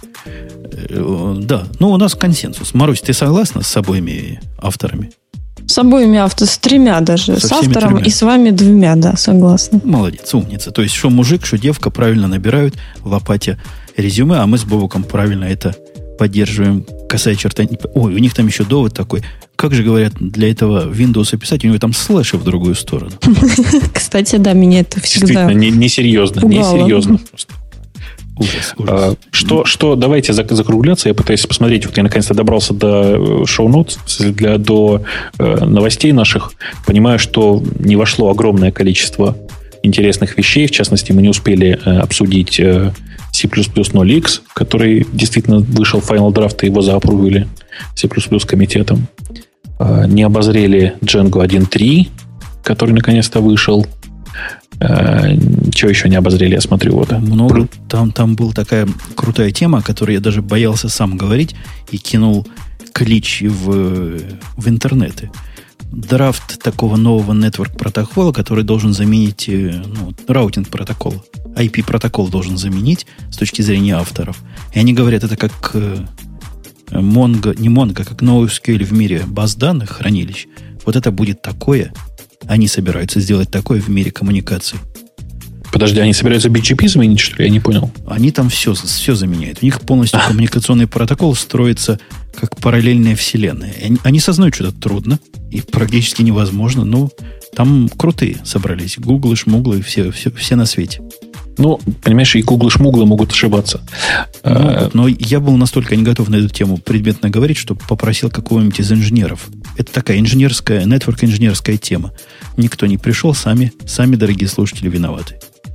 Да, ну у нас консенсус. Марусь, ты согласна с обоими авторами? С обоими авто, с тремя даже. Со с автором тремя. И с вами двумя, да, согласна. Молодец, умница. То есть, что мужик, что девка правильно набирают в лопате резюме, а мы с Бобуком правильно это поддерживаем, касая черта. Ой, у них там еще довод такой. Как же, говорят, для этого Windows описать, у него там слэши в другую сторону. Кстати, да, меня это всегда Действительно, несерьезно. Несерьезно просто. Ужас, ужас. А, что, что, давайте закругляться. Я пытаюсь посмотреть. Вот я наконец-то добрался до шоу-нотс, для, до э, новостей наших. Понимаю, что не вошло огромное количество интересных вещей. В частности, мы не успели э, обсудить э, C++ ноль икс, который действительно вышел в Final Draft, и его заапрувили C++ комитетом. Э, не обозрели Django один точка три, который наконец-то вышел. Uh, чего еще не обозрели, я смотрю. Вот. Много. Там, там была такая крутая тема, о которой я даже боялся сам говорить и кинул клич в, в интернеты. Драфт такого нового network протокола, который должен заменить ну, раутинг протокол. ай пи протокол должен заменить с точки зрения авторов. И они говорят, это как Mongo, не Mongo, как NoSQL в мире баз данных, хранилищ. Вот это будет такое. Они собираются сделать такое в мире коммуникаций. Подожди, они собираются би джи пи заменить, что ли? Я не понял. Они там все, все заменяют. У них полностью коммуникационный протокол строится как параллельная вселенная. Они, они сознают, что это трудно и практически невозможно, но там крутые собрались. Гуглы, шмуглы, все, все, все на свете. Ну, понимаешь, и гуглы-шмуглы могут ошибаться. Могут, но я был настолько не готов на эту тему предметно говорить, что попросил какого-нибудь из инженеров. Это такая инженерская, нетворк-инженерская тема. Никто не пришел, сами, сами, дорогие слушатели, виноваты.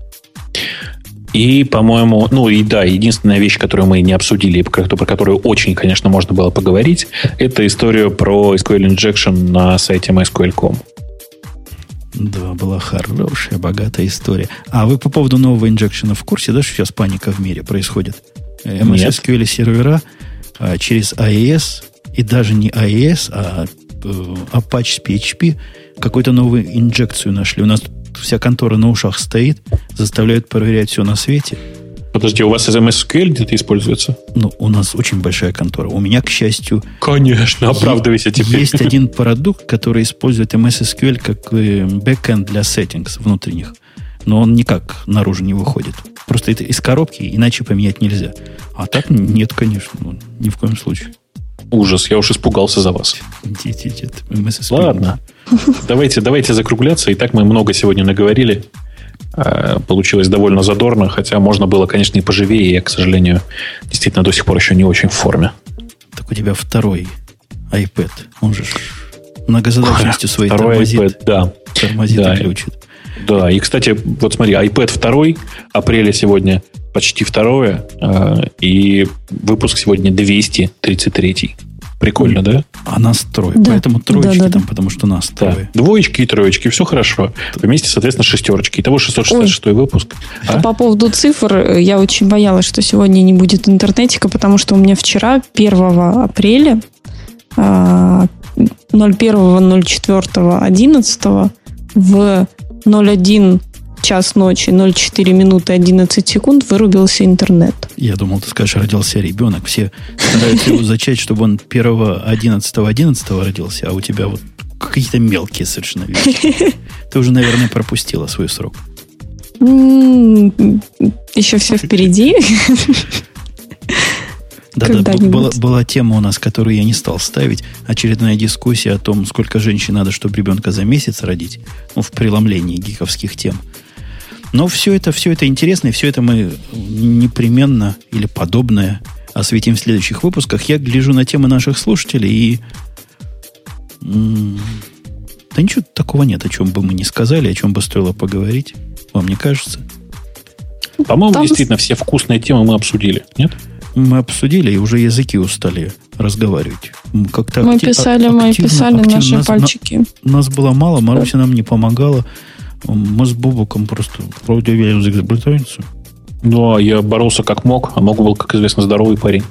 И, по-моему, ну и да, единственная вещь, которую мы не обсудили, про которую очень, конечно, можно было поговорить, это история про эс кью эль Injection на сайте MySQL точка ком. Да, была хорошая, богатая история. А вы по поводу нового инжекшена в курсе, да, что сейчас паника в мире происходит? эм эс эс кью эль сервера а, через эй и эс, и даже не эй и эс, а Apache с пи эйч пи какую-то новую инжекцию нашли. У нас вся контора на ушах стоит, заставляют проверять все на свете. Подожди, у вас эм эс эс кью эль где-то используется? Ну, у нас очень большая контора. У меня, к счастью... Конечно, оправдывайся теперь. Есть один продукт, который использует эм эс эс кью эль как бэкэнд для settings внутренних. Но он никак наружу не выходит. Просто это из коробки, иначе поменять нельзя. А так нет, конечно. Ну, ни в коем случае. Ужас, я уж испугался за вас. эм эс эс кью эль. Ладно. Давайте, давайте закругляться. И так мы много сегодня наговорили. Получилось довольно задорно, хотя можно было, конечно, и поживее. Я, к сожалению, действительно до сих пор еще не очень в форме. Так у тебя второй iPad. Он же многозадачностью своей второй тормозит. iPad, да. Тормозит да. и ключит. Да, и, кстати, вот смотри, iPad два, апреля сегодня почти второе, и выпуск сегодня двести тридцать три. Прикольно, mm. да? А нас трое. Да. Поэтому троечки да, да, там, да. потому что нас да. трое. Двоечки и троечки, все хорошо. Вместе, соответственно, шестерочки. Итого шестьсот шестьдесят шестой Ой. Выпуск. А? По поводу цифр, я очень боялась, что сегодня не будет интернетика, потому что у меня вчера, первого апреля, ноль первого ноль четвёртого одиннадцатого в ноль один час ночи, ноль четыре минуты одиннадцать секунд вырубился интернет. Я думал, ты скажешь, родился ребенок. Все стараются его зачать, чтобы он первого одиннадцатого одиннадцатого родился, а у тебя вот какие-то мелкие совершенно вещи. Ты уже, наверное, пропустила свой срок. Еще все впереди. Да-да, была, была тема у нас, которую я не стал ставить. Очередная дискуссия о том, сколько женщин надо, чтобы ребенка за месяц родить. Ну, в преломлении гиковских тем. Но все это, все это интересно, и все это мы непременно или подобное осветим в следующих выпусках. Я гляжу на темы наших слушателей, и м- да ничего такого нет, о чем бы мы не сказали, о чем бы стоило поговорить. Вам не кажется? По-моему, Там... действительно, все вкусные темы мы обсудили, нет? Мы обсудили, и уже языки устали разговаривать. Как-то мы акти- писали, активно, мы писали активно, наши нас, пальчики. На, нас было мало, Маруся нам не помогала. Мы с Бобуком просто вроде язык изобретается. Ну, а я боролся как мог, а мог был, как известно, здоровый парень.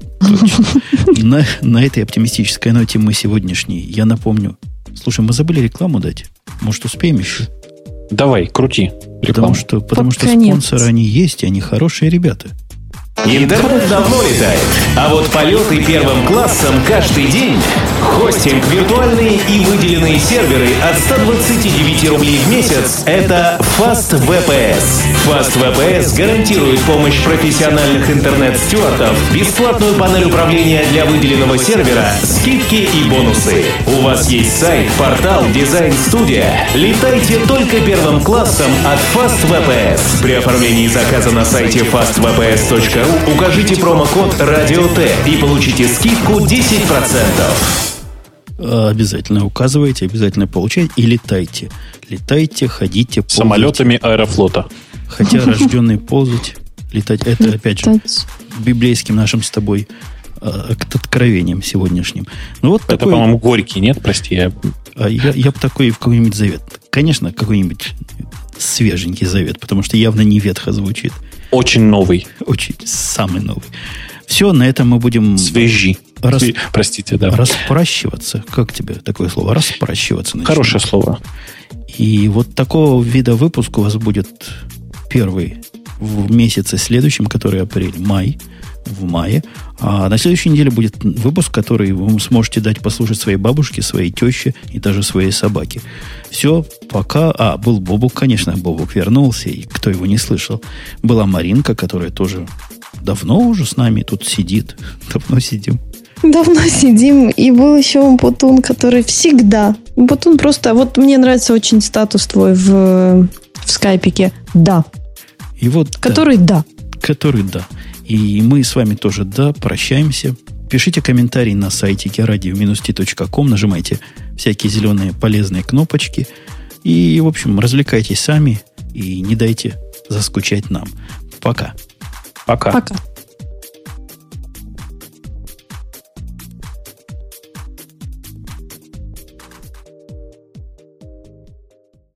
На, на этой оптимистической ноте мы сегодняшний, я напомню. Слушай, мы забыли рекламу дать. Может, успеем еще? Давай, крути рекламу. Потому что, потому что спонсоры, они есть, и они хорошие ребята. Интернет давно летает, а вот полеты первым классом каждый день. Хостинг, виртуальные и выделенные серверы от сто двадцать девять рублей в месяц – это FastVPS. FastVPS гарантирует помощь профессиональных интернет-стюардов, бесплатную панель управления для выделенного сервера, скидки и бонусы. У вас есть сайт, портал, дизайн-студия. Летайте только первым классом от FastVPS. При оформлении заказа на сайте фаст ви пи эс точка ру укажите промокод радио тэ и получите скидку десять процентов. Обязательно указывайте, обязательно получайте и летайте. Летайте, ходите, ползайте. Самолетами Аэрофлота. Хотя рожденный ползать, летать, это опять же библейским нашим с тобой откровением сегодняшним. Ну, вот это, такой, по-моему, горький, нет? Прости. Я, я, я бы такой в какой-нибудь завет. Конечно, какой-нибудь свеженький завет, потому что явно не ветхо звучит. Очень новый. Очень самый новый. Все, на этом мы будем... Свежи. Рас... Простите, да. Распрощиваться. Как тебе такое слово? Распрощиваться. Начнем. Хорошее слово. И вот такого вида выпуск у вас будет первый в месяце следующем, который апрель, май, в мае. А на следующей неделе будет выпуск, который вы сможете дать послушать своей бабушке, своей теще и даже своей собаке. Все, пока... А, был Бобук, конечно, Бобук вернулся, и кто его не слышал. Была Маринка, которая тоже давно уже с нами тут сидит. Давно сидим. Давно сидим. И был еще Умпутун, который всегда... Умпутун просто... Вот мне нравится очень статус твой в, в скайпике. Да. И вот, который да. да. Который да. И мы с вами тоже да, прощаемся. Пишите комментарии на сайте гераdio минус ти точка ком. Нажимайте всякие зеленые полезные кнопочки. И, в общем, развлекайтесь сами. И не дайте заскучать нам. Пока. Пока. Пока.